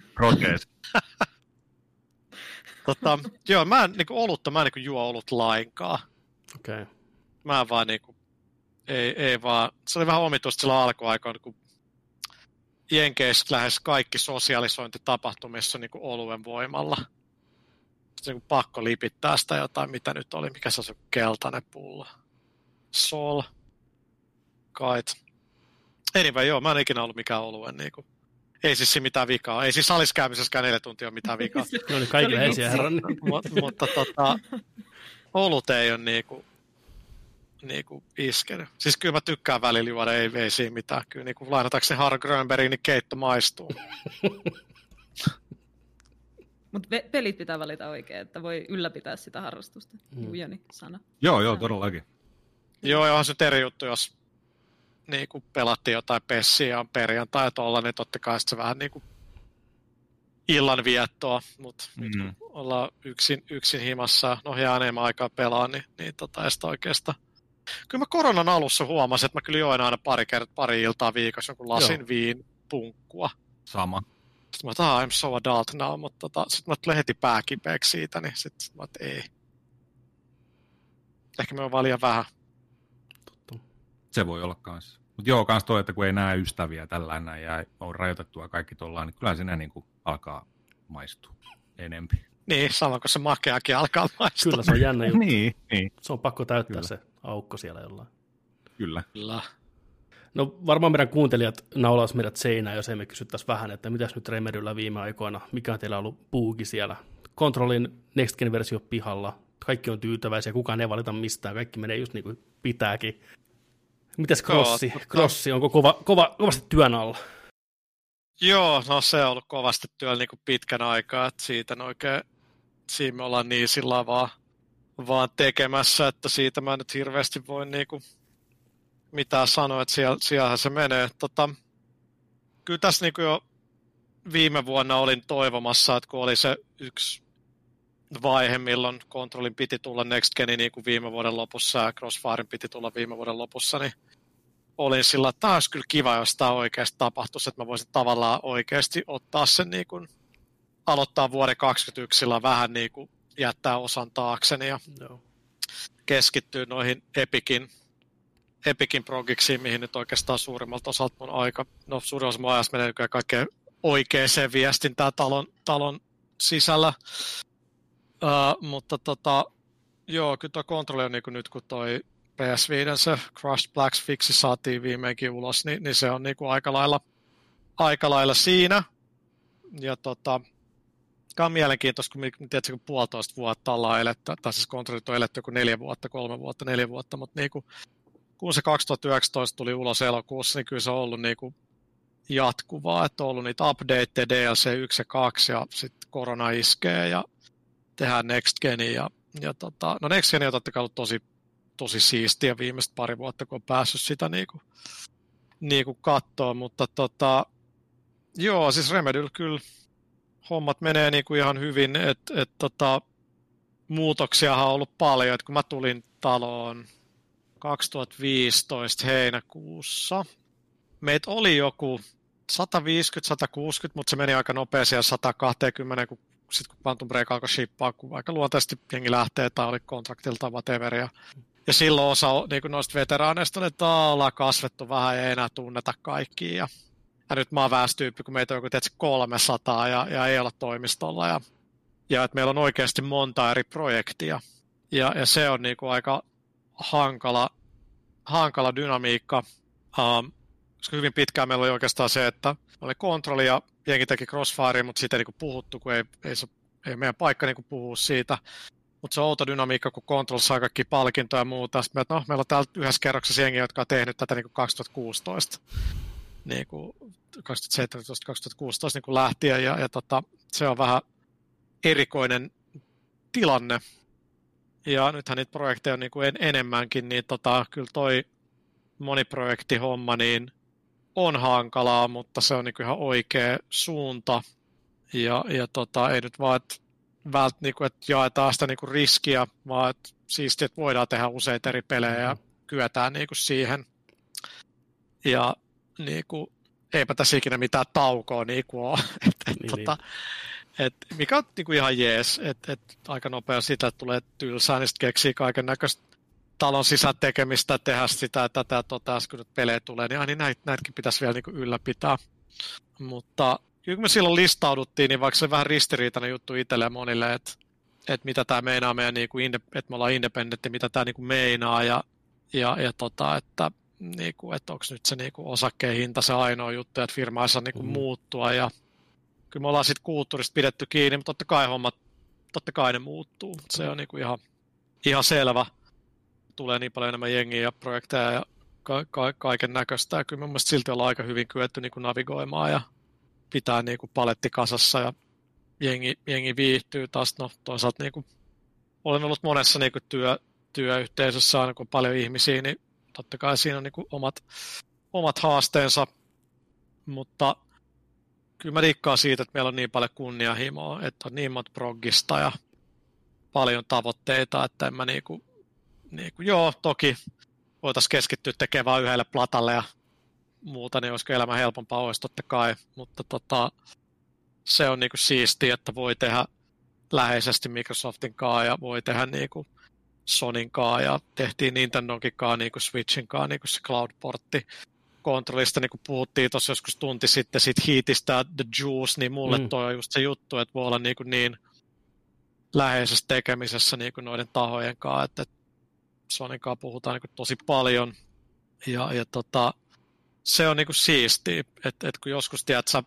Joo, mä en juo olut lainkaan. Okei. Mä vaan niinku, ei vaan, se oli vähän omituista silloin alkuaikaan, kun Jenkeissä lähes kaikki sosialisointitapahtumissa niin kuin oluen voimalla. Se on pakko lipittää sitä jotain, mitä nyt oli, mikä se on se keltainen pullo. Sol. Kait. Anyway, joo, mä en ikinä ollut mikään oluen niinku. Ei siis mitään vikaa. Ei siis saliskäymisessäkään 4 tuntia ole mitään vikaa. No niin, kaikille ensin herran. Mutta olut ei ole niinku iskenyt. Siis kyllä mä tykkään välillä juoda, ei siinä mitään. Kyllä niinku lainatakseni Harro Grönbergin, niin keitto maistuu. Mutta pelit pitää valita oikein, että voi ylläpitää sitä harrastusta. Joni sana. Joo, todellakin. Joo, onhan se eri juttu, jos niinku pelattiin jotain pessiä perjantai tuolla, niin totta kai se vähän niinku illanviettoa, mutta nyt kun ollaan yksin himassa, no jää enemmän aikaa pelaa, niin ei sitä oikeastaan. Kyllä mä koronan alussa huomasin, että mä kyllä join aina pari iltaa viikossa jonkun lasin viinpunkkua. Sama. Sitten mä oon, I'm so adult now, mutta sitten mä tuli heti pääkipeäksi siitä, niin sitten mä oon, ei. Ehkä me on vaan liian vähän. Se voi olla kanssa. Mutta joo, kans toi, että kun ei näe ystäviä tällainen ja on rajoitettua kaikki tollaan, niin kyllä siinä niinku alkaa maistua enempi. Niin, sama kuin se makeakin alkaa maistua. Kyllä se on jännä juttu. niin. Se on pakko täyttää se aukko siellä jollain. Kyllä. No varmaan meidän kuuntelijat naulaisi meidät seinään, jos emme kysyttäisi vähän, että mitäs nyt Remedyllä viime aikoina, mikä on teillä ollut buugi siellä. Controlin Next Gen-versio pihalla, kaikki on tyytyväisiä, kukaan ei valita mistään, kaikki menee just niin kuin pitääkin. Mitäs Crossi, onko kovasti työn alla? Joo, no se on ollut kovasti työllä niin kuin pitkän aikaa, että siinä me ollaan niin sillä vaan tekemässä, että siitä mä nyt hirveästi voin niin kuin mitään sanoa, että siellähän se menee. Kyllä tässä niin kuin jo viime vuonna olin toivomassa, että kun oli se yksi vaihe, milloin Controlin piti tulla Next Geni niin kuin viime vuoden lopussa ja Crossfiren piti tulla viime vuoden lopussa, niin olin sillä, että tämä olisi kyllä kiva, jos tämä oikeasti tapahtuisi, että mä voisin tavallaan oikeasti ottaa sen niin kuin, aloittaa vuoden 2021 vähän niin kuin jättää osan taakseni ja keskittyä noihin Epicin progiksiin, mihin nyt oikeastaan suurimmalta osalta mun aika, no suurin osa mun ajasta menee nykyään kaikkeen oikeaan viestintään talon sisällä. Mutta joo, kyllä tuo Control on niin kuin nyt, kun toi PS5 se Crushed Blacks fixi saatiin viimeinkin ulos, niin se on niin kuin aika lailla siinä. Ja on mielenkiintoista, kun tiedätkö, kun 1,5 vuotta ollaan eletty, tai siis Controlit on eletty joku 4 vuotta, 3 vuotta, 4 vuotta, mutta niin kuin, kun se 2019 tuli ulos elokuussa, niin kyllä se on ollut niin kuin jatkuvaa, että on ollut niitä updateja, DLC 1 ja 2, ja sitten korona iskee, ja tehdään Next Geni, no Next Geni on totta kai ollut tosi siistiä viimeistä pari vuotta, kun on päässyt sitä niinku katsoa, mutta joo, siis Remedyllä kyllä hommat menee niinku ihan hyvin, että muutoksiahan on ollut paljon, että kun mä tulin taloon 2015 heinäkuussa, meitä oli joku 150-160, mutta se meni aika nopea siellä 120, kun Quantum Break alkoi shippaa, kun aika luontaisesti jengi lähtee tai oli kontraktilta whatever. Ja silloin osa niin noista veteraaneista oli, että ollaan kasvettu vähän ja ei enää tunneta kaikkia. Ja nyt mä oon väestyyppi, kun meitä on joku 300 ja ei olla toimistolla. Ja että meillä on oikeasti monta eri projektia. Ja se on niin kuin aika hankala dynamiikka. Koska hyvin pitkään meillä oli oikeastaan se, että oli kontrolli ja jengi teki Crossfire, mutta siitä ei niin puhuttu, kun ei meidän paikka niin puhua siitä. Mutta se on outo dynamiikka, kun Control saa kaikki palkintoja ja muuta. Sitten meillä on täällä yhdessä kerroksessa jengi, jotka on tehnyt tätä niin 2016, niin 2017-2016 niin lähtien. Ja se on vähän erikoinen tilanne. Ja nythän niitä projekteja on niin kuin enemmänkin, niin kyllä toi moniprojektihomma niin on hankalaa, mutta se on niin kuin ihan oikea suunta. Ja ei nyt vaan, että jaetaan sitä niin kuin riskiä, vaan että siistiä, että voidaan tehdä useita eri pelejä ja kyetään niin kuin siihen. Ja niin kuin, eipä tässä ikinä mitään taukoa niin kuin ole. Mikä on niin kuin ihan jees, että aika nopea sitä, että tulee tylsää, niin sitten keksii kaiken näköistä talon sisätekemistä, tehdä sitä, tätä, kun nyt pelejä tulee, niin näitäkin pitäisi vielä niin kuin ylläpitää. Mutta kyllä kun me silloin listauduttiin, niin vaikka se on vähän ristiriitainen juttu itselle ja monille, että mitä tämä meinaa meidän, niin kuin että me ollaan independentti, mitä tämä niin kuin meinaa, että onko nyt se niin kuin osakkeen hinta se ainoa juttu, että firma ei saa niin kuin muuttua, ja kyllä me ollaan sitten kulttuurista pidetty kiinni, mutta totta kai ne muuttuu. Se on niin kuin ihan selvä. Tulee niin paljon enemmän jengiä ja projekteja ja kaiken näköistä. Ja kyllä mun mielestä silti ollaan aika hyvin kyetty niin kuin navigoimaan ja pitää niin kuin paletti kasassa ja jengi viihtyy taas. No toisaalta niin kuin olen ollut monessa niin kuin työyhteisössä aina kun on paljon ihmisiä, niin totta kai siinä on niin kuin omat haasteensa, mutta kyllä mä dikkaan siitä, että meillä on niin paljon kunnianhimoa, että on niin monta proggista ja paljon tavoitteita, että en mä joo, toki voitaisiin keskittyä tekemään vain yhdelle platalle ja muuta, niin olisiko elämä helpompaa, olisi totta kai, mutta se on niinku siistiä, että voi tehdä läheisesti Microsoftin kanssa ja voi tehdä niinku Sonyn kanssa ja tehtiin Nintendonkin kanssa, niinku Switchin kanssa, niinku se Cloud-portti. Kontrollista, niin kuin puhuttiin tuossa joskus tunti sitten siitä Heatistä The Juice, niin mulle toi on just se juttu, että voi olla niin läheisessä tekemisessä niin kuin noiden tahojen kanssa, että Sonyn kanssa puhutaan niin kuin tosi paljon, ja se on niin kuin siistiä, että kun joskus tiedät sä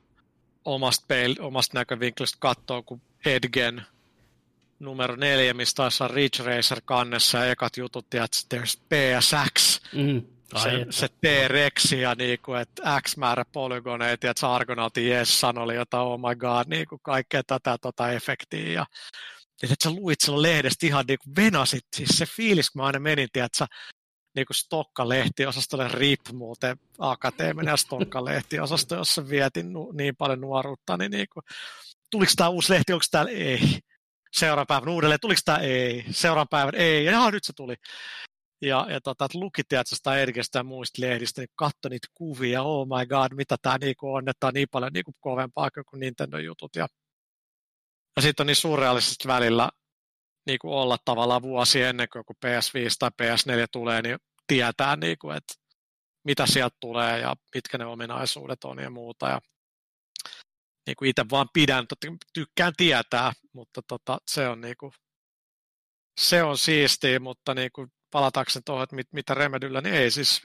omasta näkövinkkelistä katsoo, kun Edgen numero 4, mistä taisi olla Ridge Racer kannessa, ja ekat jutut, tiedät, there's PSX, se T-Rexi ja niinku, että X määrä polygoneita, että se Argonautin Jessan oli jotain, oh my god, niinku kaikkea tätä efektiä. Ja että sä luit silloin lehdestä ihan niinku venasit, siis se fiilis, kun mä aina menin, tiedätkö, niinku Stokka-lehtiosastolle RIP muuten, akateeminen ja Stokka-lehtiosasto, jossa vietin niin paljon nuoruutta, niin niinku, tuliko tää uusi lehti, onko täällä? Ei. Seuraavan päivän uudelleen, tuliko tää? Ei. Seuraavan päivän? Ei. Ja nyt se tuli. Ja että lukit sitä Edgestä ja muista lehdistä, niin katsoi niitä kuvia, oh my god, mitä tämä niinku on, että on niin paljon niinku kovempaa kuin Nintendo-jutut. Ja sitten on niin surrealisesti välillä niinku olla tavallaan vuosi ennen kuin joku PS5 tai PS4 tulee, niin tietää, niinku, että mitä sieltä tulee ja mitkä ne ominaisuudet on ja muuta. Ja niinku itse vaan tykkään tietää, mutta se on, niinku, se on siistiä, mutta niinku, palatakseni tuohon, että mitä Remedyllä, niin ei siis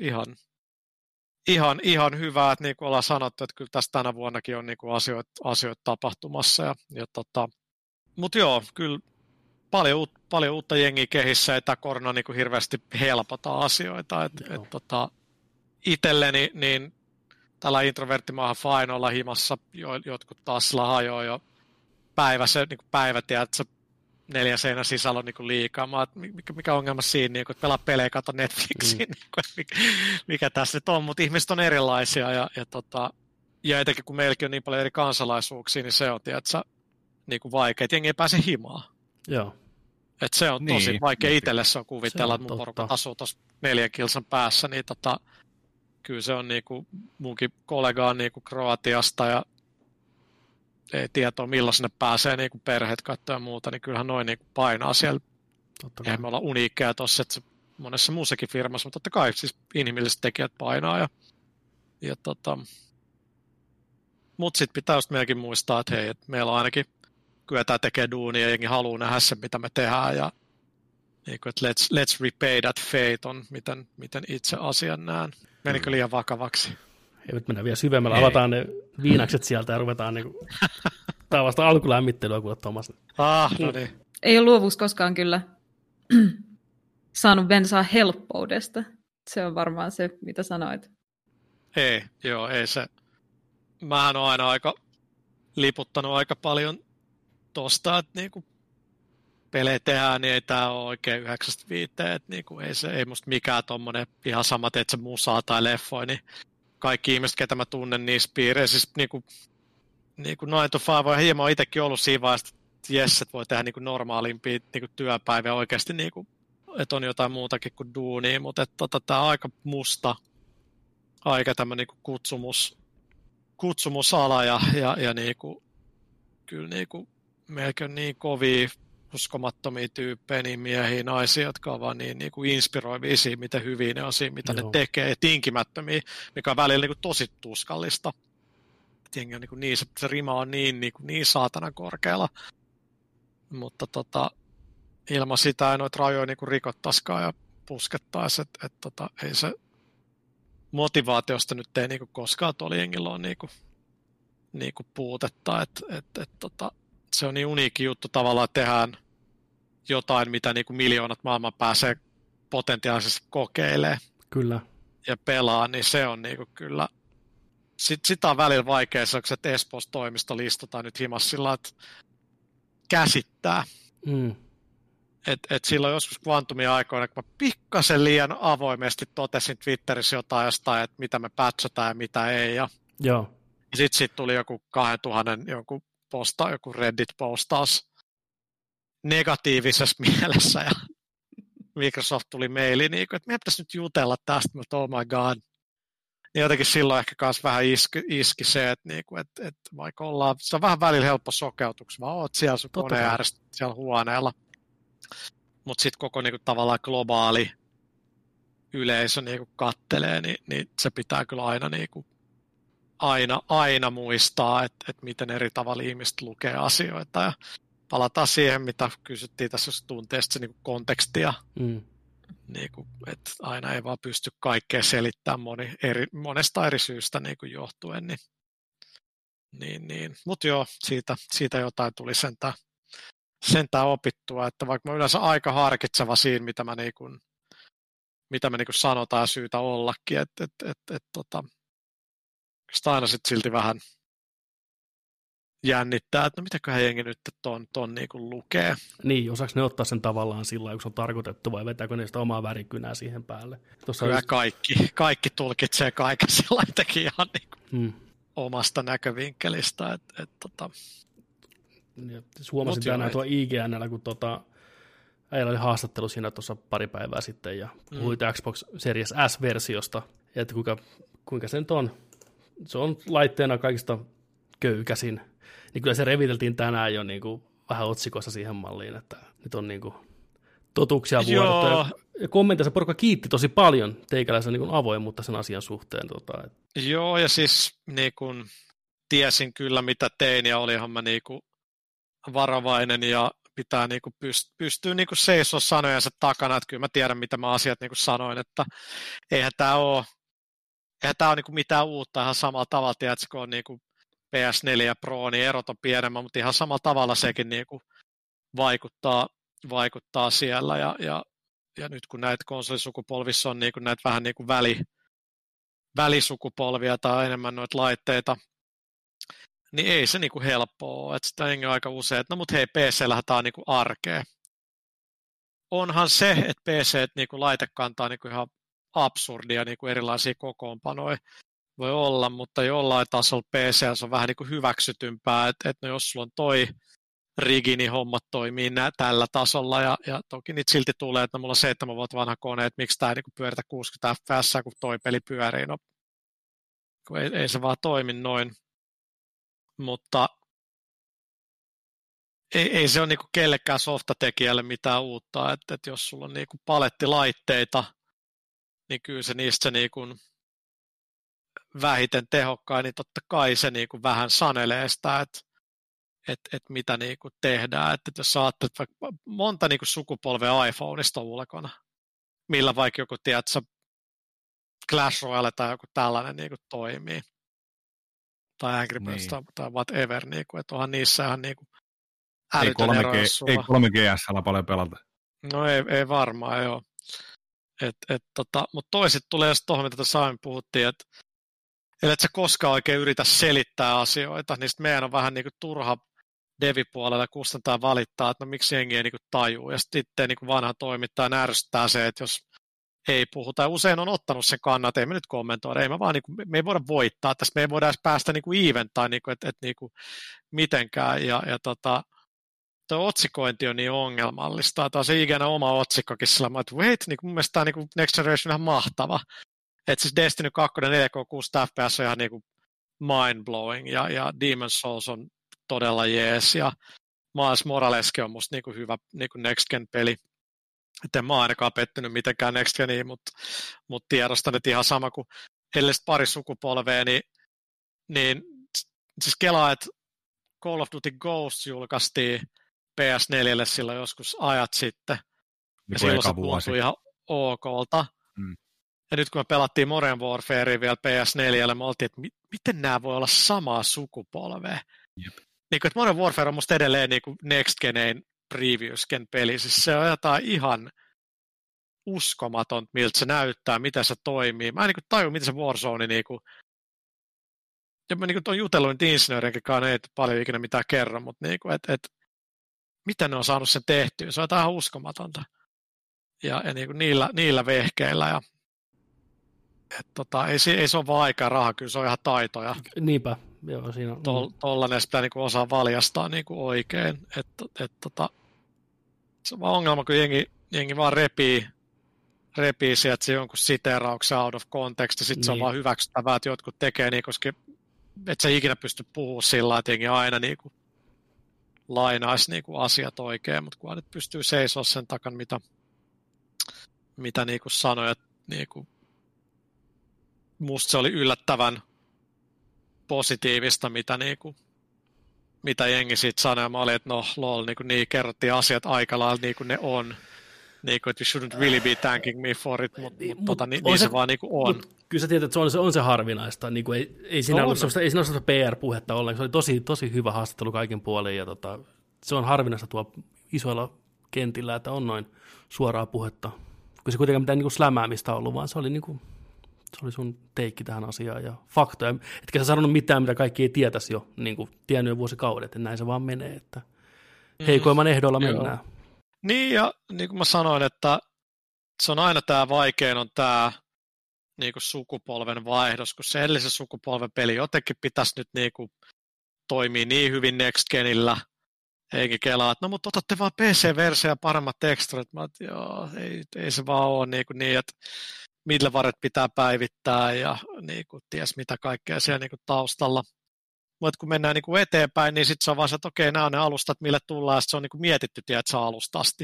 ihan hyvä, että niin kuin ollaan sanottu, että kyllä tässä tänä vuonnakin on niin kuin asioita tapahtumassa. Mutta joo, kyllä paljon uutta jengiä kehissä, ei tämä korona niin kuin hirveästi helpota asioita. Itselleni niin tällä introverttimaahan fine olla himassa, jotkut taas hajoaa jo päivä, tiedät, 4 seinän sisällä on niin kuin liikaa. Mä mikä ongelma siinä, niin kuin, että pelaa pelejä, katso Netflixiin, niin kuin, mikä tässä nyt on, mutta ihmiset on erilaisia ja etenkin kun meilläkin on niin paljon eri kansalaisuuksia, niin se on, tiedätkö, niin kuin vaikea, että jengi ei pääse himaan. Joo. Että se on tosi vaikea itselle se on kuvitella, että mun porukat asuu tuossa 4 kilsan päässä, niin kyllä se on niinku, munkin kollega on niinku Kroatiasta ja ei tietoa milloin sinne pääsee niinku perheet katsoa ja muuta, niin kyllähän noin niinku painaa siellä. Eihän me olla uniikkeja tuossa, että monessa muussakin firmassa, mutta totta kai siis inhimilliset tekijät painaa. Mutta sitten pitää just meidänkin muistaa, että hei, että meillä on ainakin kyetään tekemään duunia ja jengi haluaa nähdä sen, mitä me tehdään ja niin kuin, että let's repay that fate on, miten itse asian näen. Menikö liian vakavaksi? Ei nyt mennä vielä syvemmällä, avataan ne viinakset sieltä ja ruvetaan niinku, tää on vasta alkulämmittelyä kuule Tomas. No niin. Ei ole luovuus koskaan kyllä saanut bensaa helppoudesta. Se on varmaan se, mitä sanoit. Ei se. Mähän on aina liputtanut aika paljon tosta, että niinku pelejä tehdään, niin ei tää ole oikein 9-5, että niinku ei musta mikään tommonen ihan sama, teet se musaa tai leffoi, niin kaikki ihmiset, ketä mä tunnen niissä piireissä, siis niinku 9 to 5 on hieman itsekin ollut siinä vaiheessa, että jes, että voi tehdä niinku normaalimpia niinku työpäiviä oikeasti, niinku, että on jotain muutakin kuin duunia, mutta tää on aika musta, aika tämmönen niinku kutsumusala ja niinku, kyllä niinku, melkein niin kovia uskomattomia tyyppejä, niin miehiä, naisia, jotka ovat niin kuin inspiroivia siinä, miten hyviä ne on siinä, mitä ne tekee, ja tinkimättömiä, mikä on välillä niin kuin tosi tuskallista. On niin, se rima on niin saatanan korkealla, mutta ilman sitä ei noita rajoja niin kuin rikottaisikaan ja puskettaisi, että ei se motivaatiosta nyt ei niin kuin koskaan tuolla jengillä ole niin kuin puutetta, että se on niin uniikki juttu tavallaan, että tehdään jotain, mitä niin kuin miljoonat maailman pääsee potentiaalisesti kokeilemaan. Kyllä. Ja pelaa, niin se on niin kuin kyllä. Sitä on välillä vaikea, että Espoossa toimisto listataan nyt himassa sillä, että käsittää. Et silloin joskus kvantumia aikoina, kun mä pikkasen liian avoimesti totesin Twitterissä jotain jostain, että mitä me patchataan ja mitä ei. Ja sitten tuli joku 2000 joku Reddit-postaus negatiivisessa mielessä ja Microsoft tuli maili, niin että meidän pitäisi nyt jutella tästä, mutta oh my god. Niin jotenkin silloin ehkä myös vähän iski se, että vaikka se on vähän välillä helppo sokeutuksi, vaan oot siellä sun koneen ääressä siellä huoneella. Mutta sitten koko tavallaan globaali yleisö kattelee, niin se pitää kyllä aina muistaa, että miten eri tavalla ihmiset lukee asioita. Ja palataan siihen, mitä kysyttiin tässä tunteesta, se kontekstia. Että aina ei vaan pysty kaikkea selittämään monesta eri syystä johtuen. Niin. Mutta joo, siitä jotain tuli sentään opittua, että vaikka mä yleensä aika harkitseva siinä, mitä mä sanotaan syytä ollakin, että sitä aina sitten silti vähän jännittää, että no mitäköhän jengi nyt ton lukee. Niin, osaako ne ottaa sen tavallaan sillä kun se on tarkoitettu, vai vetääkö ne sitä omaa värikynää siihen päälle? Kyllä kaikki tulkitsee kaiken sellaistakin ihan omasta näkövinkkelistä. Huomasin tänään tuo IGN:llä, kun äijällä oli haastattelu siinä tuossa pari päivää sitten, ja puhuit Xbox Series S-versiosta, että kuinka se nyt on. Se on laitteena kaikista köykäsin. Niin kyllä se reviteltiin tänään jo vähän otsikossa siihen malliin, että nyt on totuuksia vuodettu. Ja kommenteissa porukka kiitti tosi paljon teikäläisen avoimuutta sen asian suhteen. Joo, ja siis tiesin kyllä mitä tein, ja olihan mä varovainen, ja pitää pystyä seisoa sanojensa takana, että kyllä mä tiedän mitä mä asiat sanoin, että eihän tämä ole mitään uutta ihan samalla tavalla, tiedätkö, kun on PS4 Pro, niin erot on pienemmät, mutta ihan samalla tavalla sekin vaikuttaa siellä, ja nyt kun näitä konsolisukupolvissa on näitä vähän välisukupolvia tai enemmän noita laitteita niin ei se niinku helppoa ole. Että sitä jengi on aika usein, että no mut hei, PC-llähän tää on niinku arkea. Onhan se, että PC niinku laite kantaa niinku ihan absurdia niinku erilaisia kokoonpanoja voi olla, mutta jollain tasolla PC on vähän niinku hyväksytympää, että no jos sulla on toi rigi, niin hommat toimii tällä tasolla, ja toki niitä silti tulee, että no, mulla on 7 vuotta vanha kone, että miksi tämä ei niinku pyöritä 60 fps, kun toi peli pyörii, no ei se vaan toimi noin, mutta ei se ole niinku kellekään softatekijälle mitään uutta, että jos sulla on niinku palettilaitteita, niin kyllä se niistä se niinku vähiten tehokkain, niin totta kai se niinku vähän sanelee sitä, että mitä niinku tehdään. Että jos sä ajattelet vaikka monta niinku sukupolvea iPhoneista ulkona, millä vaikka joku, tiedätkö, Clash Royale tai joku tällainen niinku toimii, tai Angry Birds tai whatever, niinku, että onhan niissä ihan niinku älytön ero, jos sulla... Ei 3GS:llä paljon pelata. No ei varmaan, joo. Mutta toiset tulee sitten tuohon, mitä tässä aiemmin puhuttiin, että et sä koskaan oikein yritä selittää asioita, niin sitten meidän on vähän niinku turha devipuolella kustantaa valittaa, että no miksi jengi ei niinku tajuu. Ja sitten niinku vanha toimittaja ärsyttää se, että jos ei puhuta, ja usein on ottanut sen kannan, että ei me nyt kommentoida, me ei voida voittaa tästä, me ei voida edes päästä niinku even tai niinku, niinku mitenkään. Tuo otsikointi on niin ongelmallista. Tämä on se ikinä oma otsikkokin sillä, että wait, niin mun mielestä tämä niin Next Generation on ihan mahtava. Että siis Destiny 2 4K 6 FPS on ihan niin mind-blowing, ja Demon's Souls on todella jees, ja Miles Moraleskin on musta niin hyvä niin Next Gen-peli. Että en mä ainakaan pettynyt mitenkään Next Geniin, mutta tiedostan, että ihan sama kuin edelliset pari sukupolvea, niin siis kelaa, että Call of Duty Ghosts julkaistiin PS4 silloin joskus ajat sitten. Ja silloin se tuntui ihan okolta. Ja nyt kun me pelattiin Modern Warfarea vielä PS4, me oltiin, että miten nämä voi olla samaa sukupolvea. Niin kuin, että Modern Warfare on musta edelleen niin kuin Next Genein Previous Gen peli. Siis se on jotain ihan uskomatonta, miltä se näyttää, miten se toimii. Mä en niin tajua, miten se Warzone ja mä niin on jutellut nyt insinöörienkin kanssa, ei paljon ikinä mitään kerro, mutta niin miten ne on saanut sen tehtyä, se on ihan uskomatonta. Ja niin niillä vehkeillä. Ei se ole vaan aika ja raha, kyllä se on ihan taitoja. Niinpä, joo, siinä on. Tollainen pitää niin osaa valjastaa niin oikein. Se on vaan ongelma, kun jengi vaan repii sieltä se jonkun siteerauksen out of context, ja sitten se on vaan hyväksyttävää, että jotkut tekee niin, koska et sä ikinä pysty puhumaan sillä, että jengi aina niin kuin lainaisi niin kuin asiat oikein, mutta kun nyt pystyy seisoa sen takan, mitä niin kuin sanoi, että niin kuin musta se oli yllättävän positiivista, mitä jengi siitä sanoi, ja mä olin, että no lol, niin kerrottiin asiat aika lailla niin kuin ne on. Niin kuin, että you shouldn't really be thanking me for it, mutta niin se vaan niin kuin on. Kyllä sä tiedät, että se on se harvinaista. Niin kuin ei siinä ollut sellaista PR-puhetta ollenkaan. Se oli tosi hyvä haastattelu kaiken puolin. Ja se on harvinaista tuo isoilla kentillä, että on noin suoraa puhetta. Kun se kuitenkaan mitään niin slämäämistä ollut, vaan se oli sun teikki tähän asiaan ja faktoja. Etkä sä sanonut mitään, mitä kaikki ei tietäisi jo, niin kuin tiennyt jo vuosikaudet, että näin se vaan menee, että heikoimman ehdolla mennään. Niin, ja niin kuin mä sanoin, että se on aina tämä vaikein on tämä niin kuin sukupolven vaihdos, kun se edellisen sukupolven peli jotenkin pitäisi nyt niin kuin toimia niin hyvin Next Genillä, eikä kelaa, että no mutta otatte vaan PC-versio ja paremmat teksturit. Mä että joo, ei se vaan ole niin että middlewaret pitää päivittää ja niin kuin ties mitä kaikkea siellä niin kuin taustalla. Mutta kun mennään niin kuin eteenpäin, niin sitten se on vaan se, että okei, nämä on ne alustat, mille tullaan, ja se on niin kuin mietitty, tiedätkö, alustasti.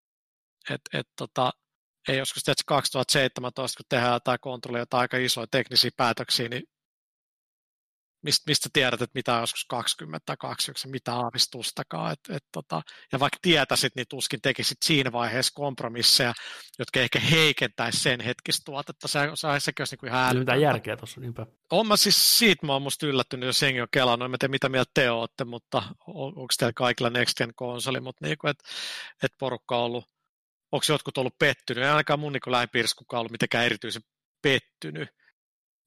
Ei joskus, tiedätkö, 2017, kun tehdään jotain kontrollia tai aika isoja teknisiä päätöksiä, niin mistä tiedät, että mitä on joskus 20 tai 21, mitä aavistustakaan. Ja vaikka tietäisit, niin tuskin tekisit siinä vaiheessa kompromisseja, jotka ehkä heikentäisi sen hetkistä tuotetta. Sekin olisi niin ihan älytöntä. Mitään järkeä tuossa, niinpä. Siitä mä oon musta yllättynyt, jos jengi on kelannut. En tiedä, mitä mieltä te ootte, mutta onko teillä kaikilla Next Gen-konsoli, mutta niin että porukka on ollut, onko jotkut ollut pettynyt? Ei ainakaan mun niin lähipiirissä kukaan ollut mitenkään erityisen pettynyt.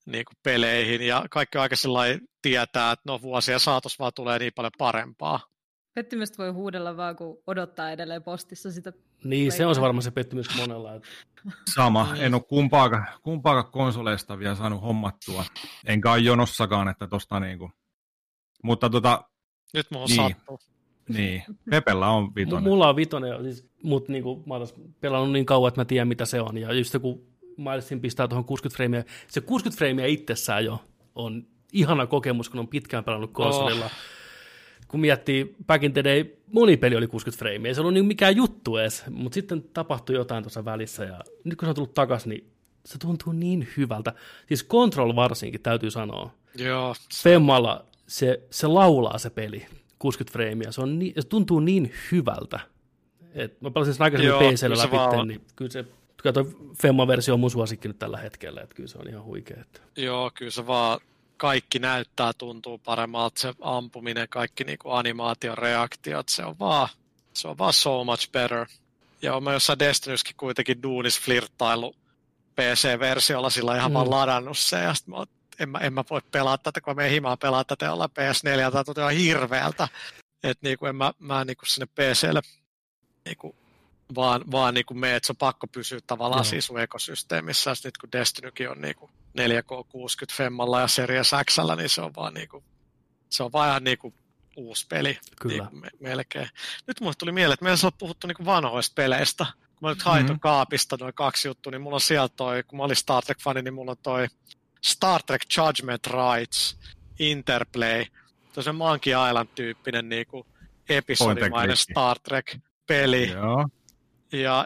niin kuin peleihin, ja kaikki aika sellainen tietää, että no vuosien saatossa vaan tulee niin paljon parempaa. Pettymystä voi huudella vaan, kun odottaa edelleen postissa sitä. Niin, se on se varmaan se pettymys monella. Että... Sama, en ole kumpaakaan konsoleista vielä saanut hommattua, enkä ole jonossakaan, että tosta niinku. Mutta nyt mulla niin, sattuu. Niin, Pepellä on 5. Mulla on 5, siis, mutta niinku, mä oon pelannut niin kauan, että mä tiedän mitä se on. Ja just kun Milesin pistää tuohon 60 freimiä, se 60 freimiä itsessään jo on ihana kokemus, kun on pitkään pelannut konsolilla. Kun miettii Back in the Day, moni peli oli 60 freimiä, ei se ollut mikään juttu edes, mutta sitten tapahtui jotain tuossa välissä, ja nyt kun se on tullut takaisin, niin se tuntuu niin hyvältä. Siis Control varsinkin, täytyy sanoa. Joo. Femmalla se laulaa se peli, 60 freimiä, se tuntuu niin hyvältä. Mä pelasin sen aikaisemmin PC:llä läpi, niin kyllä se Femma-versio on mun suosikki nyt tällä hetkellä, että kyllä se on ihan huikea. Joo, kyllä se vaan kaikki näyttää, tuntuu paremmalta, se ampuminen, kaikki niinku animaation reaktiot, se on vaan so much better. Ja mä jossain Destinyskin kuitenkin duunis flirttailu PC-versiolla, sillä ihan vaan ladannut se, ja sit en mä voi pelata tätä, kun mä menen himaan pelaa tätä jollain PS4, tai tuntuu ihan hirveältä, että niinku mä niinku sinne PC:lle niinku vaan niinku mene, että se on pakko pysyä tavallaan siinä sun ekosysteemissä, ja nyt kun Destinykin on niinku 4K60 Femmalla ja Series X:llä, niin se on vaan ihan niinku uusi peli. Kyllä. Niinku melkein. Nyt mulle tuli mieleen, että meillä on puhuttu niinku vanhoista peleistä. Kun mä nyt hain kaapista noin 2 juttua, niin mulla on sieltä kun mä olin Star Trek-fani, niin mulla on toi Star Trek Judgment Rights Interplay. Toisen Monkey Island-tyyppinen niinku episodimainen Star Trek-peli. Joo. Ja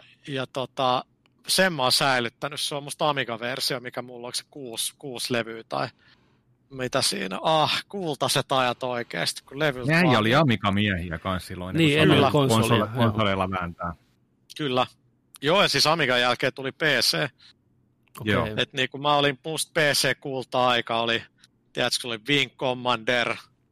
sen mä oon säilyttänyt. Se on musta Amiga-versio, mikä mulla onko se 6 levyä tai mitä siinä. Kultaiset ajat oikeesti, kun levyt Näin oli Amiga-miehiä kans silloin. Niin, ennen konsoleilla vääntää. Kyllä. Joo, ja siis Amigan jälkeen tuli PC. Okay. Et niinku mä olin, musta PC-kulta-aika oli, tiedätkö, oli Wing Commander,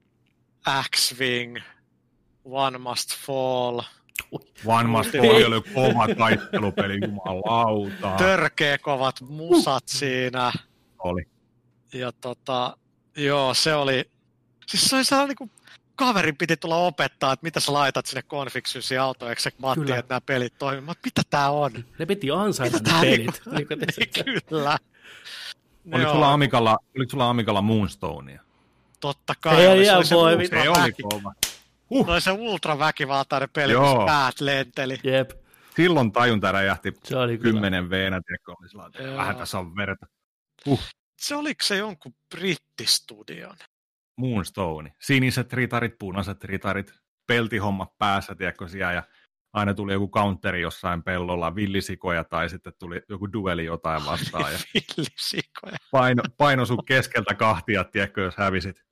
X-Wing, One Must Fall. One Must Fall oli kova taistelupeli, jumalauta. Törkeä kovat musat siinä. Oli. Ja joo, se oli, siis se oli sellainen niinku, kaverin piti tulla opettaa, että mitä sä laitat sinne konfiksyysiin AutoExec-mattiin, että nämä pelit toimivat. Mitä tää on? Ne piti ansaita ne pelit. Kyllä. Oliko sulla Amigalla Moonstonea? Totta kai. Se oli kova. No se ultraväkivaltainen peli, missä päät lenteli. Jep. Silloin tajunta räjähti 10 V-nä, vähän tässä on verta. Se oliko se jonkun brittistudion? Moonstone. Siniset ritarit, punaiset ritarit, peltihomma päässä, tiedätkö siellä, ja aina tuli joku counteri jossain pellolla, villisikoja, tai sitten tuli joku dueli jotain vastaan. Ja villisikoja. Paino sun keskeltä kahtia, tiedätkö, jos hävisit.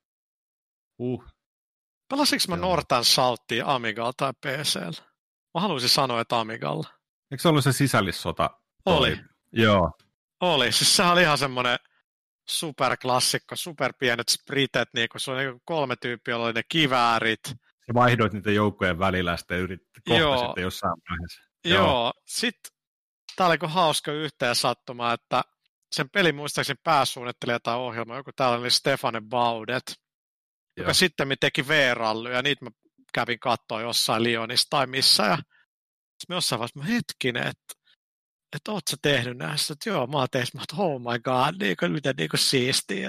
Pelasinko mä Northern Southia Amigalla tai PC:llä? Mä haluaisin sanoa, että Amigalla. Eikö se ollut se sisällissota? Oli. Joo. Oli. Siis sehän oli ihan semmoinen superklassikko, superpienet spritet, niin kun se oli niin 3 tyyppiä, oli ne kiväärit. Ja vaihdoit niitä joukkojen välillä ja sitten kohtasitte jossain vaiheessa. Joo. Sitten tää oli hauska yhteen sattuma, että sen pelin muistaakseni pääsuunnittelija tai ohjelma, joku tällainen Stefane Baudet, joka sitten teki V-rallyja, niitä mä kävin katsoa jossain Lyonissa tai missä, ja sitten jossain vaiheessa hetkinen, että oot sä tehnyt näistä, että joo, mä oon tehnyt, että oh my god, miten siistiä,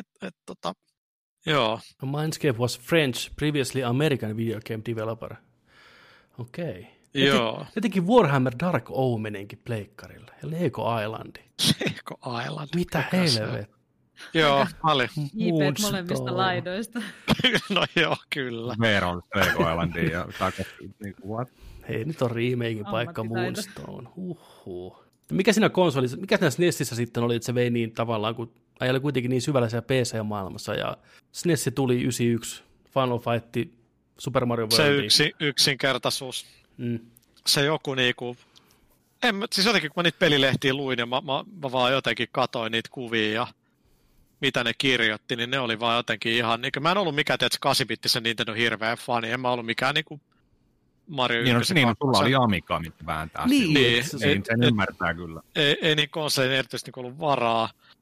joo. Mindscape was French, previously American video game developer. Okei. Okay. Joo. Ne teki Warhammer Dark Omeninkin pleikkarille, ja Lego Islandi. Lego Island. Mitä helvet? Joo, oli. JP:t molemmista laidoista. No joo, kyllä. Veeron Lego Islandiin ja niin what? Hei, nyt on remakein paikka Moonstone. Mikä siinä konsolissa, mikä siinä SNESissä sitten oli, että se vei niin tavallaan, kun ajalla kuitenkin niin syvällä siellä PC-maailmassa, ja SNES tuli 91, Final Fight, Super Mario World. Se yksinkertaisuus. Se joku niinku, siis jotenkin kun mä niitä pelilehtiä luin, ja mä vaan jotenkin katoin niitä kuvia, ja mitä ne kirjoitti, niin ne oli vaan jotenkin ihan, niin mä en ollut mikään, että 8-bittisen Nintendo hirveä fani, en mä ollut mikään niinku Mario 1. Niin, sulla oli Amiga, mitä vääntää. Niin, sen ymmärtää kyllä. Ei niin konsolin erityisesti niin ollut varaa.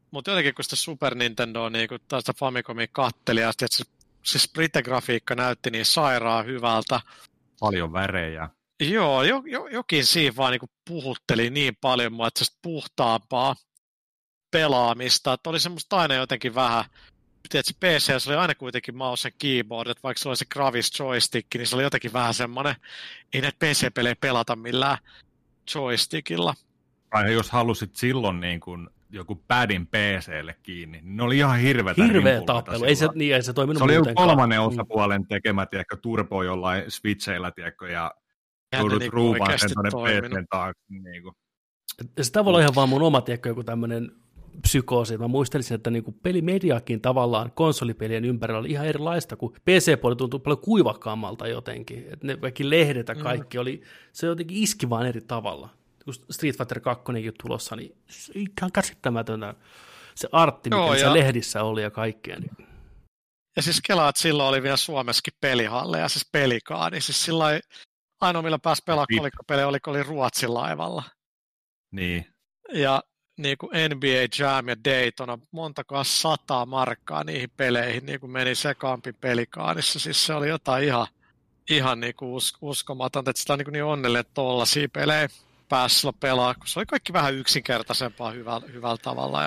Mutta jotenkin kun sitä Super Nintendoa niin tai sitä Famicomia katteli, ja sitten se sprite-grafiikka näytti niin sairaan hyvältä. Paljon värejä. Joo, jokin siinä vaan niin puhutteli niin paljon mua, että se puhtaampaa pelaamista, että oli semmoista aina jotenkin vähän, että se PC oli aina kuitenkin mouse keyboard, että vaikka se oli se Gravis joystick, niin se oli jotenkin vähän semmoinen, ei näitä PC-pelejä pelata millään joystickilla. Tai jos halusit silloin niin kuin joku padin PC:lle kiinni, niin ne oli ihan hirveä tappelu, ei se toiminut se oli muutenkaan. kolmannen osapuolen tekemä, tiedätkö, turbo jollain switcheillä, tiedätkö, ja joudut niin ruuvaan sen tuonne PC:n taakse. Niin kuin. Sitä voi olla ihan vaan mun oma, tiedätkö, joku tämmöinen psykoosi. Mä muistelisin, että niinku pelimediakin tavallaan konsolipelien ympärillä oli ihan erilaista, kun PC-puoli tuntui paljon kuivakkaammalta jotenkin. Et ne kaikki lehdet ja kaikki oli, se jotenkin iski vaan eri tavalla. Kun Street Fighter 2 tulossa, niin ihan käsittämätöntä se artti, mikä se lehdissä oli ja kaikkea. Niin. Ja siis kelaat silloin oli vielä Suomessakin pelihalleja, siis pelikaani. Siis silloin ainoa, millä pääsi pelaamaan kolikkopelejä, oli Ruotsin laivalla. Niin. Ja niin kuin NBA Jam ja Daytona, montakaan 100 markkaa niihin peleihin niin kuin meni sekaampi pelikaanissa. Siis se oli jotain ihan niin kuin uskomatonta, että sitä on niin onnellinen, että tollaisia pelejä pääsi silloin pelaa, kun se oli kaikki vähän yksinkertaisempaa hyvällä tavalla.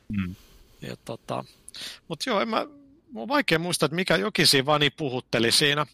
Mutta joo, mun on vaikea muistaa, että mikä jokin siinä vaan niin puhutteli siinä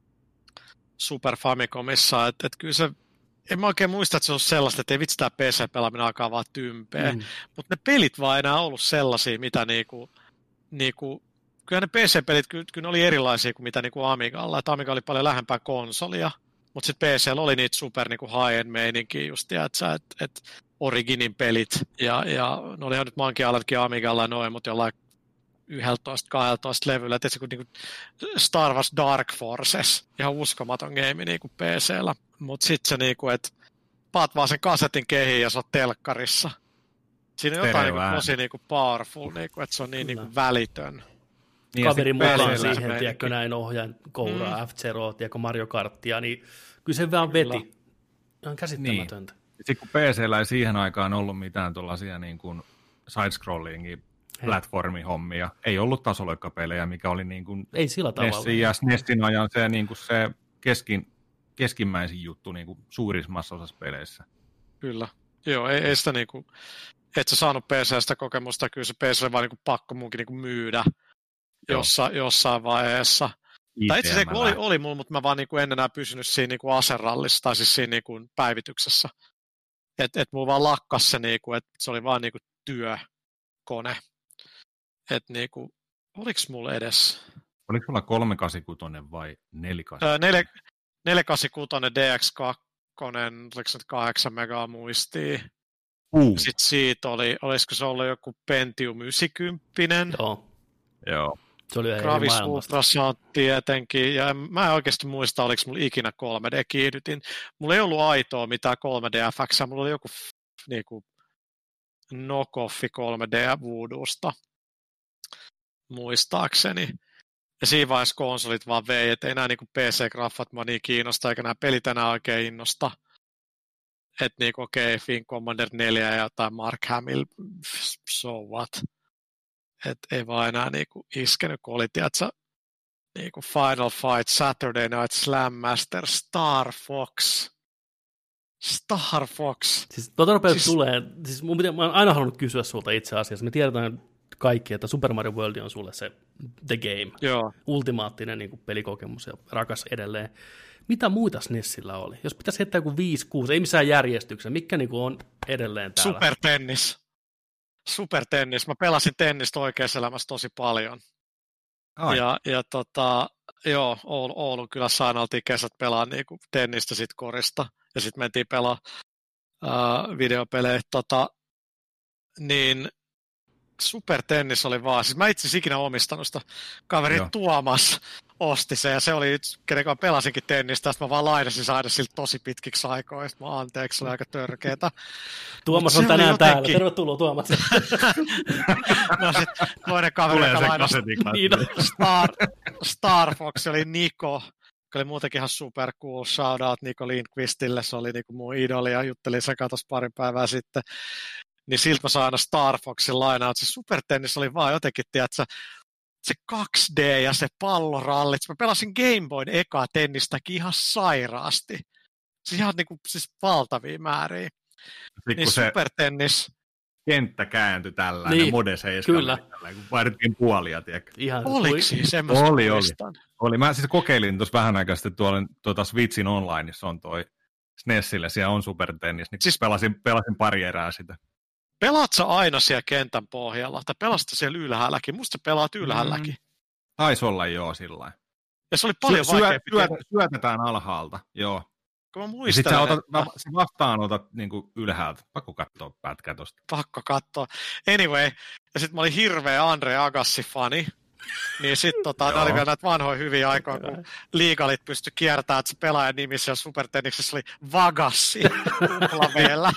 Super Famicomissa, että kyllä se, en mä oikein muista, että se on sellaista, että ei vitsi tämä PC-pelaaminen alkaa vaan tympeä, mutta ne pelit vaan enää ollut sellaisia, mitä niinku kyllä ne PC-pelit, kyllä ne oli erilaisia kuin mitä niinku Amigalla, että Amiga oli paljon lähempää konsolia, mutta sitten PC:llä oli niitä super niinku high-end meininkiä just, että Originin pelit, ja ne olihan nyt mankin aletkin Amigalla noin, mutta jollain 11-12 levyllä, että se kuin niinku Star Wars Dark Forces, ihan uskomaton game niinku PC:llä, mutta sitten se niinku, että paat vaan sen kasetin kehiin ja sä oot telkkarissa. Siinä on jotain niinku tosi niinku powerful, niinku, että se on niin niinku välitön. Niin, kaverin mukaan siihen, tiedätkö, näin ohjaan kouraa, F-Zeroa, tiedätkö, Mario Karttia, niin kyllä se vaan veti. On käsittämätöntä. Niin. Sitten kun PC:llä ei siihen aikaan ollut mitään tuollaisia niin kuin side-scrollingin platformihommia, ei ollut tasoloikkapelejä, mikä oli niin kuin ei sillä tavalla. Nessin ja SNESin ajan se, niin kuin se keskimmäisin juttu niin kuin suurimmassa osassa peleissä. Kyllä. Joo, ei sitä niin kuin, et sä saanut PC:stä kokemusta, kyllä se PC oli vaan niin kuin pakko munkin niin kuin myydä jossain vaiheessa. Tai itse asiassa oli mulla, mutta mä vaan niin kuin en enää pysynyt siinä niin kuin aserallissa, tai siis siinä niin kuin päivityksessä. Et mulla vaan lakkas se, niin kuin, että se oli vaan niin kuin työkone. Että niin kuin, oliko mulla edes? Oliko sulla 386 vai 486? 486 DX2, oliko se 8 megaa muistia. Sitten siitä olisiko se ollut joku Pentium 90. Joo. Se oli Gravis Ultrasound tietenkin, ja mä en oikeasti muista, oliko mulla ikinä 3D-kiihdytin. Mulla ei ollut aitoa mitään 3D-FX, mulla oli joku niinku knock-offi 3D Voodoosta, muistaakseni. Ja siinä vaiheessa konsolit vaan vei, että ei nämä niinku PC-graffat mua niin kiinnosta, eikä nämä pelit enää oikein innosta. Että niinku okei, Wing Commander 4 ja jotain Mark Hamill, so what? Että ei vaan enää niinku iskenyt, kun oli, tiedätkö, niinku Final Fight, Saturday Night Slam Master, Star Fox. Siis tulee, siis mä oon aina halunnut kysyä sulta itse asiassa. Me tiedetään kaikki, että Super Mario World on sulle se the game. Joo. Ultimaattinen niinku pelikokemus ja rakas edelleen. Mitä muita SNESillä oli? Jos pitäisi heittää joku 5-6, ei missään järjestyksen, mikä niinku on edelleen täällä? Supertennis. Mä pelasin tennistä oikeassa elämässä tosi paljon. Ja Oulun kylässä aina oltiin kesät pelaa niinku tennistä sit korista. Ja sitten mentiin pelaa videopelejä. Niin Supertennis oli vaan, siis mä itse asiassa ikinä omistanut sitä. Kaveri Tuomas osti sen, ja se oli yksi, kenen kanssa pelasinkin tennistä, ja mä vaan lainasin saada siltä tosi pitkiksi aikoja, ja mä anteeksi, se oli aika törkeetä. Tuomas on tänään täällä, tervetuloa Tuomas. No sit toinen kaveri, joka lainasi Star Fox, oli Niko, joka oli muutenkin ihan super cool, shout out Niko Lindqvistille, se oli niinku mun idoli, ja juttelin sen kanssa parin päivää sitten. niin siltä mä saan aina Star Foxin lainaa. Se supertennis oli vaan jotenkin, tiedätkö, se 2D ja se pallorallit. Mä pelasin Game Boyn ekaa tennistäkin ihan sairaasti. Siis ihan niin kuin, siis valtavia määriä. Niin supertennis. Kenttä kääntyi tällainen, niin, Mode 7, kyllä. Kun vaihdettiin puolia, tiedätkö? Oliko siis semmoista? Oli. Mä siis kokeilin tuossa vähän aikaa sitten tuolla Switchin onlineissa on toi SNESille, siellä on supertennis, niin siis pelasin pari erää sitä. Pelaat sä aina siellä kentän pohjalla, tai pelasit siellä ylhäälläkin? Musta sä pelaat ylhäälläkin. Taisi olla joo sillain. Ja se oli paljon vaikeampi. Syötetään alhaalta, joo. Kun mä muistelen, sä vastaanotat niinku ylhäältä. Pakko katsoa pätkää tosta. Pakko katsoa. Anyway, ja sit mä olin hirveä Andre Agassi-fani. Niin sit nää oli vielä näitä vanhoja hyviä aikoja, kun liigalit pystyi kiertämään, että se pelaajan nimi siellä Supertenniksessä oli Vagassi kuplaveellä.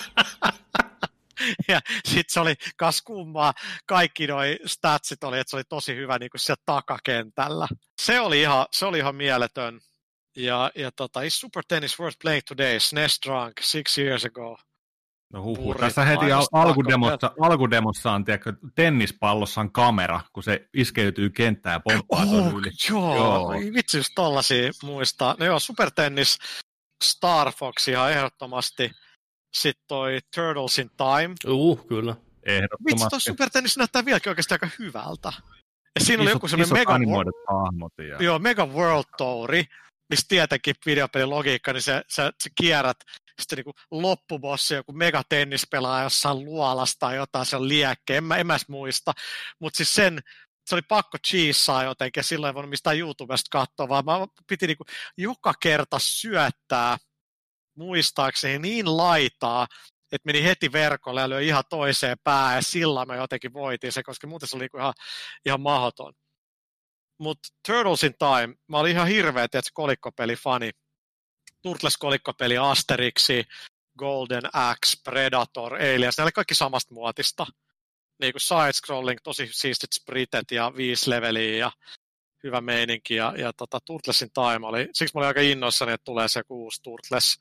Ja sit se oli kas kummaa, kaikki noi statsit oli, että se oli tosi hyvä niin kuin siellä takakentällä. Se oli ihan mieletön. Ja is Super Tennis worth playing today? SNES drunk 6 years ago. No tässä heti alkudemossa on, tiedätkö, tennispallossa on kamera, kun se iskeytyy kenttään ja pomppaa ton yli. Joo. Vitsi just tollasia muistaa. No joo, Super Tennis, Star Fox ihan ehdottomasti. Sitten toi Turtles in Time. Kyllä. Ehdottomasti. Vitsi, toi Super Tennis näyttää vieläkin oikeasti aika hyvältä. Ja siinä oli joku semmoinen Mega World Touri, missä tietenkin videopelin logiikka, niin sä kierrät sitten niin loppubossi, joku megatennispelaaja jossain luolasta tai jotain, se on liekke, en mä edes muista. Mutta siis se oli pakko cheesaa jotenkin, silloin ei voinut mistään YouTubesta katsoa, vaan mä piti niin kuin joka kerta syöttää muistaakseni niin laitaa, että meni heti verkolle ja löi ihan toiseen päähän, ja sillä mä jotenkin voitin se, koska muuten se oli ihan mahdoton. Mutta Turtles in Time, mä olin ihan hirveä, tiedätkö, kolikkopeli-fani. Turtles-kolikkopeli, Asterixi, Golden Axe, Predator, Aliens, ne oli kaikki samasta muotista. Niin kuin side-scrolling, tosi siistit spritet ja 5 leveliä ja hyvä meininki. Ja Turtles in Time oli, siksi mä olin aika innoissani, että tulee se uusi Turtles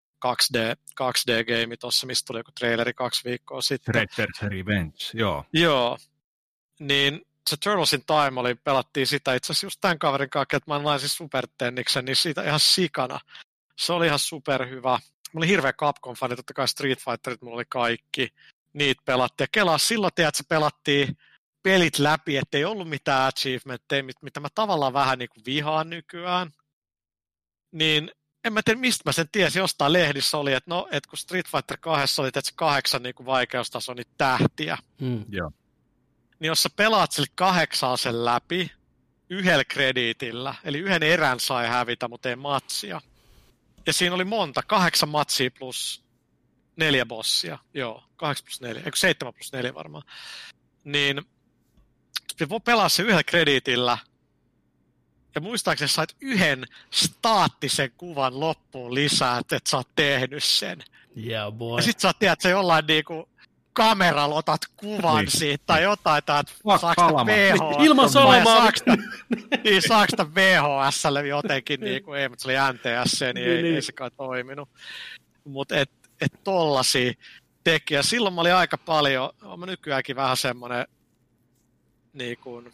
2D-game tuossa, mistä tuli joku traileri 2 viikkoa sitten. Shredder's Revenge, joo. Joo, niin se Turtles in Time pelattiin sitä itse asiassa just tämän kaverin kanssa, että mä laisin Supertenniksen, niin siitä ihan sikana. Se oli ihan superhyvä. Mä olin hirveä Capcom-fani, totta kai Street Fighterit mulla oli kaikki. Niitä pelattiin. Ja kelaa silloin, että pelattiin pelit läpi, ettei ollut mitään achievementteja, mitä mä tavallaan vähän niin kuin vihaan nykyään. Niin en mä tiedä, mistä mä sen tiesin. Jostain lehdissä oli, että että kun Street Fighter 2 oli, että se 8 niin kuin vaikeustaso, niin tähtiä. Joo. Niin jos sä pelaat sille 8 sen läpi yhdellä krediitillä, eli yhden erän sai hävitä, mutta ei matsia. Ja siinä oli 8 matsia plus 4 bossia. Joo, 8 plus 4, eikö 7 plus 4 varmaan. Niin voi pelaa se yhdellä krediitillä. Ja muistaakseni sait yhden staattisen kuvan loppuun lisää, että sä oot tehnyt sen. Yeah, boy. Ja sit sä oot tiedät, että sä jollain niinku kameralla otat kuvan siitä tai jotain, että saako VHS. Ilman salamaa. Niin saako sitä VHSlle jotenkin, niinku, ei, mutta se oli NTS, niin ei se kai toiminut. Mutta et tollasia tekijä. Silloin mä olin aika paljon, mä nykyäänkin vähän semmonen, niin kuin,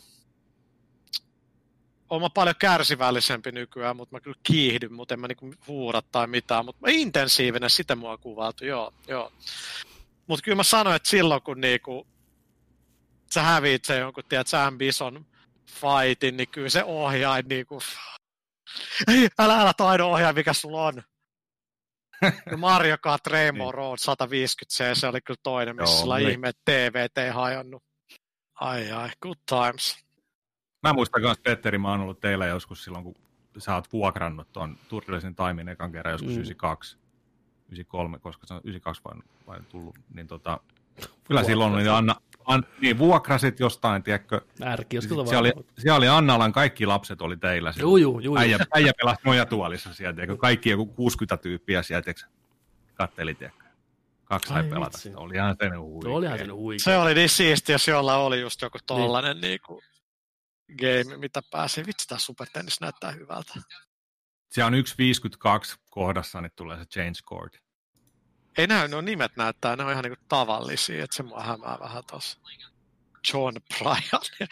olen mä paljon kärsivällisempi nykyään, mutta mä kyllä kiihdyn, mutta en mä niinku huuda tai mitään, mutta intensiivinen, sitä mua on kuvailtu, joo. Mutta kyllä mä sanoin, että silloin kun niinku, sä häviit se jonkun, tiedät, Sam Bison fightin, niin kyllä se ohjain niinku, ei, älä taidon ohjaa, mikä sulla on. Mario Kart Rainbow Road 150C, se oli kyllä toinen, missä sillä ihme TVT ei hajonnut. Ai, good times. Mä muistan myös, Petteri, mä oon ollut teillä joskus silloin, kun sä oot vuokrannut tuon Turtlesin Timein ekan kerran joskus 92, 93, koska se on 92 vai tullut, niin kyllä silloin oli vuokrasit jostain, tiedätkö? Siellä oli Annalan, kaikki lapset oli teillä. Joo. Äijä pelasi nojatuolissa sieltä, tiedätkö? Kaikki joku 60 tyyppiä sieltä, katteli, tiedätkö? 2 sai pelata. Olihan sen huikea. Se oli niin siisti, jos jolla oli just joku tollanen niinku game, mitä pääsee. Vitsi, tää supertennis näyttää hyvältä. Se on 1.52 kohdassa, niin tulee se change court. Ei nuo nimet näyttää, ne on ihan niinku tavallisia, että se mua hämää vähän tossa. John Bryan.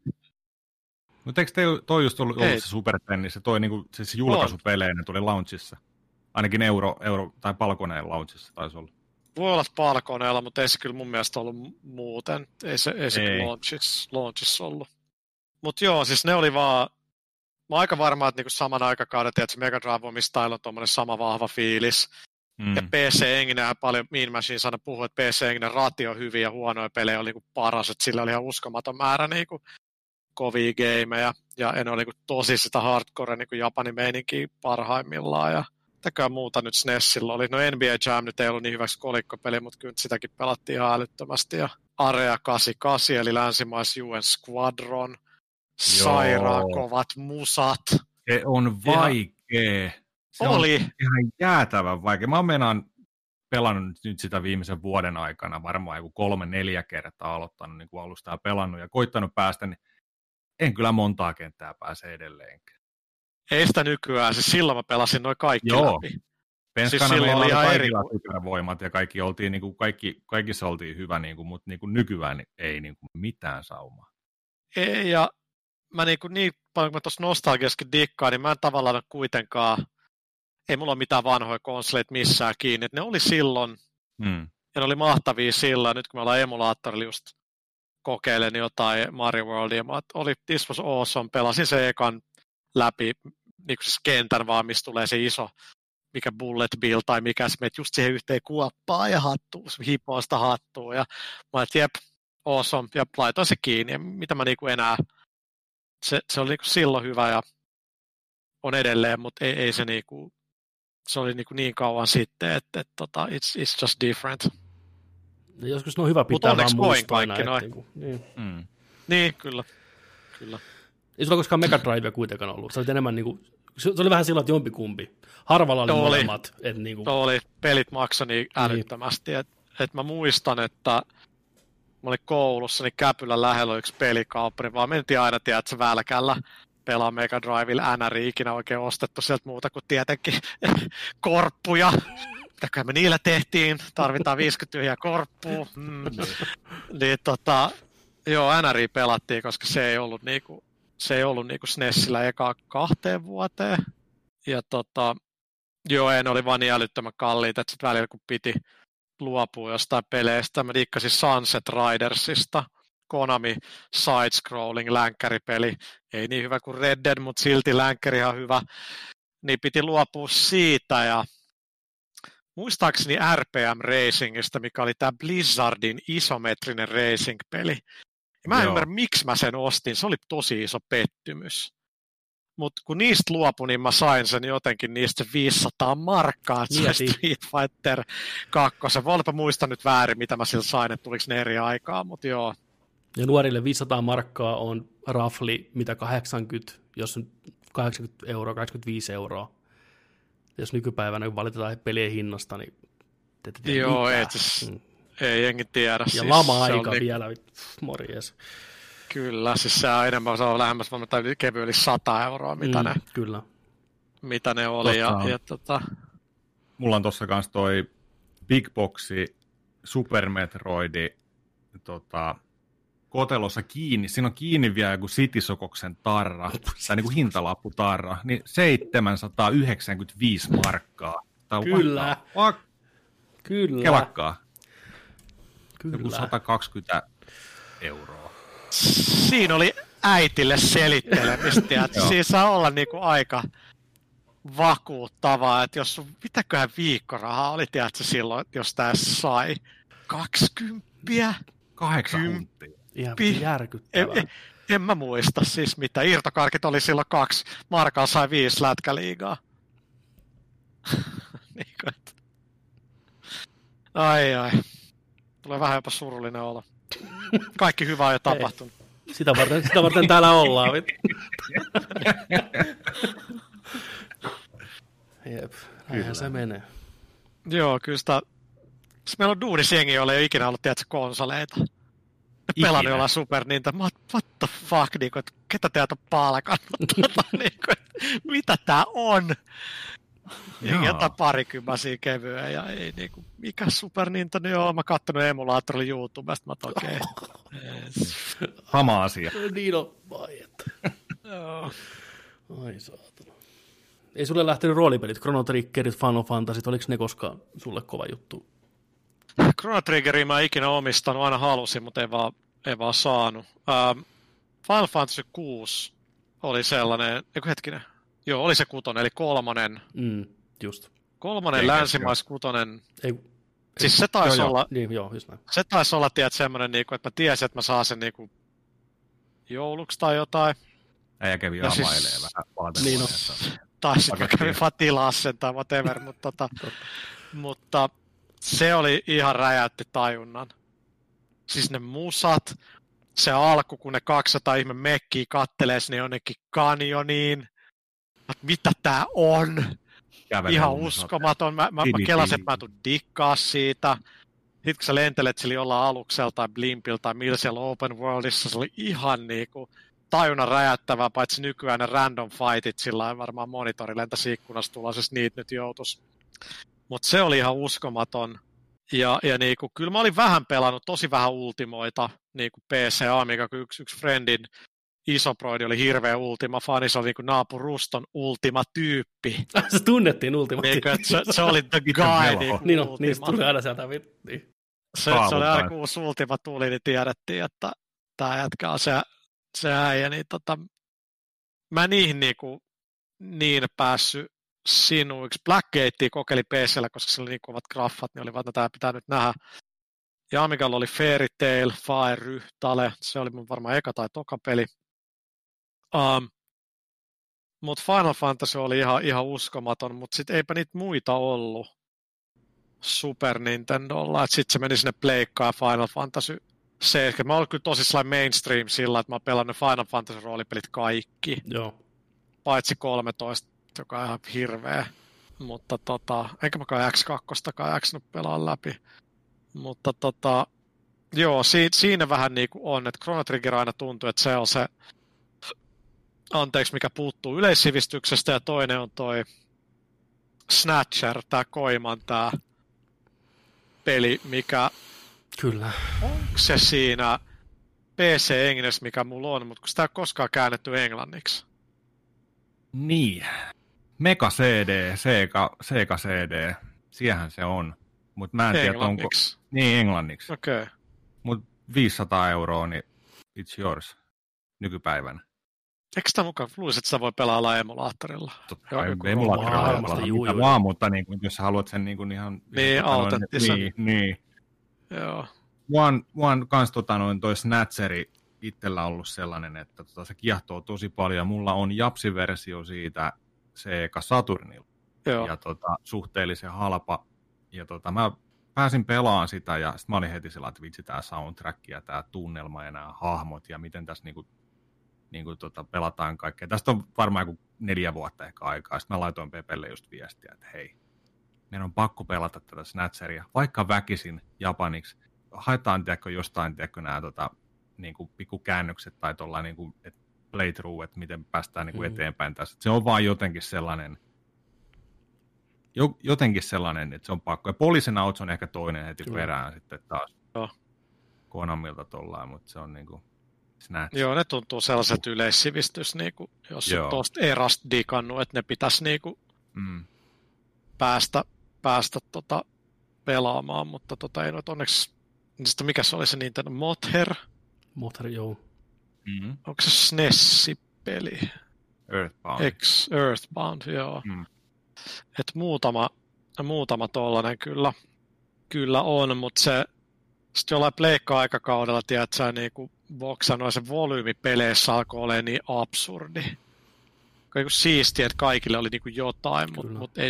Mutta eikö toi just ollut se Super Tennis, toi niinku, siis julkaisupeleinä tuli launchissa? Ainakin euro tai palkoneen launchissa taisi olla. Voi olla palkoneella, mutta ei se kyllä mun mielestä ollut muuten. Ei se launchissa ollut. Mutta joo, siis ne oli vaan... Mä oon aika varma, että niinku saman aikakauden, että Mega Drive Omistyle on tommonen sama vahva fiilis. Ja PC-enginä paljon Mean Machine aina puhuu, että PC-enginä ratio hyviä ja huonoja pelejä oli niinku paras, että sillä oli ihan uskomaton määrä niinku kovia gameja, ja ne oli niinku tosi sitä hardcore niinku Japanin meininkiä parhaimmillaan, ja mitäkään muuta nyt SNESillä oli. No NBA Jam nyt ei ollut niin hyväksi kolikkopeli, mutta kyllä sitäkin pelattiin ihan älyttömästi, ja Area 88, eli länsimais UN Squadron, sairaan kovat musat. Se on vaikea. Se oli ihan jäätävän vaikea. Mä oon pelannut nyt sitä viimeisen vuoden aikana varmaan joku 3-4 kertaa aloittanut niin kuin alusta ja pelannut ja koittanut päästä, niin en kyllä montaa kenttää pääse edelleenkään. Ei sitä nykyään, siis silloin mä pelasin noin kaikki läpi. Penskana siis meillä oli kaikilla supervoimat ja kaikki oltiin, niin kuin, kaikissa oltiin hyvä, niin kuin, mutta niin kuin nykyään ei niin kuin mitään saumaa. Ei, ja mä niin paljon kun mä tuossa nostalgiaskin dikkaan, niin mä en tavallaan kuitenkaan, ei mulla ole mitään vanhoja konsoleita missään kiinni. Et ne oli silloin, ja ne oli mahtavia silloin. Nyt kun me ollaan emulaattorilla just kokeilen jotain Mario Worldia, oli This Was Awesome, pelasin se ekan läpi, niin kuin siis kentän vaan, missä tulee se iso, mikä Bullet Bill tai mikä se menet just siihen yhteen kuoppaan ja hattuun, hipoa sitä hattua. Ja mä olin, että jep, awesome, ja laitoin se kiinni. Ja mitä mä niinku enää, se oli niinku silloin hyvä ja on edelleen, mutta ei se niinku, se oli niin kauan sitten, että it's just different. Ja joskus ne on hyvä pitää vaan muistoina. Niin, kyllä. Ei sulla koskaan Mega Drivea kuitenkaan ollut. Se oli enemmän niinku, se oli vähän silloin, että jompikumpi. Harvalla oli molemmat. Niinku... Oli, pelit maksoi niin älyttömästi. Että mä muistan, että mä olin koulussa, niin Käpylän lähellä oli yksi pelikauppari, vaan mentiin aina, tiedätkö, välkällä pelaa Mega Drivella NR ikinä oikein ostettu sieltä muuta kuin tietenkin korppuja. Mitäköhän me niillä tehtiin? Tarvitaan 50 tyhjää korppua. Niin joo, NRI pelattiin, koska se ei ollut niinku SNESillä eka 2 vuoteen. Ja joo, ne oli vaan niin älyttömän kalliita, että sitten välillä kun piti luopua jostain peleistä. Mä dikkasin Sunset Ridersista, Konami side-scrolling länkkäripeli. Ei niin hyvä kuin Red Dead, mutta silti länkkäri ihan hyvä. Niin piti luopua siitä ja muistaakseni RPM Racingista, mikä oli tämä Blizzardin isometrinen racing-peli. Ja mä en ymmärrä, miksi mä sen ostin. Se oli tosi iso pettymys. Mutta kun niistä luopui, niin mä sain sen jotenkin niistä 500 markkaa. Se Street Fighter 2. Voinpa muistaa nyt väärin, mitä mä sillä sain, että tuliko ne eri aikaa, mutta joo. Ja nuorille 500 markkaa on roughly mitä 80, jos on 80 euroa, 85 euroa. Jos nykypäivänä valitetaan pelien hinnasta, niin te tiedä joo, ei jengi tiedä. Ja siis lama-aika vielä, morjes. Kyllä, siis se on enemmän, se on lähemmäs kevyen yli 100 euroa, mitä ne oli. Mulla on tossa kans toi Big Boxi Super Metroidi kotelossa kiinni. Siinä on kiinni vielä joku Citysokoksen tarra, tai niinku hintalapputarra, niin 795 markkaa. Kyllä. Kyllä. Kelakkaa. Kyllä. Joku 120 euroa. Siinä oli äitille selittelemistä, että siinä saa olla niinku aika vakuuttavaa, että jos mitäköhän viikkorahaa oli, tiedätkö silloin, jos tää sai 20? 8 huntia. Ihan järkyttävää. En mä muista siis mitä. Irtokarkit oli silloin 2. Markalla sai 5 lätkäliigaa. Ai. Tulee vähän jopa surullinen olo. Kaikki hyvää on jo tapahtunut. Sitä varten täällä ollaan. Jep, näinhän se menee. Joo, kyllä sitä... Meillä on duunisjengi, joilla ei ole ikinä ollut, tiedätkö, konsoleita. Ne pelannut jollain Super Nintendo. What the fuck, niin kuin, että ketä teitä on palkannut? Niin kuin, mitä tää on? jotain parikymmäisiä kevyä ja ei niinku, mikä Super Nintendo, joo, mä kattonut emulaattorilla YouTubesta, mä okei. Sama asia. Niin on, vai että. Joo. Ai saatana. Ei sulle lähtenyt roolipelit, Chrono Triggerit, Final Fantasyt, oliko ne koskaan sulle kova juttu? Chrono Triggeria mä ikinä omistanut, aina halusin, mutta ei vaan saanut. Final Fantasy 6 oli sellainen, hetkinen, joo, oli se 6, eli 3. Just. 3 länsimais 6. Ei, Siis se taisi olla, niin, joo, just näin. se taisi olla, tiedät, semmoinen, että mä tiesin, että mä saan sen niinku jouluksi tai jotain. Äijä kävi Ja siis- availee vähän Niin on. Tai sitten mä kävin vaan tilaa sen tai whatever, mutta se oli ihan räjäytti tajunnan. Siis ne musat, se alku, kun ne 200 ihme mekkiä kattelee sinne jonnekin kanioniin. Mitä tää on? Ihan uskomaton. Mä kelasin, että mä tuun dikkaa siitä. Sitten kun sä lentelet sillä jollain aluksella tai blimpillä tai millä siellä open worldissa, se oli ihan niinku tajunnan räjäyttävää, paitsi nykyään ne random fightit, sillä varmaan monitori lentäisi ikkunasta tulla, jos niitä nyt joutuisi. Mutta se oli ihan uskomaton. Ja niinku, kyllä mä olin vähän pelannut, tosi vähän ultimoita, niinku PC Amiga, kun yksi friendin isoproidi oli hirveä Ultima-fani, se oli niinku naapuruston Ultima-tyyppi. Se tunnettiin Ultima. Niinku, se oli the guy niinku Niin on, Ultima. niistä tuli aina sieltä niin. Se oli aina kun uusi Ultima tuli, niin tiedettiin, että tämä jätkä on se äijä. Niin mä niihin niin päässyt sinuiksi. Blackgatea kokeili PC:llä, koska se oli niin kovat graffat, niin oli vaan, että tämä pitää nyt nähdä. Ja Amigalla oli Fairy Tail, Fire, Ryhtale, se oli mun varmaan eka tai toka peli. Mutta Final Fantasy oli ihan uskomaton, mutta sitten eipä niitä muita ollut Super Nintendolla, että sitten se meni sinne Pleikkaan ja Final Fantasy 7. Mä olin kyllä tosi mainstream sillä, että mä oon pelannut Final Fantasy roolipelit kaikki, Joo. paitsi 13, joka on ihan hirveä. Mutta enkä mäkään X2-takaan jaksanut pelaa läpi. Mutta joo, siinä vähän niin kuin on, että Chrono Trigger aina tuntuu, että se on se, anteeksi, mikä puuttuu yleissivistyksestä, ja toinen on toi Snatcher, tää Koiman tää peli, mikä Kyllä. onko se siinä PC-englanniksi, mikä mulla on, mutta kun sitä ei ole koskaan käännetty englanniksi. Niin. Mega CD, Sega CD, siehän se on. Mutta mä en tiedä, onko... Englanniksi? Niin, englanniksi. Okei. Okay. Mutta 500 €, niin it's yours nykypäivänä. Eikö sitä mukaan? Luulisin, että sitä voi pelailla emulaattorilla. Totta Joo, kai joku emulaattorilla varmasti, voi pelata juu, mitä juu. vaan, mutta niin, jos sä haluat sen niin ihan... Niin, autenttisen. Niin. Joo. Vaan kans toi Snatcheri itsellä ollut sellainen, että se kiehtoo tosi paljon. Mulla on Japsi-versio siitä Sega Saturnilla. Joo. Ja suhteellisen halpa. Ja mä pääsin pelaamaan sitä ja sit mä olin heti sellainen, että vitsi tää soundtrack ja tää tunnelma ja nämä hahmot ja miten tässä pelataan kaikkea. Tästä on varmaan joku 4 vuotta ehkä aikaa. Sitten mä laitoin Pepelle just viestiä, että hei, meidän on pakko pelata tätä Snatcheria, vaikka väkisin japaniksi. Haetaan jostain nämä pikkukäännökset tai tuollainen playthrough, että miten päästään eteenpäin tässä. Se on vaan jotenkin sellainen, että se on pakko. Ja Policenauts on ehkä toinen heti perään sitten taas. Joo. Konamilta tollaan, mutta se on Snatch. Joo, ne tuntuu sellaiset yleissivistys, jos on tuosta erasta digannut, että ne pitäisi päästä pelaamaan, mutta ei nyt onneksi, niin mikä se oli se Nintendo Motor, joo. Mm-hmm. onko se SNES-peli? Earthbound, joo. Että muutama tollainen kyllä on, mutta se sitten jollain pleikka-aikakaudella, tiedät sä, boksannut se volyymi peleissä alkoi olemaan niin absurdi. Siistiä, että kaikille oli jotain, mutta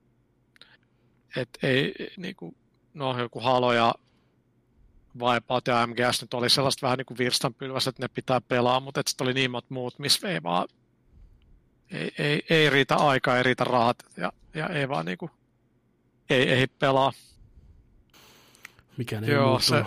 ei joku Halo ja Wipeout ja MGS nyt oli sellaista vähän virstanpylvästä, että ne pitää pelaa, mutta sitten oli niin muut, missä ei vaan ei riitä aikaa, ei riitä rahat ja ei vaan ei pelaa. Mikään ei muuttunut.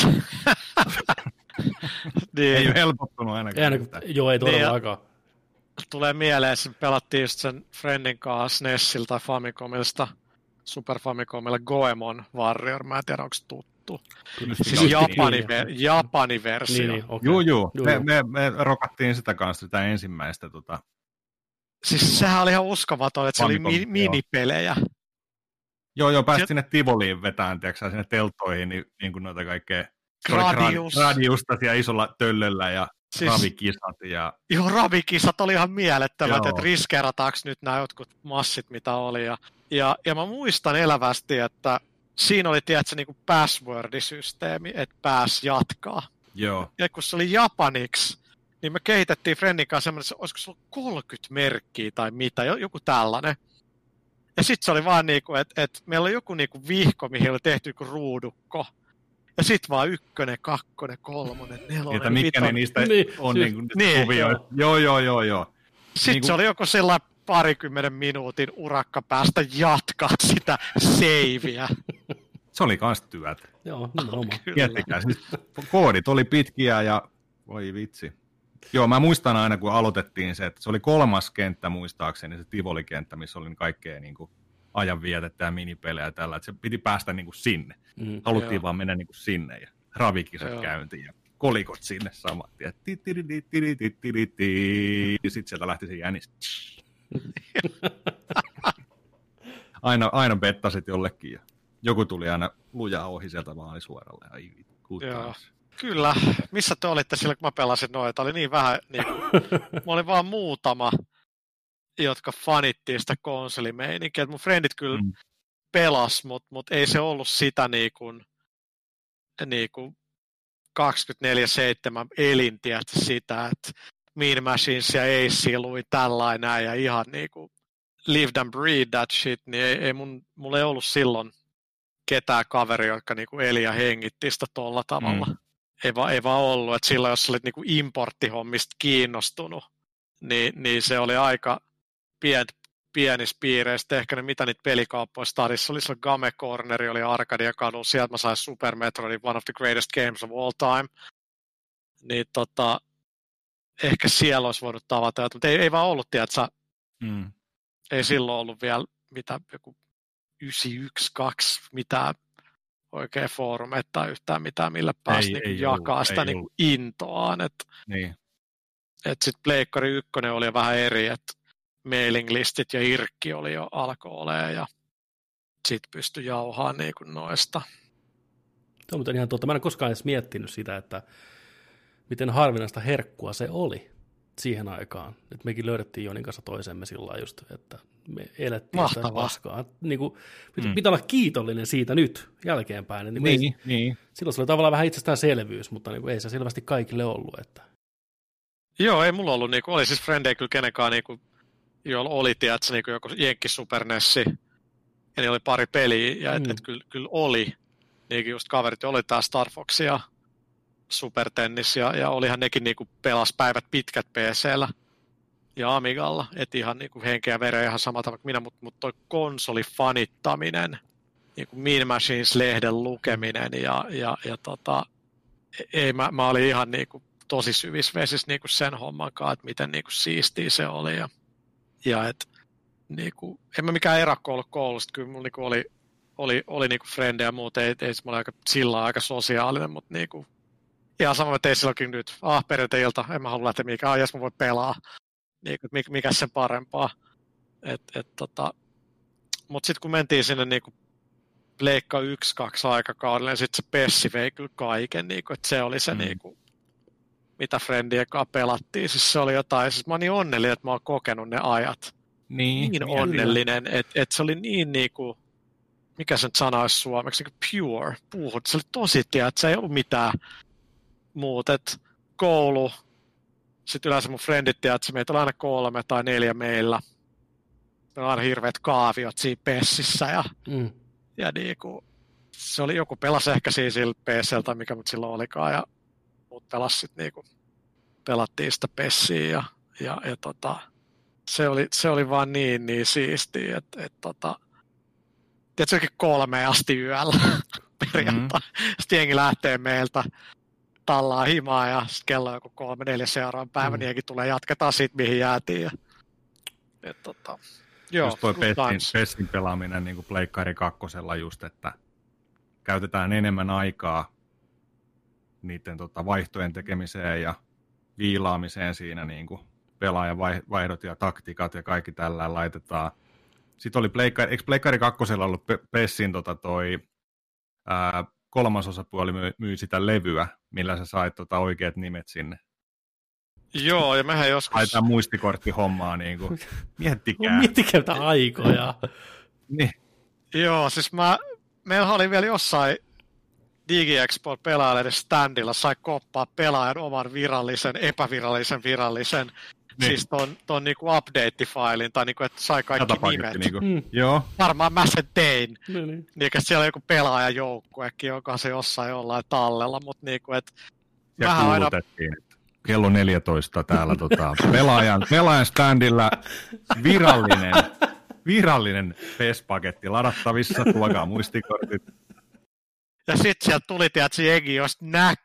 Niin. Ei ole helpottunut ainakaan. Joo, ei todellakaan. tulee mieleen, että pelattiin just sen Friendin kanssa Nessiltä tai Famicomilta, Super Famicomilla Goemon Warrior, mä en tiedä onko tuttu. Siis Japani versio. Niin, okay. Joo. Me rokattiin sitä kanssa sitä ensimmäistä. Siis sehän oli ihan uskomaton, että Famicom, se oli minipelejä. Joo, pääsi sinne Tivoliin vetään, tiedätkö, sinne teltoihin, niin kuin noita kaikkea Gradiusta siellä isolla töllöllä ja siis, ravikisat. Joo, ravikisat oli ihan mielettömät, että riskeerataanko nyt nämä jotkut massit, mitä oli. Ja mä muistan elävästi, että siinä oli, tiedätkö, niin kuin password-systeemi, että pääsi jatkaa. Joo. Ja kun se oli japaniksi, niin me kehitettiin Friendin kanssa semmoinen, olisiko se ollut 30 merkkiä tai mitä, joku tällainen. Ja sitten se oli vaan niin kuin, että meillä oli joku niin kuin vihko, mihin oli tehty joku ruudukko. Ja sitten vaan 1, 2, 3, 4. Että mitkä ne niistä on niin. kuvioita. Joo. Sitten niin se oli joku sellainen 20 minuutin urakka päästä jatkaa sitä seiviä. Se oli kans työtä. Joo, nimenomaan. Miettikää, siis koodit oli pitkiä ja voi vitsi. Joo, mä muistan aina, kun aloitettiin se, että se oli 3. kenttä muistaakseni, se Tivoli-kenttä, missä oli kaikkea niin kuin ajanvietettä ja minipelejä ja tällä, että se piti päästä niin kuin sinne. Haluttiin vaan mennä niin kuin sinne ja ravikisat käyntiin ja kolikot sinne samat. Ja sitten sieltä lähti se jänis. Aina bettasit jollekin ja joku tuli aina lujaa ohi sieltä maalisuoralle. Ai Kyllä. Missä te olitte silloin, kun mä pelasin noita? Oli niin vähän, niin mä olin vaan muutama, jotka fanittiin sitä konsolimeininkiä. Mun friendit kyllä pelas, mutta ei se ollut sitä niin kuin 24/7 elintiä sitä, että Mean Machines ja Ace lui tällainen ja ihan niin kuin lived and breathe that shit, niin mulla ei ollut silloin ketään kaveria, jotka niin kuin eli ja hengitti sitä tolla tavalla. Ei vaan ollut, että silloin jos olit niin kuin importtihommista kiinnostunut, niin se oli aika pienissä piireissä. Ehkä ne mitä niitä pelikauppoissa tarvitsisi. Oli silloin Game Corneri, oli Arcadia kadulla, sieltä mä sain Super Metroidin One of the Greatest Games of All Time. Niin ehkä siellä olisi voinut tavata, mutta ei vaan ollut, tiedätkö, ei silloin ollut vielä joku 91-2 mitään oikein foorumetta tai yhtään mitään, millä pääsi jakaa sitä niinku intoaan. Niin. Sitten Pleikkari 1 oli jo vähän eri, että mailing-listit ja irkki oli jo alkoi olemaan ja sitten pystyi jauhaan niinku noista. Tuo on ihan totta. Mä en koskaan edes miettinyt sitä, että miten harvinaista herkkua se oli siihen aikaan. Että mekin löydettiin Jonin kanssa toisemme sillä just, että me elettiin sitä paskaa. Niin kuin, pitää olla kiitollinen siitä nyt jälkeenpäin. Niin. Silloin se oli tavallaan vähän itsestäänselvyys, mutta niin kuin, ei se selvästi kaikille ollut. Että. Joo, ei mulla ollut. Niin kuin, oli siis frendejä kyllä kenenkaan, niin kuin, joilla oli tiedätkö, niin kuin joku Jenkki Super Nessi, ja niillä oli pari peliä, ja et kyllä oli. Niinkin just kaverit, oli tää Star Fox ja Super Tennis, ja olihan nekin niin kuin pelas päivät pitkät PC:llä ja Amigalla, et ihan niin kuin henkeä ja vereä ihan samalla tavalla kuin minä, mutta toi konsolifanittaminen, niin kuin Mean Machines-lehden lukeminen, mä olin ihan niin kuin tosi syvissä vesissä niin kuin sen homman kanssa, että miten niin kuin siistiä se oli, ja et, niin kuin, en mä mikään erakko ollut koulusta, kyllä mulla niin kuin oli niinku frendejä ja muuta, ei mä olin aika sosiaalinen, mutta niinku, ihan sama mä tein silloinkin nyt, perjantai-ilta, en mä halua lähteä mihinkään, jos mä voin pelaa, niinku, mikä sen parempaa. Mutta sitten kun mentiin sinne niinku Pleikka 1-2 aikakaudelle, niin sitten se Pessi vei kyllä kaiken, niinku, että se oli se niinku, mitä friendien kanssa pelattiin, siis se oli jotain, siis mä oon niin onnellinen, että mä oon kokenut ne ajat. Niin onnellinen, että se oli niin niinku, mikä se nyt sana olisi suomeksi, niin pure, puhut. Se oli tosi, että se ei ollut mitään muuta, että koulu, sitten yleensä mun frendit, että meitä oli aina 3 tai 4 meillä. Meillä on aina hirveät kaaviot siinä pessissä, ja niinku, se oli joku pelasi ehkä siinä sillä PC:ltä, mikä mut silloin olikaan, ja muut pelasi sitten niinku, pelattiin sitä pessiä, ja se oli vaan niin siistiä, että tiedätkö, 3 asti yöllä perjantai. Sitten jengi lähtee meiltä tallaa himaa ja sitten kello on joku 3-4 seuraavan päivän, niin tulee jatketaan siitä, mihin jäätiin. Ja, joo, just toi PESin pelaaminen niin kuin Pleikkari 2 just, että käytetään enemmän aikaa niiden vaihtojen tekemiseen ja viilaamiseen siinä niin kuin pelaajan vaihdot ja taktiikat ja kaikki tällä laitetaan. Sitten oli eikö Pleikkari 2 ollut PESin kolmas osapuoli myy sitä levyä, millä sä sait oikeat nimet sinne. Joo, ja mehän joskus... Laitaan muistikorttihommaa, niin kuin. Miettikää. Miettikää tätä aikoja. Niin. Joo, siis meillä oli vielä jossain DigiExpo pelaajalle standilla, sai koppaa pelaajan oman virallisen, virallisen, siis ton niinku update-failin, tai niinku, että sai kaikki nimet. Niinku. Joo. Varmaan mä sen tein. Niin, siellä on joku pelaajajoukkuekin, joka se jossain jollain tallella, mutta niinku, että ja kuulutettiin, että kello 14 täällä pelaajan standilla virallinen PES-paketti ladattavissa, tuokaa muistikortit. Ja sitten sieltä tuli, tiedätkö, jengi, jos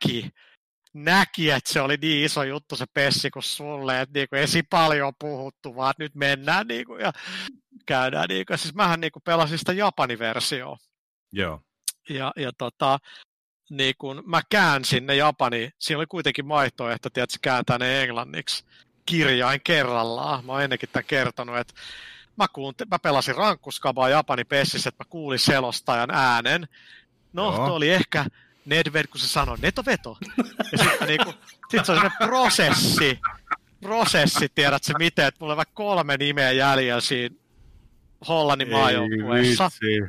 näki, että se oli niin iso juttu se PESsi kuin sulle, että niinku, ei siinä paljon puhuttu, vaan nyt mennään niinku, ja käydään. Niinku. Siis mähän niinku pelasin sitä Japani-versioa. Joo. Ja niin kun mä käänsin ne Japani, siinä oli kuitenkin vaihtoehto, tiedätkö, kääntää ne englanniksi kirjain kerrallaan. Mä oon ennenkin tämän kertonut, että mä pelasin rankkuskabaa Japani PESissä, että mä kuulin selostajan äänen. No, tuo oli ehkä Nedved, kun se sanoi netoveto. Ja sitten sit se on sellainen prosessi, tiedätkö miten, että mulla on vaikka 3 nimeä jäljellä siinä Hollannin maajoukkueessa.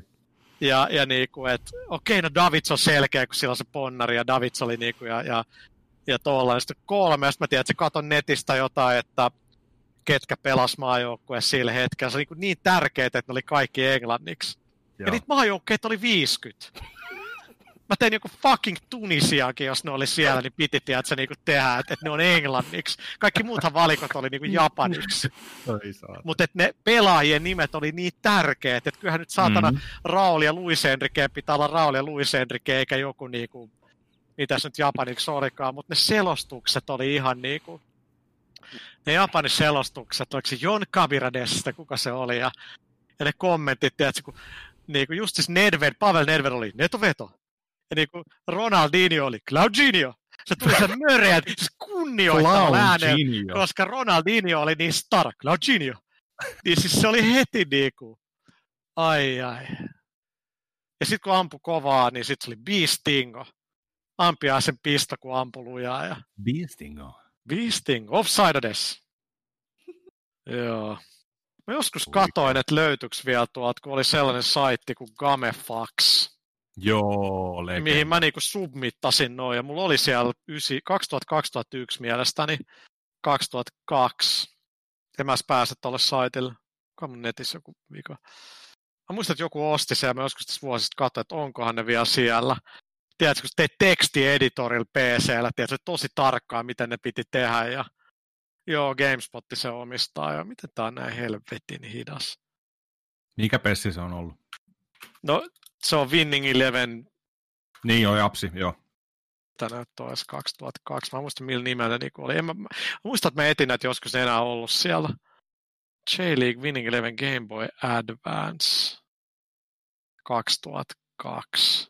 Ja niinku, että okei, no Davids on selkeä, kun sillä on se ponnari, ja Davids oli niinku, ja tuolla. Sitten 3, ja sitten mä tiedän, että se katon netistä jotain, että ketkä pelas maajoukkueessa sillä hetkellä. Se oli niin tärkeää, että ne oli kaikki englanniksi. Joo. Ja niitä maajoukkeita oli 50. Mä tein joku fucking Tunisiakin, jos ne oli siellä, niin piti tiedätkö, niinku tehdä, että ne on englanniksi. Kaikki muuthan valikot oli niinku japaniksi. Mutta ne pelaajien nimet oli niin tärkeät, että kyllähän nyt saatana Raul ja Luis Enrique pitää olla Raul ja Luis Enrique, eikä joku niinku, mitäs nyt japaniksi olikaan, mutta ne selostukset oli ihan niinku, ne Japanin selostukset, oliko se Jon Kabiradesta, kuka se oli, ja ne kommentit, tiedätkö, kun niinku just siis Pavel Nedved oli netoveto. Ja niin kuin Ronaldinho oli Claudinho. Se tuli sen möreä, siis kunnioittava ääneen, koska Ronaldinho oli niin star, Claudinho. Niin siis se oli heti niinku, ai. Ja sitten kun ampui kovaa, niin sitten se oli Beastingo. Ampia sen pisto, kun ampui lujaa. Ja... Beastingo, offsidades. Joo. Mä joskus katoin, että löytyykö vielä tuolta, kun oli sellainen saitti kuin Gamefax. Joo, legenda. Mihin mä niinku submittasin noin, ja mulla oli siellä 2001 mielestäni, 2002. En mä pääse tuolle saitille. Onko mun netissä joku vika? Mä muistan, että joku osti sen, ja mä joskus tässä vuosista katsoin, että onkohan ne vielä siellä. Tiedätkö, kun teet tekstieditorilla PC:llä, tiedätkö, tosi tarkkaan, miten ne piti tehdä, ja joo, GameSpot se omistaa, ja miten tää on näin helvetin hidas. Mikä pessi se on ollut? No, se on Winning Eleven. Niin joo, japsi, joo. Tänään olisi 2002. Mä muistan, millä nimellä niin oli. Mä muistan, että mä etin, että joskus enää ollut siellä. J-League Winning Eleven Game Boy Advance 2002.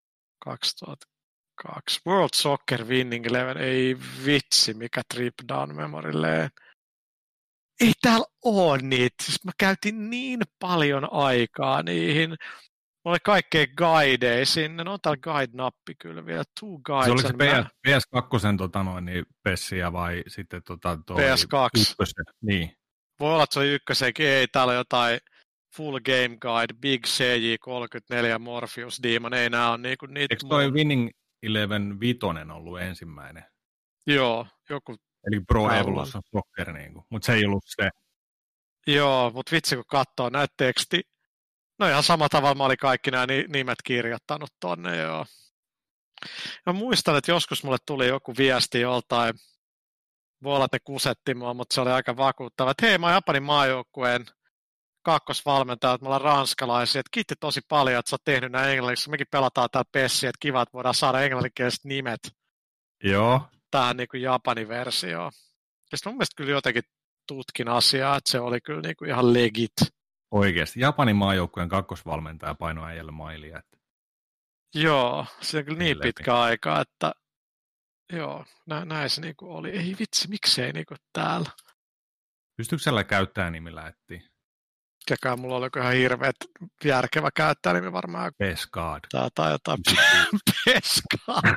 World Soccer Winning Eleven. Ei vitsi, mikä trip down memory lane. Ei täällä ole niitä. Siis mä käytin niin paljon aikaa niihin. Mulla oli kaikkea guideja sinne. No on täällä guide-nappi kyllä vielä. Two guides. Se oli se PS2 niin pessiä vai sitten PS2. Niin. Voi olla, että se oli ykkösenkin. Ei, täällä on jotain Full Game Guide, Big CJ34, Morpheus, Demon. Ei nää on niinku niitä. Eikö toi Winning Eleven 5 ollut ensimmäinen? Joo, joku. Eli Pro Evolution Soccer niinku. Mutta se ei ollut se. Joo, mutta vitsi kun katsoo näitä teksti. No ihan samalla tavalla mä olin kaikki nämä nimet kirjoittanut tonne, joo. Mä muistan, että joskus mulle tuli joku viesti joltain, voi olla, että ne kusetti mua, mutta se oli aika vakuuttava, että hei, mä oon Japanin maajoukkueen kakkosvalmentaja, että me ollaan ranskalaisia, että kiitti tosi paljon, että sä oot tehnyt nämä englanniksi, mekin pelataan täällä pessiä, että kiva, että voidaan saada englanninkieliset nimet. Joo. Tähän niin kuin Japanin versioon. Ja sitten mun mielestä kyllä jotenkin tutkin asiaa, että se oli kyllä niin kuin ihan legit. Oikeasti. Japanin maajoukkueen kakkosvalmentaja painoi äijälle mailia. Joo, se on kyllä niin Läpi. pitkä aika, että joo, näin se niin kuin oli. Ei vitsi, miksei niin kuin täällä. Pystyykö siellä käyttäjänimillä etsiä? Mikäkään mulla oli ihan hirveet järkevä käyttäjänimi varmaan. Pescad. Tai jotain peskaa.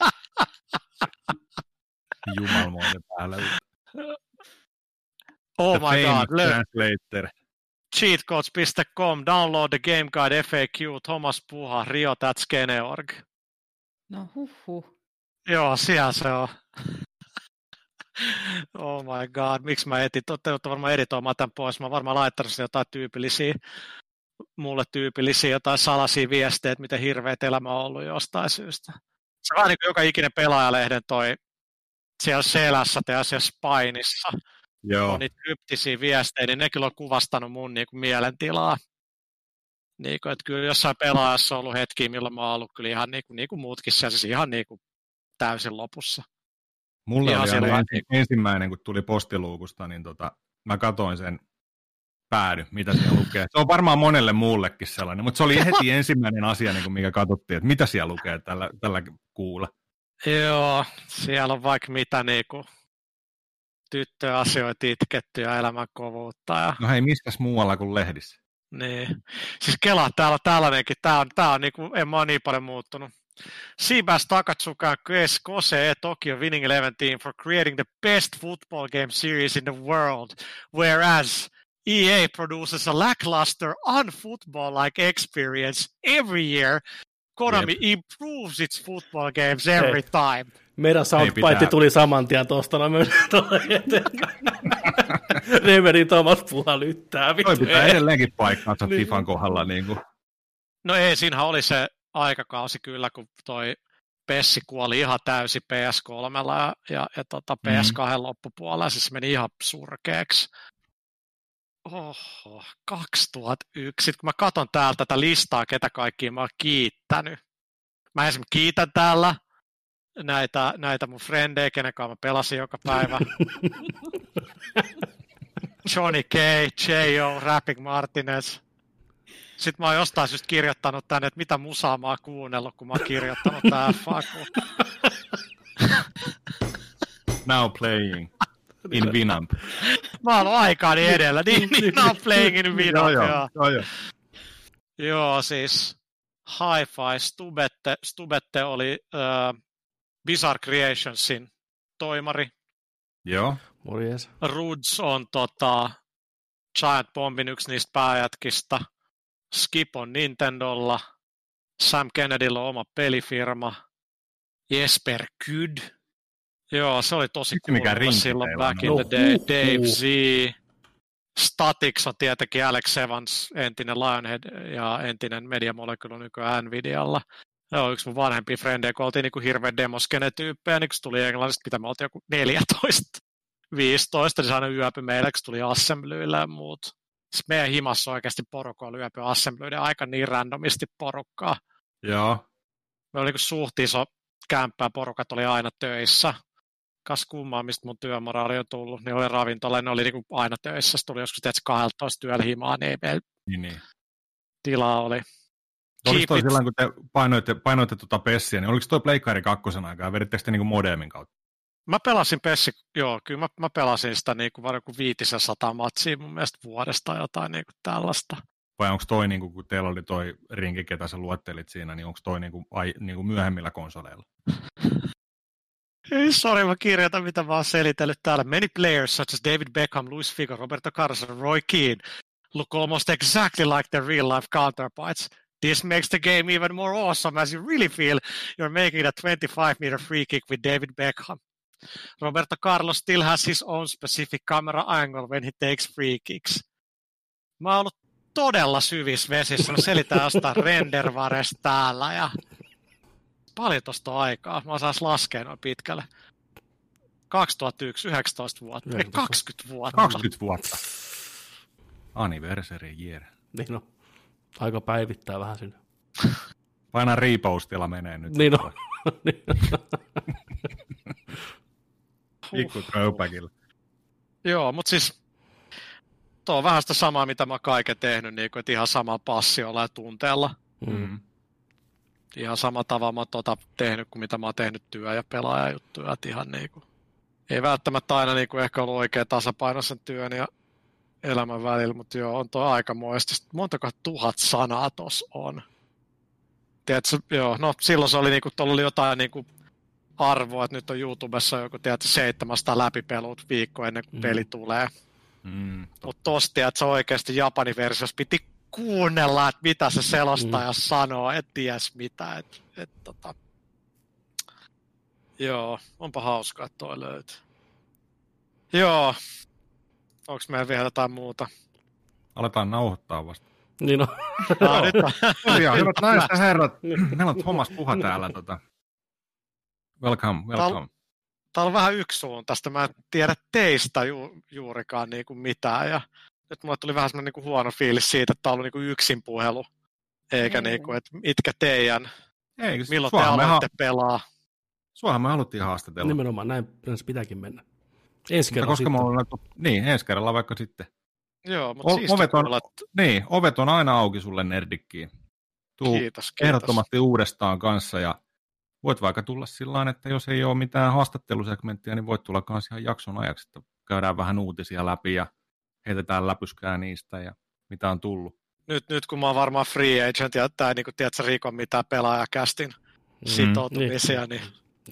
Jumalmoinen päällä. Oh my god, Translator. cheatcodes.com, download the game guide FAQ, Thomas Puha, rio.skene.org. No huhhuh. Joo, siellä se on. Oh my god, miksi mä etin? Te olette varmaan editoimaan tämän pois. Mä oon varmaan laittanut jotain mulle tyypillisiä jotain salaisia viestejä, että miten hirveät elämä on ollut jostain syystä. Se on vähän niin kuin joka ikinen pelaajalehden toi siellä selässä tai siellä Spainissa. Joo. On niitä kryptisiä viestejä, niin ne kyllä on kuvastanut mun niin kuin mielentilaa. Niin kuin, että kyllä jossain pelaajassa on ollut hetkiä, milloin mä oon ollut kyllä ihan niin kuin muutkin siellä, siis ihan niin kuin täysin lopussa. Mulle ihan oli aina ensimmäinen, kun tuli postiluukusta, niin mä katoin sen päädy, mitä siellä lukee. Se on varmaan monelle muullekin sellainen, mutta se oli heti ensimmäinen asia, niin kuin mikä katsottiin, että mitä siellä lukee tällä kuulla. Joo, siellä on vaikka mitä niinku tyttöasioita itketty ja elämän kovuutta. Ja... No hei, mistäs muualla kuin lehdissä? Niin. Siis kelaa, täällä on tällainenkin, tää on niinku, en mä ole niin paljon muuttunut. Seabass Takatsuka Kose Tokyo Winning 11 team for creating the best football game series in the world, whereas EA produces a lackluster, unfootball-like experience every year. Konami improves its football games every time. Meidän soundbite tuli saman tien tuosta, no Remeri Thomas Puha lyttää. Toi pitää edelleenkin paikkaansa FIFAn kohdalla. Niin kuin. No ei, siinähän oli se aikakausi kyllä, kun toi Pessi kuoli ihan täysin PS3 ja PS2 loppupuolella, siis se meni ihan surkeaksi. Oho, 2001. Sitten kun mä katson täältä tätä listaa, ketä kaikkia mä oon kiittänyt. Mä esimerkiksi kiitän täällä näitä mun frendejä, kenen kanssa mä pelasin joka päivä. Johnny K, J.O., Rapping Martinez. Sitten mä oon jostain syystä kirjoittanut tänne, että mitä musaa mä oon kuunnellut, kun mä oon kirjoittanut tää FAQ. Now playing in Winamp. Mä oon ollut aikaani edellä, niin now playing in Winamp. Joo. Joo, siis Hi-Fi, Stubette oli Bizarre Creationsin toimari. Joo. Morjes. Rudes on Giant Bombin yksi niistä pääjätkistä. Skip on Nintendolla. Sam Kennedyllä on oma pelifirma. Jesper Kyd. Joo, se oli tosi cool silloin back in the day. Dave Z. Statix on tietenkin Alex Evans, entinen Lionhead ja entinen Media Molecule nykyään Nvidialla. Joo, yksi mun vanhempia frendejä, kun oltiin niin hirveän demoskene-tyyppejä, niin kun se tuli englannista, mitä me oltiin joku 14, 15, niin se aina yöpy meille, kun se tuli assemblyillä ja muut. Siis meidän himassa oikeasti porukalla yöpy assemblyiden aika niin randomisti porukkaa. Joo. Me oli niin suht iso kämppää, porukat oli aina töissä. Kas kummaa, mistä mun työmoraali on tullut, niin oli ravintola, ne oli niin aina töissä. Se tuli joskus 12 työllä himaa, niin ei meillä tilaa oli. Oliko toi silloin, kun te painoitte Pessiä, niin oliko toi Pleikkari 2 aikaa, vedittekö te niin modemin kautta? Mä pelasin Pessi, joo, kyllä mä pelasin sitä niin kuin 500 matsia mun mielestä vuodesta jotain niin kuin tällaista. Vai onko toi, niin kuin, kun teillä oli toi rinki, ketä sä luettelit siinä, niin onko toi niin kuin myöhemmillä konsoleilla? Ei, sori, mä kirjoitan, mitä mä oon selitellyt täällä. Many players such as David Beckham, Luis Figo, Roberto Carlos and Roy Keane look almost exactly like their real-life counterparts. This makes the game even more awesome as you really feel you're making a 25-meter free kick with David Beckham. Roberto Carlos still has his own specific camera angle when he takes free kicks. Mä oon ollut todella syvissä vesissä. Mä selitän jostain rendervaresta täällä ja paljon tosta aikaa. Mä osais laskea noin pitkälle. 2001, 19 vuotta. 20 vuotta. 20 vuotta. Anniversary year. Niin no. Aika päivittää vähän sinne. Paina repoustilla menee nyt. Niin on. Pikku throwbackilla. Joo, mutta siis tuo on vähän sitä samaa, mitä mä kaiken tehnyt, niin kuin, että ihan sama passiolla ja tunteella. Mm. Ihan sama tavalla mä oon tehnyt kuin mitä mä oon tehnyt työ- ja pelaajajuttuja. Että ihan niin kuin, ei välttämättä aina niin kuin ehkä ollut oikea tasapaino sen työn ja elämän välillä, mutta joo, on tuo aikamoista. Montako 1000 sanaa tuossa on? Tiedätkö, joo, no silloin se oli, niin kuin, oli jotain niin kuin arvoa, että nyt on YouTubessa joku, tiedätkö, 700 läpipelut viikko ennen kuin peli tulee. Mutta tossa, tiedätkö, oikeasti Japanin versiossa piti kuunnella, että mitä se selostaja sanoo, et ties mitä. Joo, onpa hauskaa, että toi löytyy. Joo, onko meillä vielä jotain muuta? Aletaan nauhoittaa vasta. Niin on. Nyt on. Tosiaan, hyvät naiset ja herrat, meillä on Thomas Puha täällä. Welcome. Täällä on vähän yksisuuntaista. Mä en tiedä teistä juurikaan niin kuin mitään. Ja nyt mulle tuli vähän semmoinen niin kuin huono fiilis siitä, että tää on ollut niin kuin yksin puhelu. Eikä niin kuin, että mitkä teidän, milloin te aloitte pelaa. Suohan me haluttiin haastatella. Nimenomaan, näin se pitääkin mennä. Ensi kerralla vaikka sitten. Joo, mutta siistiä kuulla. Ovet on aina auki sulle nerdikkiin. Kiitos. Ehdottomasti uudestaan kanssa ja voit vaikka tulla sillä että jos ei ole mitään haastattelusegmenttiä, niin voit tulla kanssa ihan jakson ajaksi, että käydään vähän uutisia läpi ja heitetään läpyskää niistä ja mitä on tullut. Nyt kun mä oon varmaan free agent ja tää ei niin tiedätkö rikon mitään pelaajakästin sitoutumisia, niin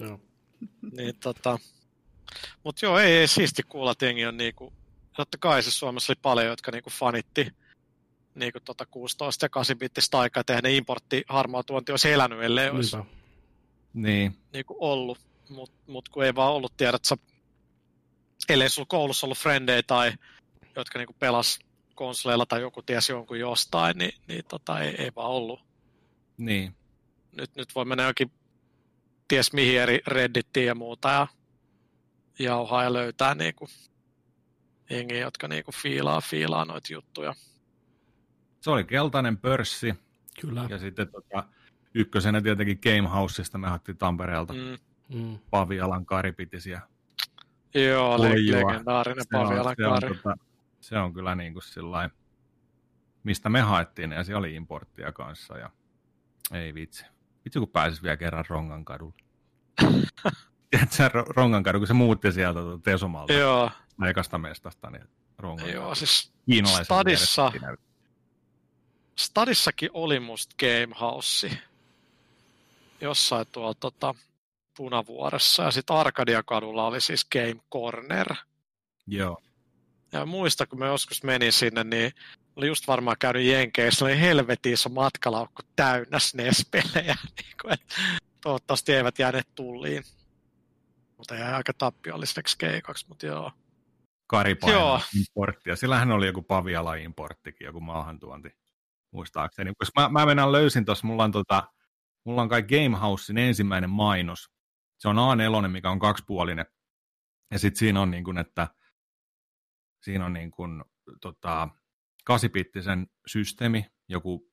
mutta joo, ei siisti kuulla, että jengi on niinku, totta kai siis Suomessa oli paljon, jotka niinku fanitti niinku 16 ja 8-bittistä aikaa, että eihän ne importti-harmaatuonti olisi elänyt, ellei olisi niinku ollut, mut kun ei vaan ollut, tiedätkö, ellei sulla koulussa ollut frendejä tai jotka niinku pelas konsoleilla tai joku tiesi jonkun jostain, niin ei vaan ollut. Niin. Nyt voi mennä jokin ties mihin eri Reddittiin ja muuta ja jauhaa ja löytää niinku jengiä, jotka niinku fiilaa noita juttuja. Se oli keltainen pörssi. Kyllä. Ja sitten ykkösenä tietenkin Gamehouseista me hattiin Tampereelta. Pavialan Kari pitisiä. Joo, legendaarinen Pavialan Kari. Se on kyllä niin kuin sillain, mistä me haettiin, ja se oli importtia kanssa, ja ei vitsi. Vitsi, kun pääsis vielä kerran Rongan kadulle. Tiedätkö Rongan kadu, kun se muutti sieltä Tesomalta. Joo. Ekasta mestasta, niin Rongan kadu. Joo, siis kiinalaisen Stadissakin oli musta Gamehouse jossain tuolla Punavuoressa, ja sitten Arkadia-kadulla oli siis Game Corner. Joo. Ja muista, kun mä joskus menin sinne, niin oli just varmaan käynyt Jenkeissä, oli helvetin iso matkalaukku täynnä SNES-pelejä. Toivottavasti eivät jääneet tulliin. Mutta jäi aika tappiolliseksi keikaksi, mutta joo. Kari painaa importtia. Sillähän oli joku Paviala-importtikin, joku maahantuonti, muistaakseni. Koska mä mennään löysin tuossa, mulla on kai Gamehousein ensimmäinen mainos. Se on A4, mikä on kaksipuolinen. Ja sitten siinä on niin kuin, että siinä on niin kuin 8-bittisen systeemi, joku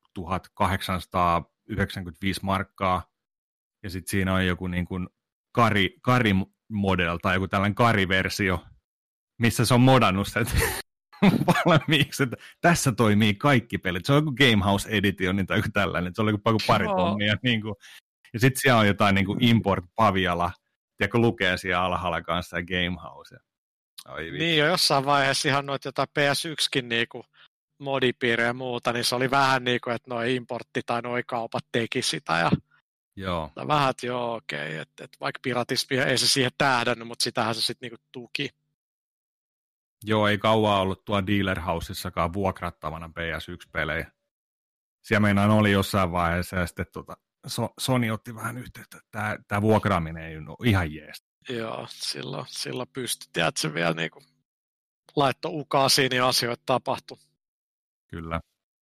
1895 markkaa, ja sitten siinä on joku niin kuin Kari-model tai joku tällainen Kari-versio, missä se on modannut sen valmiiksi, että tässä toimii kaikki pelit. Se on joku Gamehouse Edition tai joku tällainen, se oli joku pari tonnia. Niin kuin. Ja sitten siellä on jotain niin kuin Import Paviala, tiedätkö, lukee siellä alhaalla kanssa ja Gamehouse. Niin jo jossain vaiheessa ihan noita jotain PS1kin niinku modipiirejä ja muuta, niin se oli vähän niin kuin, että noi importti tai noi kaupat teki sitä. Ja joo. Vähän, että joo, okei. Että vaikka piratismi ei se siihen tähdännyt, mutta sitähän se sitten niinku tuki. Joo, ei kauan ollut tuo Dealer Housessakaan vuokrattavana PS1-pelejä. Siellä meinaan oli jossain vaiheessa ja sitten Sony otti vähän yhteyttä, että tämä vuokraaminen ei ole ihan jees. Joo, silloin pystyt, että se vielä niinku laittoi ukaasiin, niin asioita tapahtui. Kyllä.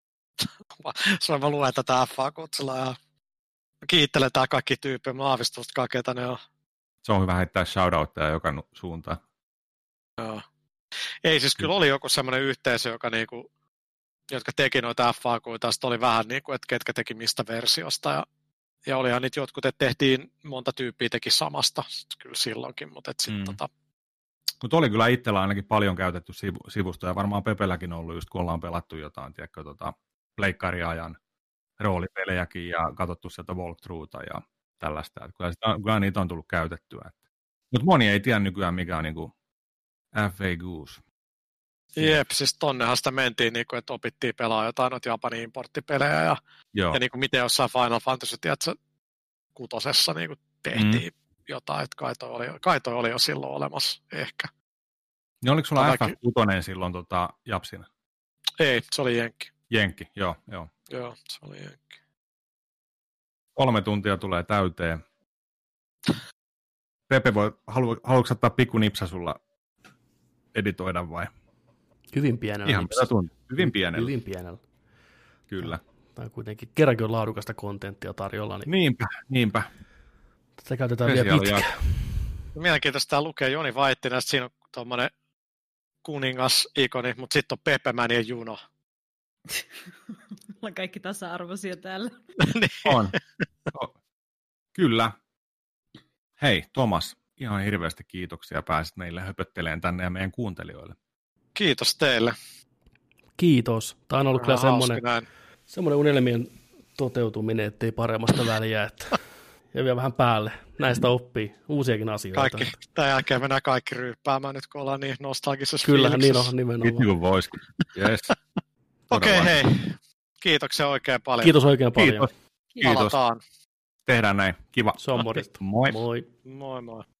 Mä luen tätä FA-kutsella ja kiittelen tää kaikki tyyppiä, mä aavistustakaan ketä ne on. Se on hyvä heittää shoutoutteja joka suuntaan. Joo. Ei, siis kyllä oli joku semmoinen yhteisö, jotka teki noita FAQita, ja sitten oli vähän niin kuin, että ketkä teki mistä versiosta, ja olihan niitä jotkut, että tehtiin monta tyyppiä teki samasta, kyllä silloinkin, mutta sitten Mutta oli kyllä itsellä ainakin paljon käytetty sivusto, ja varmaan Pepelläkin on ollut, just kun ollaan pelattu jotain, tiedätkö, pleikkariajan roolipelejäkin ja katsottu sieltä walkthroughta ja tällaista. Että kyllä niitä on tullut käytettyä. Mutta moni ei tiedä nykyään, mikä on niinku FAQs. Jep, siis tonnehan sitä mentiin, niin kuin, että opittiin pelaa jotain noita Japanin importtipelejä ja niin kuin miten jossain Final Fantasy, tiedätkö, 6 niin kuin tehtiin jotain, että kai toi oli jo silloin olemassa ehkä. Niin oliko sulla FF6 silloin Japsina? Ei, se oli Jenkki. Jenkki, joo. Joo, se oli Jenkki. 3 tuntia tulee täyteen. Pepe, haluatko ottaa pikku nipsa sulla editoida vai? Hyvin pienellä. Ihan hyvin pienellä. Hyvin pienellä. Kyllä. Tai kuitenkin kerrankin on laadukasta kontenttia tarjolla. Niin Niinpä. Tätä käytetään vielä pitkään. Mielenkiintoista tämä lukee Joni Vaittina, siinä on tuommoinen kuningas-ikoni, mutta sitten on Pepemäni ja Juno. Ollaan kaikki tasa-arvoisia täällä. On. Kyllä. Hei, Tomas, ihan hirveästi kiitoksia. Pääsit meille höpöttelemään tänne ja meidän kuuntelijoille. Kiitos teille. Kiitos. Tämä on ollut kyllä semmoinen unelmien toteutuminen, ettei paremmasta väliä. Ja vielä vähän päälle. Näistä oppii uusiakin asioita. Tämän jälkeen mennään kaikki ryyppäämään nyt, kun ollaan niin nostalgisessa kyllähän fiiliksessä. niin on nimenomaan. Niin voisikin. Yes. Okei, hei. Kiitoksia oikein paljon. Kiitos oikein paljon. Kiitos. Palataan. Tehdään näin. Kiva. Se on morjesta. Moi. Moi. Moi moi.